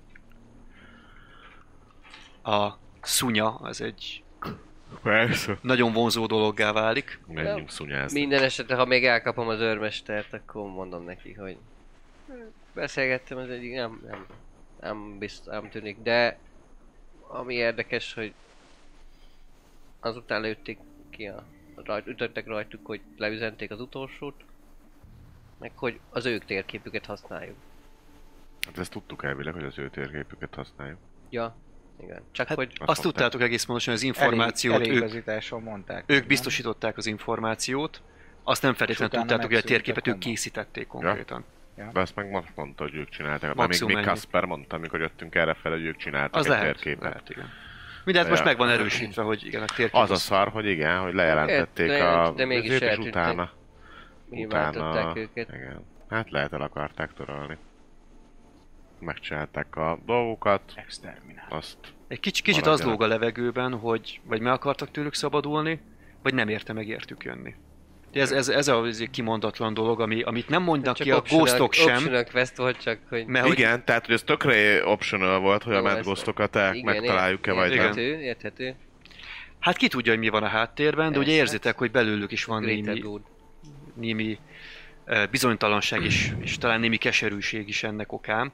a szunya az egy Persze. nagyon vonzó dologgá válik. Menjünk szunyázni. Minden esetre, ha még elkapom az őrmestert, akkor mondom neki, hogy beszélgettem az egyik, nem tűnik, de ami érdekes, hogy azután lőtték ki ütöttek rajtuk, hogy leüzenték az utolsót, meg hogy az ők térképüket használjuk. Hát ezt tudtuk elvileg, hogy az ő térképüket használjuk. Ja, igen. Csak Hát hogy azt tudtátok egész pontosan, hogy az információt mondták. ők biztosították az információt, azt nem feltétlenül És utána tudtátok, hogy a térképet ők megszűntek készítették konkrétan. De azt meg most mondta, hogy ők csinálták. Maximum Még ennyi. Kasper mondta, amikor jöttünk errefele, hogy ők csináltak Az egy lehet, térképet. lehet, igen. Mindent most Ja. meg van erősítve, hogy igen, a térkép Az a szar, hogy igen, hogy lejelentették de mégis és eltűntek. utána Nyilvánították őket. igen. Hát lehet el akarták törölni. Megcsinálták a dolgokat, Exterminál. azt Egy kicsit az maradjanak. lóg a levegőben, hogy vagy meg akartak tőlük szabadulni, vagy nem érte megértük jönni. Ez a kimondatlan dolog, amit nem mondnak ki a ghostok sem. Optional quest volt csak, hogy... Mert hogy igen, tehát hogy ez tökre optional volt, hogy a Jó, Mad ez- Ghostokat igen, megtaláljuk-e vagy nem. Érthető. hát ki tudja, hogy mi van a háttérben, de ugye Persze. érzitek, hogy belőlük is van Greater good. némi bizonytalanság és talán némi keserűség is ennek okán.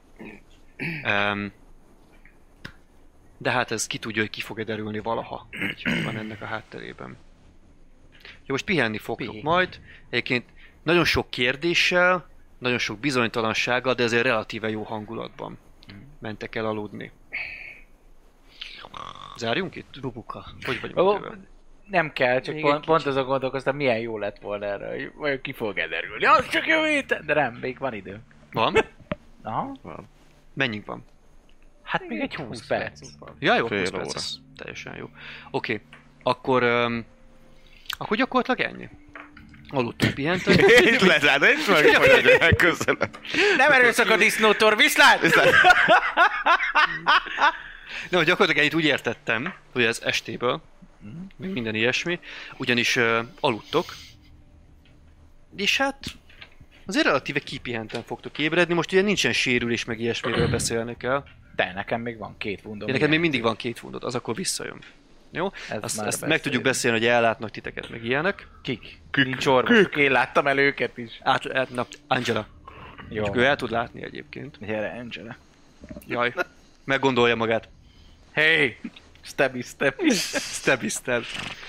De hát ez ki tudja, hogy ki fog derülni valaha, hogy mi van ennek a hátterében. Jó, most pihenni fogtok majd. Egyébként nagyon sok kérdéssel, nagyon sok bizonytalansággal, de ezért relatíve jó hangulatban mentek el aludni. Zárjunk itt? Bubuka. Hogy vagyunk Ó, idővel? nem kell, csak Még egy pont azon gondolkoztam, milyen jó lett volna erre, hogy vajon ki fog derülni. Az csak jó héten! De nem, még van idő. Van? Aha. Mennyink van? Hát még egy 20 perc. Ja, jó, Fél 20 perc, óra. ez teljesen jó. Oké, akkor gyakorlatilag ennyi. Aludtunk, pihentek. Itt lezárd, itt meg köszönöm. Nem erőszak a disznótor, viszlát! De gyakorlatilag ennyit úgy értettem, hogy ez estéből, meg minden ilyesmi, ugyanis aludtok, és hát azért relatíve kipihenten fogtok ébredni, most ugye nincsen sérülés, meg ilyesmiről beszélni kell. De nekem még van 2 wundom. Neked még mindig van 2 fundod, az akkor visszajön. Jó? Ezt meg tudjuk beszélni, hogy ellátnak titeket, meg ilyenek. Kik? Nincs orvosok, én láttam el őket is. Na, Angela. Jó. Csak ő el tud látni egyébként. Gyere, Angela. Jaj, meggondolja magát. Hey! Stabby. Stabby stab.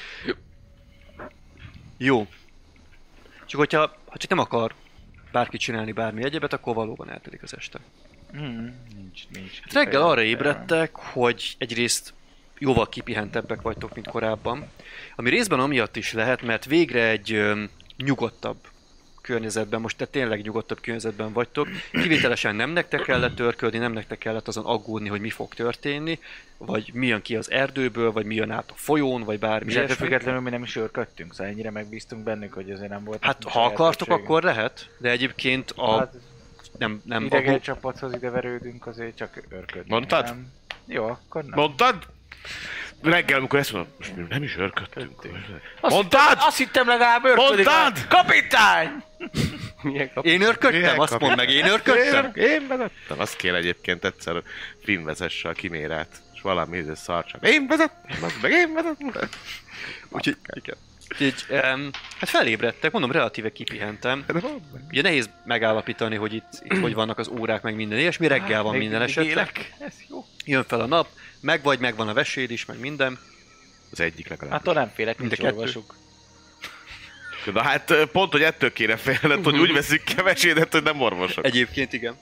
Jó. Csak hogyha csak nem akar bárki csinálni bármi egyebet, akkor valóban eltelik az este. Nincs. Hát reggel arra ébredtek, hogy egyrészt jóval kipihentebbek vagytok, mint korábban. Ami részben amiatt is lehet, mert végre egy nyugodtabb környezetben, most te tényleg nyugodtabb környezetben vagytok. Kivételesen nem nektek kellett törködni, nem nektek kellett azon aggódni, hogy mi fog történni, vagy mi jön ki az erdőből, vagy mi jön át a folyón, vagy bármi És ettől ilyesmi. függetlenül mi nem is őrködtünk, szóval ennyire megbíztunk bennük, hogy azért nem volt. Hát ha akartok, akkor lehet, de egyébként Hát, nem idegen csapathoz ideverődünk, azért csak őrködni. Mondtad? Nem. Jó, akkor nem. Mondtad? Reggel, amikor ezt mondom, most mi nem is örködtünk. Mondtad? Azt hittem legalább őrködik. Mondtad? Kapitány! Én őrködtem? Azt mondd meg, én őrködtem? Én vezettem. Azt kéne egyébként egyszer Finn vezesse a kimérát, és valami szar csak. Én vezettem, az meg én vezettem. Úgyhogy igen. Úgyhogy, hát felébredtek, mondom, relatíve kipihentem. Ugye nehéz megállapítani, hogy itt hogy vannak az órák, meg minden ilyesmi, reggel van minden esetre. Ez jó. Jön fel a nap, megvan a veséd is, meg minden. Az egyik legalább. Attól nem félek, Mind a nincs kettő. olvasuk. Na hát pont, hogy ettől kéne félned, hogy úgy veszik kevesédet, hogy nem orvosok. Egyébként igen.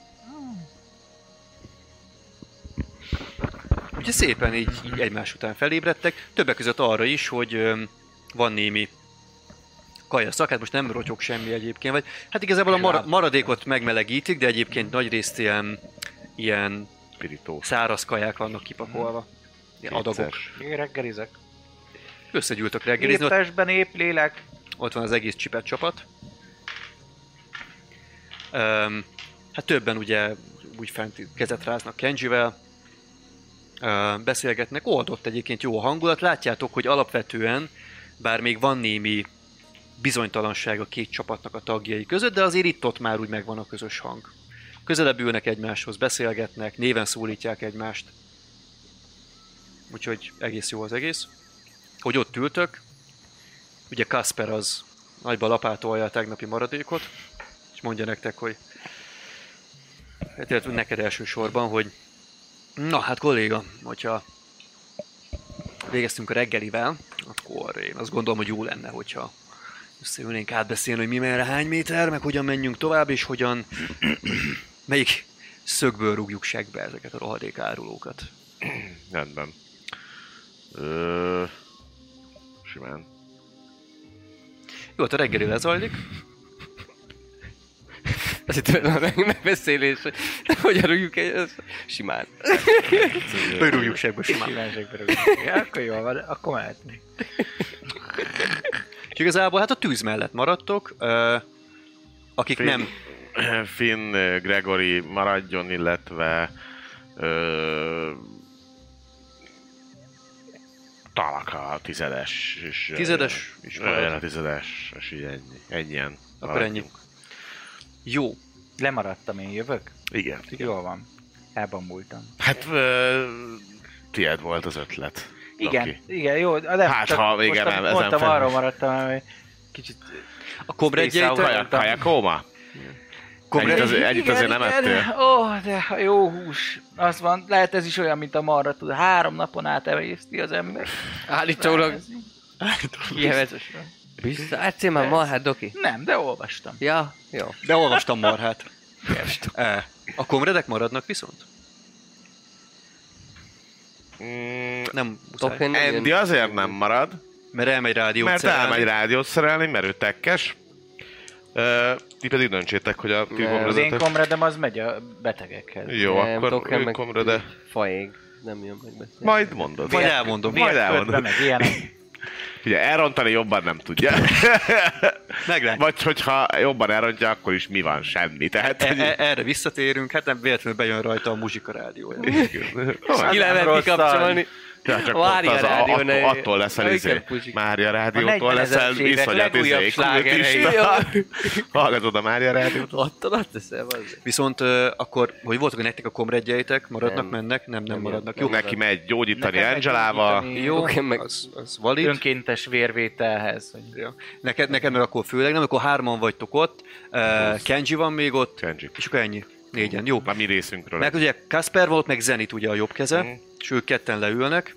Ugye szépen így egymás után felébredtek, többek között arra is, hogy van némi kaja szakát, most nem rotyog semmi egyébként, vagy hát igazából a maradékot megmelegítik, de egyébként nagyrészt ilyen Pirító. száraz kaják vannak kipakolva. Ilyen adagok. Én reggelizek. Összegyűltek reggelizni, Testben épp lélek. ott van az egész csipet csapat. Hát többen ugye úgy fent kezet ráznak Kenjivel, beszélgetnek, oldott egyébként jó a hangulat, látjátok, hogy alapvetően, bár még van némi bizonytalanság a két csapatnak a tagjai között, de azért itt-ott már úgy megvan a közös hang. Közelebb ülnek egymáshoz, beszélgetnek, néven szólítják egymást. Úgyhogy egész jó az egész. Hogy ott ültök, ugye Kasper az nagyba lapátolja a tegnapi maradékot, és mondja nektek, hogy hát neked elsősorban, hogy na hát kolléga, hogyha végeztünk a reggelivel, akkor én azt gondolom, hogy jó lenne, hogyha összeülnénk átbeszélni, hogy mi merre, hány méter, meg hogyan menjünk tovább, és hogyan, melyik szögből rúgjuk segbe ezeket a rohadék árulókat. Rendben. Simán. Jó, hát a reggeli lezajlik. Az itt a megbeszélés, hogy hogyan rúgjuk simán. Rúgjuk segbe simán. Kívánságba rúgjuk. Ja, akkor jól van, akkor mehetni. És igazából hát a tűz mellett maradtok, akik nem... Finn, Gregory maradjon, illetve Talaka, tizedes. És, Tizedes is marad. A tizedes, és így ennyien. Akkor ennyi. Jó. Lemaradtam, én jövök? Igen. Jól van. Elbambultam. Hát tiéd volt az ötlet. Igen, Doki. igen, jó. De Hát, csak ha most igen, amit ezen mondtam, fel- arról maradtam, hogy kicsit... A komredjeitek... Kajakóma? Ennyit azért nem ettél. Ó, de a jó hús. Az van, lehet ez is olyan, mint a marra, tud. 3 napon át emészti az ember. Állítólag Kihevezes. biztos. Átszél már marhát, Doki? Nem, de olvastam. Ja, jó. De olvastam marhát. A komredek maradnak viszont? Nem muszáj. Doki nem Andy jön. azért nem marad, Mert elmegy rádiót mert szerelni. elmegy rádiót szerelni, mert ő tekkes. Ti pedig döntsétek, hogy a ti Nem. Az én komredetek... komredem az megy a betegekhez. Jó, Nem, akkor Doki ő meg komrede. Faég. Nem jön meg beszélni. Majd mondod. Majd elmondom. Majd Vérködbe, elmondod. meg ilyenek. Ugye, elrontani jobban nem tudja. Meglátjuk. Vagy hogyha jobban elrontja, akkor is mi van? Semmi. Tehát, hogy... Erre visszatérünk, hát nem véletlenül bejön rajta a muzsika rádiója. Ki lehet rosszal. kikapcsolni. Ja, csak Mária ott az rádió, ne- attól leszel Őket pusik. Mária A rádiótól 40 leszel ezeres évek iszonyat legújabb slágerei. Hallgatod a Mária rádiót? Ott teszel, az. Viszont akkor, hogy voltak nektek a komredjeitek, maradnak, Nem. mennek? Nem Nem maradnak. jön. Jó, Neki megy gyógyítani Nekem Angelával. meggyógyítani jó, Oké, meg- az valid. Önkéntes vérvételhez. Hogy... Ja. Neked meg akkor főleg nem, akkor 3-an vagytok ott, Kenji van még ott, Kenji. és akkor ennyi. 4-en, jó. A mi részünkről. Meg ugye Kasper volt, meg Zenit ugye a jobb keze, és ők ketten leülnek.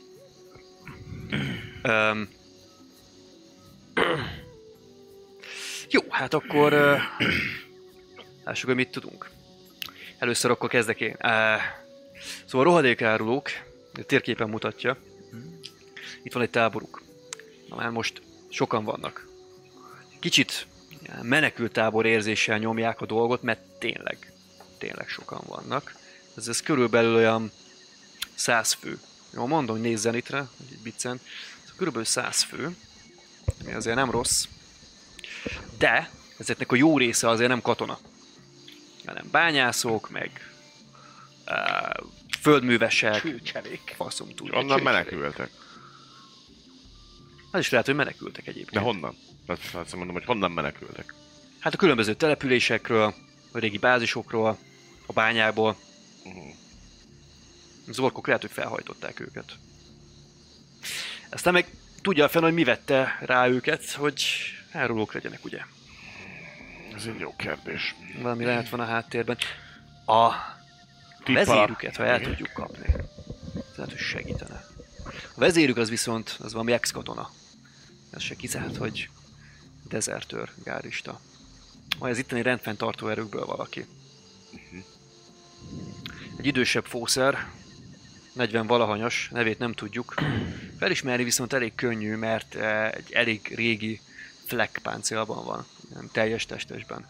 Jó, hát akkor lássuk, hogy mit tudunk. Először akkor kezdek én. Szóval a rohadékárulók, a térképen mutatja. Itt van egy táboruk. Na már most sokan vannak. Kicsit menekültábor érzéssel nyomják a dolgot, mert tényleg sokan vannak. Ez körülbelül olyan 100 fő. Jó, mondom, hogy nézzen itt rá, hogy egy biccen. Ez körülbelül 100 fő, ami azért nem rossz. De ezeknek a jó része azért nem katona, hanem bányászok, meg földművesek, Csőcselék. faszom tudja. Onnan menekültek. Az is lehet, hogy menekültek egyébként. De honnan? Azt mondom, hogy honnan menekültek. Hát a különböző településekről, a régi bázisokról, a bányából. Az orkok lehet, hogy felhajtották őket. Aztán meg tudja a fenn, hogy mi vette rá őket, hogy árulók legyenek, ugye? Ez egy jó kérdés. Valami lehet van a háttérben. A vezérüket, ha el tudjuk kapni, ez lehet, hogy segítene. A vezérük az viszont, az valami ex-katona. Ez se kizárt, hogy dezertőr, gárista. Vagy az itteni rendfenntartó erőkből valaki. Egy idősebb fószer, 40 valahanyas, nevét nem tudjuk. Felismerni viszont elég könnyű, mert egy elég régi flek páncélban van, nem teljes testesben.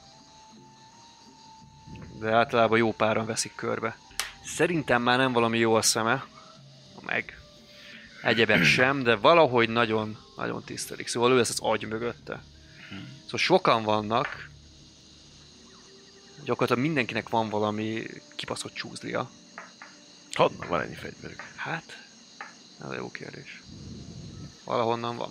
De általában jó páran veszik körbe. Szerintem már nem valami jó a szeme, meg egyebek sem, de valahogy nagyon, nagyon tisztelik. Szóval ő lesz az agy mögötte. Szóval sokan vannak, gyakorlatilag mindenkinek van valami kibaszott csúzlia. Honnan van ennyi fegyverük? Hát, ez jó kérdés. Valahonnan van.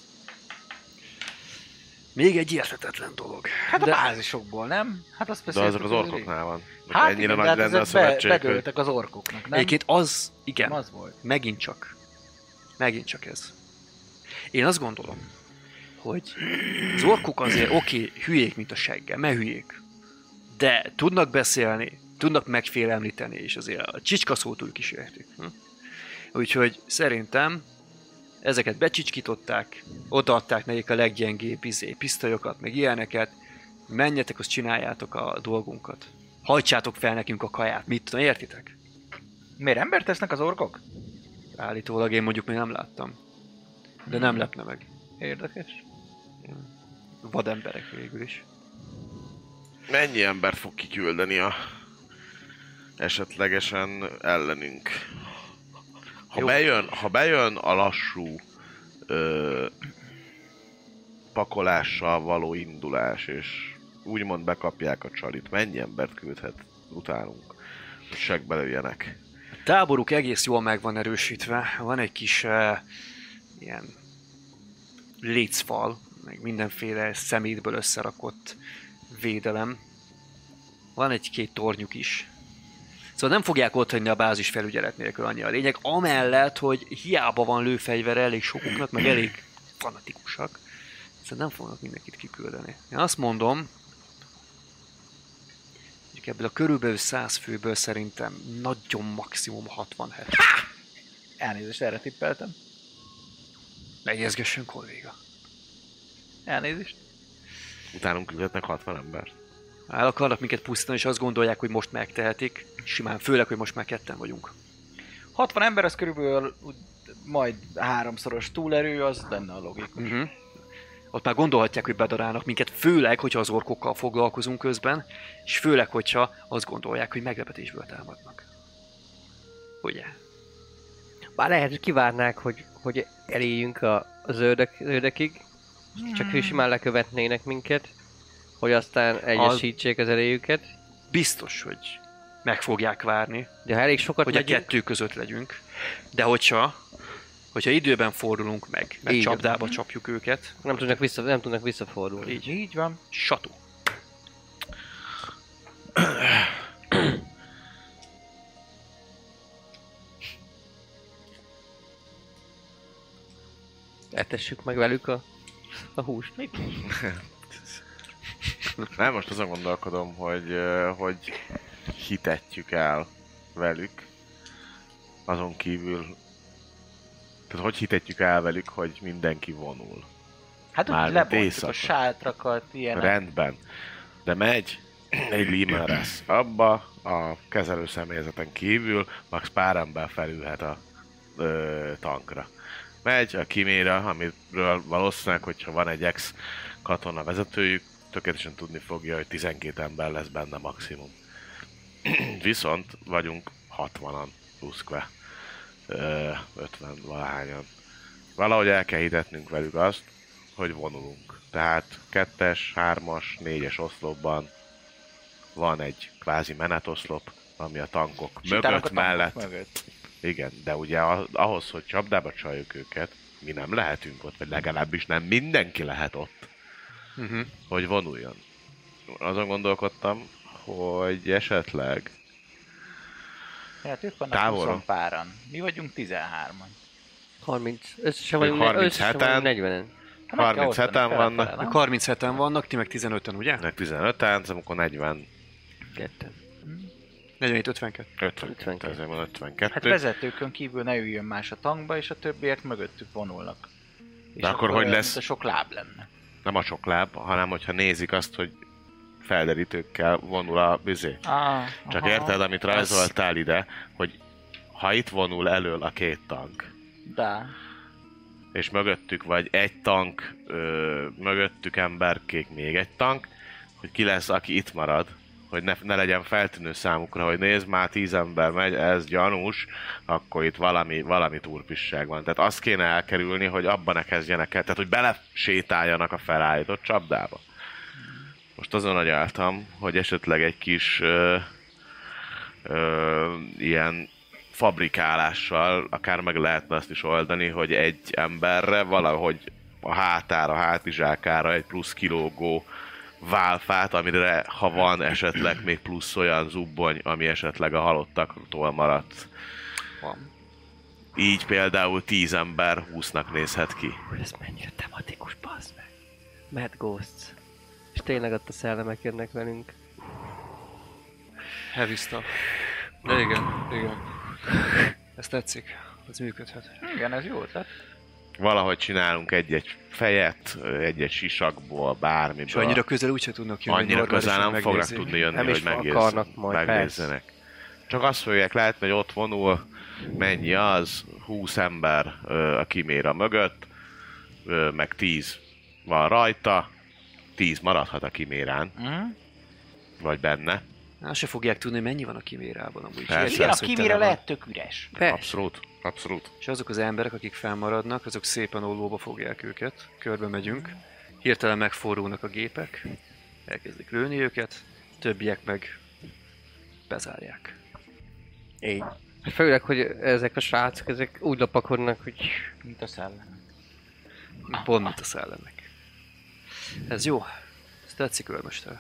Még egy érthetetlen dolog. Hát a bázisokból, nem? Hát azt De beszéltük. azok az orkoknál van. Hát Ennyire igen, nagy de hát lenne a ezek szövetség, hogy... bedőltek az orkoknak, nem? Egyébként az, igen, Az volt. megint csak ez. Én azt gondolom, hogy az orkok azért oké, hülyék, mint a seggel, mert hülyék. De tudnak beszélni, tudnak megfélemlíteni, és azért a csicskaszót ők is értik. Úgyhogy szerintem ezeket becsicskították, odaadták nekik a leggyengébb pisztolyokat, meg ilyeneket. Menjetek, azt csináljátok a dolgunkat. Hajtsátok fel nekünk a kaját, mit tudom, értitek? Miért embert tesznek az orkok? Állítólag én mondjuk még nem láttam. De nem lepne meg. Érdekes. Vademberek végül is. Mennyi embert fog kiküldeni a esetlegesen ellenünk? Ha bejön a lassú pakolással való indulás, és úgymond bekapják a csalit, mennyi embert küldhet utánunk, hogy segbe lőjenek? A táboruk egész jól meg van erősítve. Van egy kis ilyen lécfal, meg mindenféle szemétből összerakott védelem. Van egy-két tornyuk is. Szóval nem fogják otthagyni a bázis felügyelet nélkül, annyi a lényeg. Amellett, hogy hiába van lőfegyvere elég sokuknak, meg elég fanatikusak, szóval nem fognak mindenkit kiküldeni. Én azt mondom, hogy ebből a körülbelül 100 főből szerintem nagyon maximum 60-70. Elnézést, erre tippeltem. Megjegyezgessen, kolléga. Elnézést. Utánunk küldhetnek 60 embert. El akarnak minket pusztítani, és azt gondolják, hogy most megtehetik. Simán, főleg, hogy most már ketten vagyunk. 60 ember, az körülbelül majd 3-szoros túlerő, az lenne a logikus. Ott már gondolhatják, hogy bedarálnak minket, főleg, hogyha az orkokkal foglalkozunk közben, és főleg, hogyha azt gondolják, hogy meglepetésből támadnak. Ugye? Bár lehet, hogy kivárnák, hogy eléjünk a zöldekig, csak simán lekövetnének minket, hogy aztán egyesítsék az erejüket. Biztos, hogy meg fogják várni, De ha elég sokat hogy megyünk, a kettő között legyünk. De hogyha időben fordulunk meg Így. csapdába csapjuk őket, nem tudnak visszafordulni. Így van. satú. Etessük meg velük a húst. Nem, most azon gondolkodom, hogy hitetjük el velük. Azon kívül... Tehát hogy hitetjük el velük, hogy mindenki vonul. Hát úgy Mármint lebontjuk éjszaka. a sátrakat, ilyenek. Rendben. De megy egy Limeres. Abba a kezelő személyzeten kívül max pár ember felülhet a tankra. Megy a Kiméra, amiről valószínűleg, hogyha van egy ex-katona vezetőjük, tökéletesen tudni fogja, hogy 12 ember lesz benne maximum. Viszont vagyunk 60-an pluszkve. 50 valahányan. Valahogy el kell hitetnünk velük azt, hogy vonulunk. Tehát 2-es, 3-as, 4-es oszlopban van egy kvázi menetoszlop, ami a tankok mögött mellett. Mögött. Igen, de ugye ahhoz, hogy csapdába csaljuk őket, mi nem lehetünk ott, vagy legalábbis nem mindenki lehet ott, hogy vonuljon. Azon gondolkodtam, hogy esetleg Hát ők vannak távolra. 20 páran. Mi vagyunk 13-an. 30. Összesen vagyunk 37-en. 40-en. 37-en vannak. Meg 37-en vannak, ti meg 15-en, ugye? Meg 15-en, amikor 40. Ketten. 47, 52. 52. Ezért van 52. Hát vezetőkön kívül ne üljön más a tankba, és a többiek mögöttük vonulnak. De akkor hogy lesz? Mint a sok láb lenne. Nem a sok láb, hanem hogyha nézik azt, hogy felderítőkkel vonul a bizé. Csak érted, amit rajzoltál ide, hogy ha itt vonul elől a két tank, De. és mögöttük vagy egy tank, mögöttük emberkék még egy tank, hogy ki lesz, aki itt marad, hogy ne legyen feltűnő számukra, hogy nézd, már 10 ember megy, ez gyanús, akkor itt valami turpisság van. Tehát azt kéne elkerülni, hogy abban ne kezdjenek el, tehát hogy belesétáljanak a felállított csapdába. Most azon agyaltam, hogy esetleg egy kis ilyen fabrikálással akár meg lehetne azt is oldani, hogy egy emberre valahogy a hátára, a hátizsákára egy plusz kilógó válfát, amire ha van esetleg még plusz olyan zubbony, ami esetleg a halottaktól maradt. Van. Így például 10 ember 20-nak nézhet ki. Hogy ez mennyire tematikus, bazd meg. Mad Ghosts. És tényleg ott a szellemek jönnek velünk. Heavy stuff. De igen. Ez tetszik. Ez működhet. Igen, ez jó ötlet. Valahogy csinálunk egy-egy fejet, egy-egy sisakból, bármiből. És annyira közel úgyse tudnak jönni. Annyira közel nem fognak megnézni. tudni jönni, Nem hogy is akarnak majd, megnézzenek. Csak azt fogják látni, hogy ott vonul, mennyi az, 20 ember a kiméra mögött, meg 10 van rajta, 10 maradhat a kimérán, vagy benne. Azt se fogják tudni, hogy mennyi van a kimérában amúgy. Persze. Igen, a Lesz, hogy kimére tele van. lehet tök üres. Abszolút. És azok az emberek, akik felmaradnak, azok szépen ollóba fogják őket. Körbe megyünk. Hirtelen megforulnak a gépek. Elkezdik lőni őket. Többiek meg bezárják. Így. Főleg, hogy ezek a srácok, ezek úgy lopakodnak, hogy... Mint a szellem. Pont mint a szellemek. Ez jó. Ez tetszik, őrmester.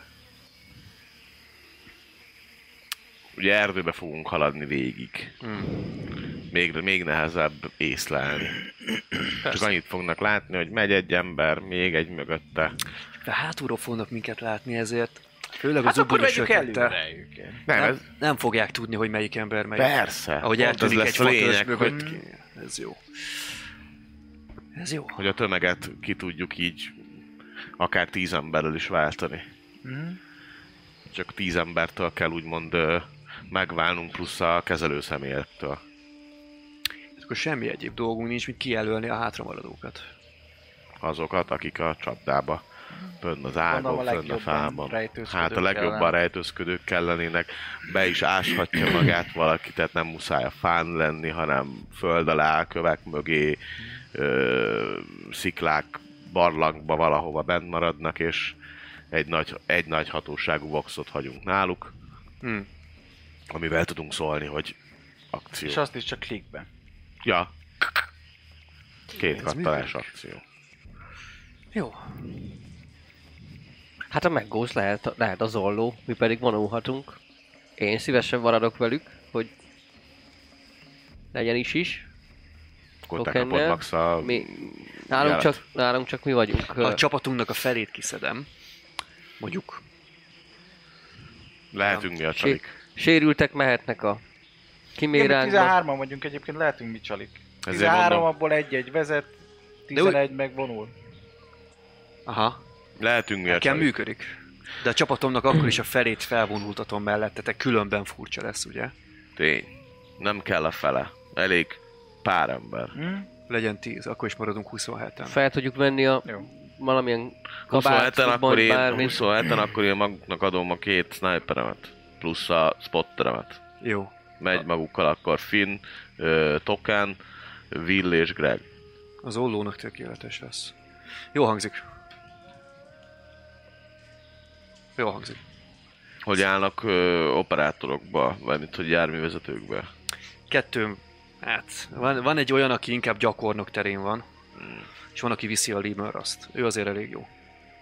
Ugye erdőbe fogunk haladni végig. Még nehezebb észlelni. Csak annyit fognak látni, hogy megy egy ember, még egy mögötte. De hátulról fognak minket látni ezért. Főleg Hát az akkor zubonyos vegyük ötlettel. előre őket. Nem, Nem fogják tudni, hogy melyik ember melyik. persze. Ahogy Pont ez eltűnik egy lesz a fatörzs lényeg, mögött. hogy, Ez jó. Ez jó. hogy a tömeget ki tudjuk így akár 10 emberrel is váltani. Csak 10 embertől kell úgymond megválnunk, plusz a kezelőszemélyektől. Akkor semmi egyéb dolgunk nincs, mint kijelölni a hátramaradókat. Azokat, akik a csapdába, fönn az Gondolom ágon, a fönn a legjobban fában. rejtőzködők Hát a legjobban kellene. rejtőzködők kellenének. Be is áshatja magát valaki, tehát nem muszáj a fán lenni, hanem föld alá, kövek mögé, sziklák, barlangba valahova bent maradnak, és egy nagy hatóságú voxot hagyunk náluk, amivel tudunk szólni, hogy akció. És azt is csak klikben. Ja. 2 Ez kattanás működik. akció. Jó. Hát a Meggós lehet az olló, mi pedig vonulhatunk. Én szívesen maradok velük, hogy legyen is. Akkor te Tokennel. kapod max a... Mi, jelet. nálunk csak mi vagyunk. A csapatunknak a felét kiszedem. Mondjuk. Lehetünk mi a csalik. Sérültek mehetnek a Igen, mi kiméránkba. 13-an vagyunk egyébként, lehetünk mi csalik. Ezért 13, mondom, abból egy vezet, 11 meg vonul. Aha. lehetünk mi a Nekem csalik. működik. De a csapatomnak akkor is a felét felvonultatom mellettetek, különben furcsa lesz, ugye? Tény. Nem kell a fele. Elég pár ember. Legyen 10, akkor is maradunk 27-en. Fel tudjuk venni a Jó. valamilyen 27-en kabát, bármit. 27-en akkor én maguknak adom a 2 sniperemet. Plusz a spotteremet. Jó. Megy magukkal akkor Finn, Token, Will és Greg. Az ollónak tökéletes lesz. Jó hangzik. Jó hangzik. Hogy állnak operátorokba, vagy mint hogy járművezetőkbe. 2, hát van egy olyan, aki inkább gyakornok terén van, és van, aki viszi a Limmerraszt. Ő azért elég jó.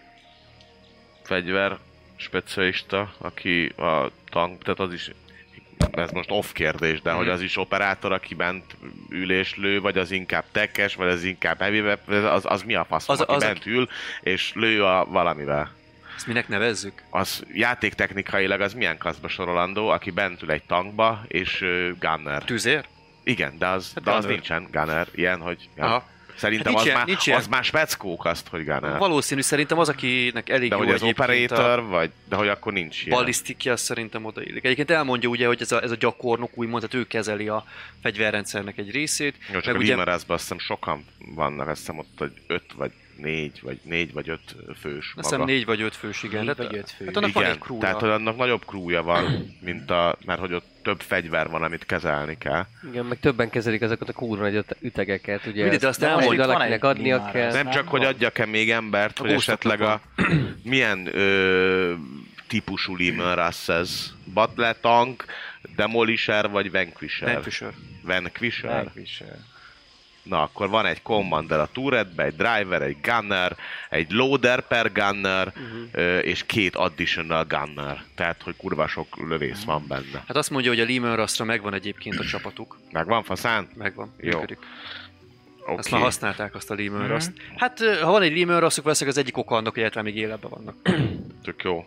Fegyver specialista, aki a tank, tehát az is ez most off kérdés, de hogy az is operátor, aki bent ül és lő, vagy az inkább tekkes, vagy az inkább heavy weapon, az mi a fasz, aki bent ül és lő a valamivel? Ezt minek nevezzük? Az játéktechnikailag az milyen kaszba sorolandó, aki bent ül egy tankba, és gunner. Tüzér? Igen, de az nincsen gunner, ilyen, hogy... Ja. Aha. Szerintem Hát az már speckók azt, hogy gunner. Valószínű, szerintem az, akinek elég de jó hogy az operator, vagy... De hogy akkor nincs ilyen. ballisztikja, szerintem odaillik. Egyébként elmondja ugye, hogy ez a gyakornok úgymond, tehát ő kezeli a fegyverrendszernek egy részét. Jó, csak a Limerezben azt hiszem sokan vannak, azt hiszem ott, hogy 5 vagy 4 vagy 5 fős azt hiszem 4 vagy 5 fős, igen. 4 vagy 5 fő. Hát annak van Igen, egy crewja. tehát hogy annak nagyobb crewja van, mert hogy ott több fegyver van, amit kezelni kell. Igen, meg többen kezelik azokat a kurva nagy ütegeket, ugye. Mindegy, de azt nem, elmondja, hogy van valakinek egy adnia Limares. kell. Nem csak, hogy adjak-e még embert, hogy esetleg milyen típusú Limerez ez? Battle Tank, Demolisher vagy Vanquisher? Vanquisher. Vanquisher? Megvisel. Na, akkor van egy Commander a turretbe, egy Driver, egy Gunner, egy Loader per Gunner, és 2 Additional Gunner. Tehát, hogy kurva sok lövész van benne. Hát azt mondja, hogy a Lehman Russra megvan egyébként a csapatuk. Megvan faszán? Megvan. Jó. Működik. Oké. Azt már használták, azt a Lehman Russ-t. Hát, ha van egy Lehman Russuk, valószínűleg az egyik oka annak, hogy egyáltalán még életben vannak. Tök jó.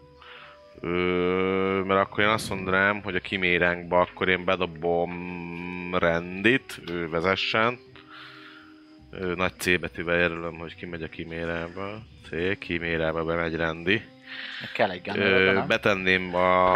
Mert akkor én azt mondanám, hogy a kiméránkba akkor én bedobom Rendit, ő vezessen. Nagy C betűvel jelölöm, hogy kimegy a kimérába. C, kimérába bemegy Rendi. Kell egy gunner. Betenném a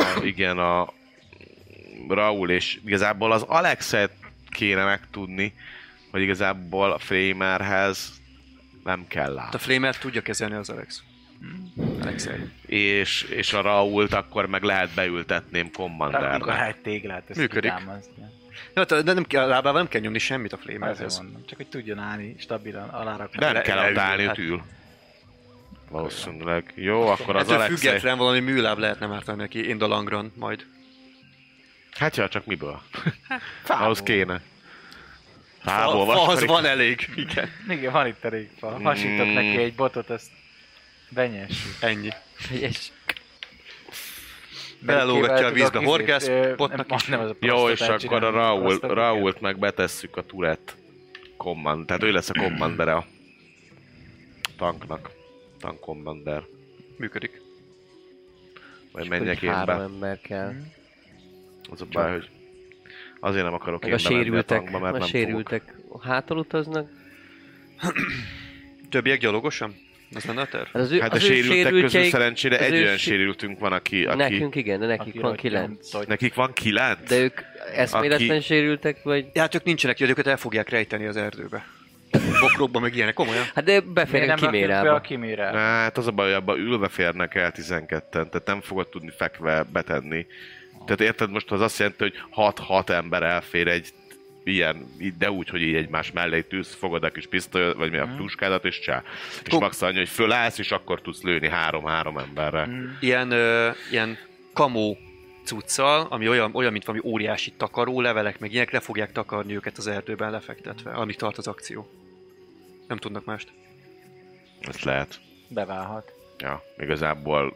Raúl, és igazából az Alexet kéne megtudni, hogy igazából a Framerhez nem kell Hát látni. a Flamer tudja kezelni az Alex. Alexei. És a Raúlt akkor meg lehet beültetném Rakunk a Commandernek. hát téglát, ezt Működik. kitámasztja. De nem kell, lábával nem kell nyomni semmit a Ezért Flamerhez. mondom, csak hogy tudjon állni stabilan, alárakni. Nem kell ott leül, állni, hát. hogy ül. Valószínűleg. Jó, akkor az Ettől Alexei... független valami műláb lehetne már tenni neki in the long run majd. Hát ja, csak miből? Fából. Ahhoz kéne. Fából, Fahoz vaskarik. van elég. Igen. Igen, van itt elég fa. Hasított neki egy botot, azt benyessük. Ennyi. És Belelógatja a vízbe Tudok horgász izét, potnak is. nem az a Jó, és prostátát akkor a csinálni, prostatát. Raúlt meg betesszük a Turret command. Tehát ő lesz a commandere a tanknak. Tank commander. Működik. Majd hogy menjek én 3 be. ember kell. Az a baj, hogy azért nem akarok Meg én a bemenni a sérültek, tankba, mert a nem sérültek hátul utaznak. Többiek gyalogosan? Ez lenne a terv? Hát az ő, Hát a az ő sérültek közül sérültjeik- szerencsére az egy ő olyan sí- sérültünk van, aki... Nekünk igen, de nekik Aki van rottyan 9. vagy- Nekik van 9? De ők eszméletlen Aki- sérültek, vagy... Ja, hát ők nincsenek, hogy őket el fogják rejteni az erdőbe. Bokrokba meg ilyenek, komolyan. Hát de Miért beférnek nem rakjuk be kimérába. a kimérába? Hát az a baj, hogy abban ülve férnek el 12-en, tehát nem fogod tudni fekve betenni. Tehát érted, most az azt jelenti, hogy 6 ember elfér egy ilyen, de úgy, hogy így egymás mellé tűz, fogod a kis pisztolyot, vagy mi a puskádat, és csá. És max annyi, hogy fölállsz, és akkor tudsz lőni 3 emberre. Ilyen kamó cuccal, ami olyan, mint valami óriási takaró, levelek, meg ilyenek, le fogják takarni őket az erdőben lefektetve, amíg tart az akció. Nem tudnak mást. Ezt lehet. Beválhat. Ja, igazából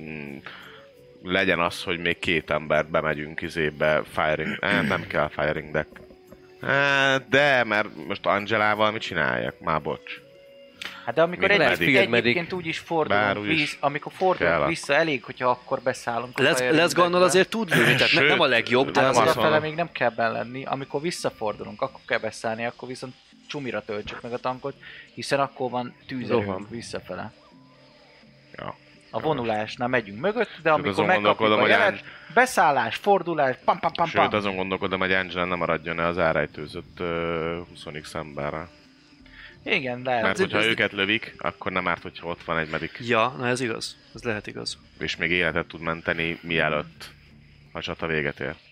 legyen az, hogy még 2 embert bemegyünk izébe firing. Nem kell firing deck. De, mert most Angelával mit csináljak? Már bocs. Hát de amikor Még field medic. egyébként úgy is Bár fordulunk úgy is vissza, amikor kell fordulunk akkor. vissza, elég, hogyha akkor beszállunk. a Les Fireringekbe. Gannal azért tud lőni, tehát Sőt, nem a legjobb, de nem Az azt azért... fele mondom. még nem kell benne lenni, amikor visszafordulunk, akkor kell beszállni, akkor viszont csumira töltsük meg a tankot, hiszen akkor van tűzerőnk Rohan. visszafele. Ja. A vonulásnál megyünk mögött, de amikor azon megkapjuk gondolkodom, a hogy jelet, beszállás, fordulás, pam pam pam Sőt, pam. azon gondolkodom, hogy Angela nem maradjon-e az elrejtőzött 20x emberrel. Igen, lehet. Mert hogyha őket lövik, akkor nem árt, hogyha ott van egy medik. Ja, na ez igaz. Ez lehet igaz. És még életet tud menteni, mielőtt a csata véget ér.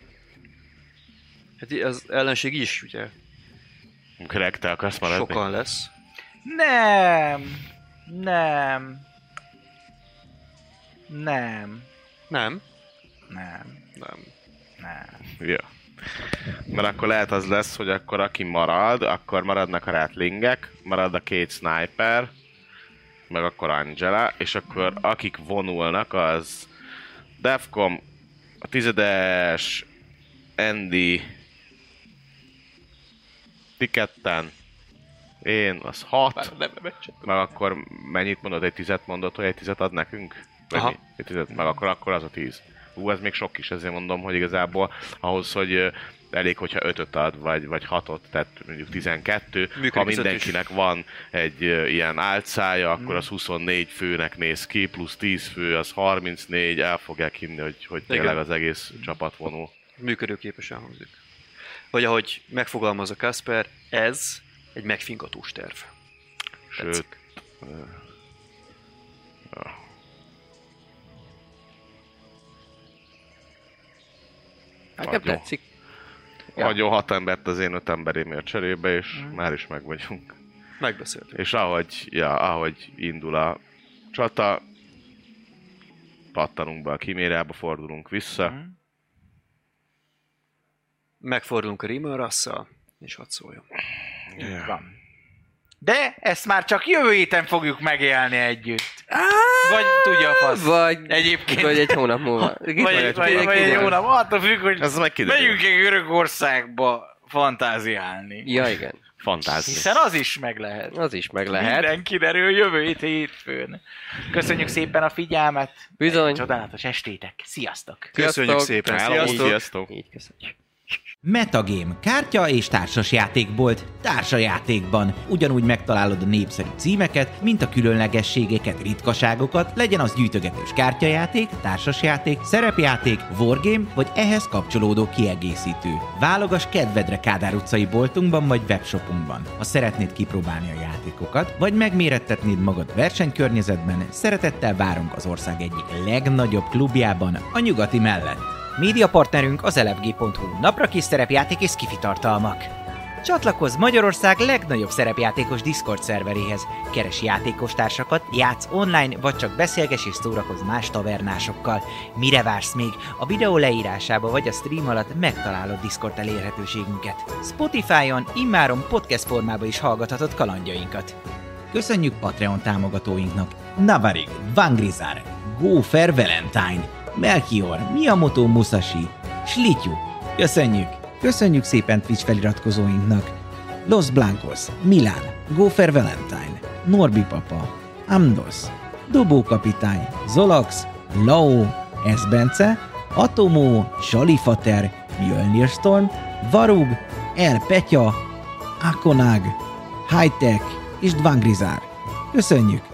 Hát az ellenség is, ugye, Greg, te akarsz maradni? sokan lesz. Nem. Nem. Nem. Nem? Nem. Nem. Nem. Ja. Mert akkor lehet az lesz, hogy akkor aki marad, akkor maradnak a ratlingek, marad a 2 sniper, meg akkor Angela, és akkor akik vonulnak, az Defcom, A 10-es Andy, ti ketten, én, az 6, meg akkor mennyit mondod, egy 10-et mondod, hogy egy 10-et ad nekünk? Aha. Egy 10-et, meg akkor az a 10. Ez még sok is, ezért mondom, hogy igazából ahhoz, hogy elég, hogyha 5-öt ad, vagy 6-ot, tehát mondjuk 12, Működik ha mindenkinek van egy ilyen álcája, akkor az 24 főnek néz ki, plusz 10 fő, az 34, el fogják hinni, hogy tényleg az egész csapat vonul. Működőképesen hangzik. Vagy ahogy megfogalmazza Kasper, ez egy megfingatós terv. Sőt, Nekem tetszik. Ja. Hagyjon 6 embert az én 5 emberémért cserébe, és már is meg vagyunk. Megbeszéltük. És ahogy indul a csata, pattanunk be a kimérába, fordulunk vissza. Megfordulunk a Rimmer-rasszal, és hadd szóljon. Van. De ezt már csak jövő héten fogjuk megélni együtt. Vagy tudja a fasz. Vagy, Egyébként. vagy egy hónap múlva. Vagy egy hónap. Attól függ, hogy Ez meg kiderül. megyünk egy Görögországba fantáziálni. Ja, igen. Fantázni. Hiszen az is meg lehet. Az is meg lehet. Minden kiderül jövő hétfőn. Köszönjük szépen a figyelmet. Bizony. Csodálatos estétek. Sziasztok. Köszönjük szépen. Sziasztok. Sziasztok! Így köszönjük. Metagame, kártya és társasjátékbolt, társajátékban. Ugyanúgy megtalálod a népszerű címeket, mint a különlegességeket, ritkaságokat, legyen az gyűjtögetős kártyajáték, társasjáték, szerepjáték, wargame vagy ehhez kapcsolódó kiegészítő. Válogass kedvedre Kádár utcai boltunkban vagy webshopunkban. Ha szeretnéd kipróbálni a játékokat, vagy megmérettetnéd magad versenykörnyezetben, szeretettel várunk az ország egyik legnagyobb klubjában, a Nyugati mellett. Média partnerünk az elefg.hu, napra kis szerepjáték és skifi tartalmak. Csatlakozz Magyarország legnagyobb szerepjátékos Discord szerveréhez. Keres játékostársakat, játsz online, vagy csak beszélges és szórakozz más tavernásokkal. Mire vársz még? A videó leírásába vagy a stream alatt megtalálod Discord elérhetőségünket. Spotify-on immáron podcast formában is hallgathatod kalandjainkat. Köszönjük Patreon támogatóinknak: Navarig, Vangrizar, Gófer Valentine, Melchior, Miyamoto Musashi, Slityu. Köszönjük! Köszönjük szépen Twitch feliratkozóinknak: Los Blancos, Milán, Gófer Valentine, Norbi Papa, Amdos, Dobó Kapitány, Zolax, Lao, Esbence, Atomó, Salifater, Mjölnir Storm, Varug, El Petya, Akonag, Hightech és Dvangrizár. Köszönjük!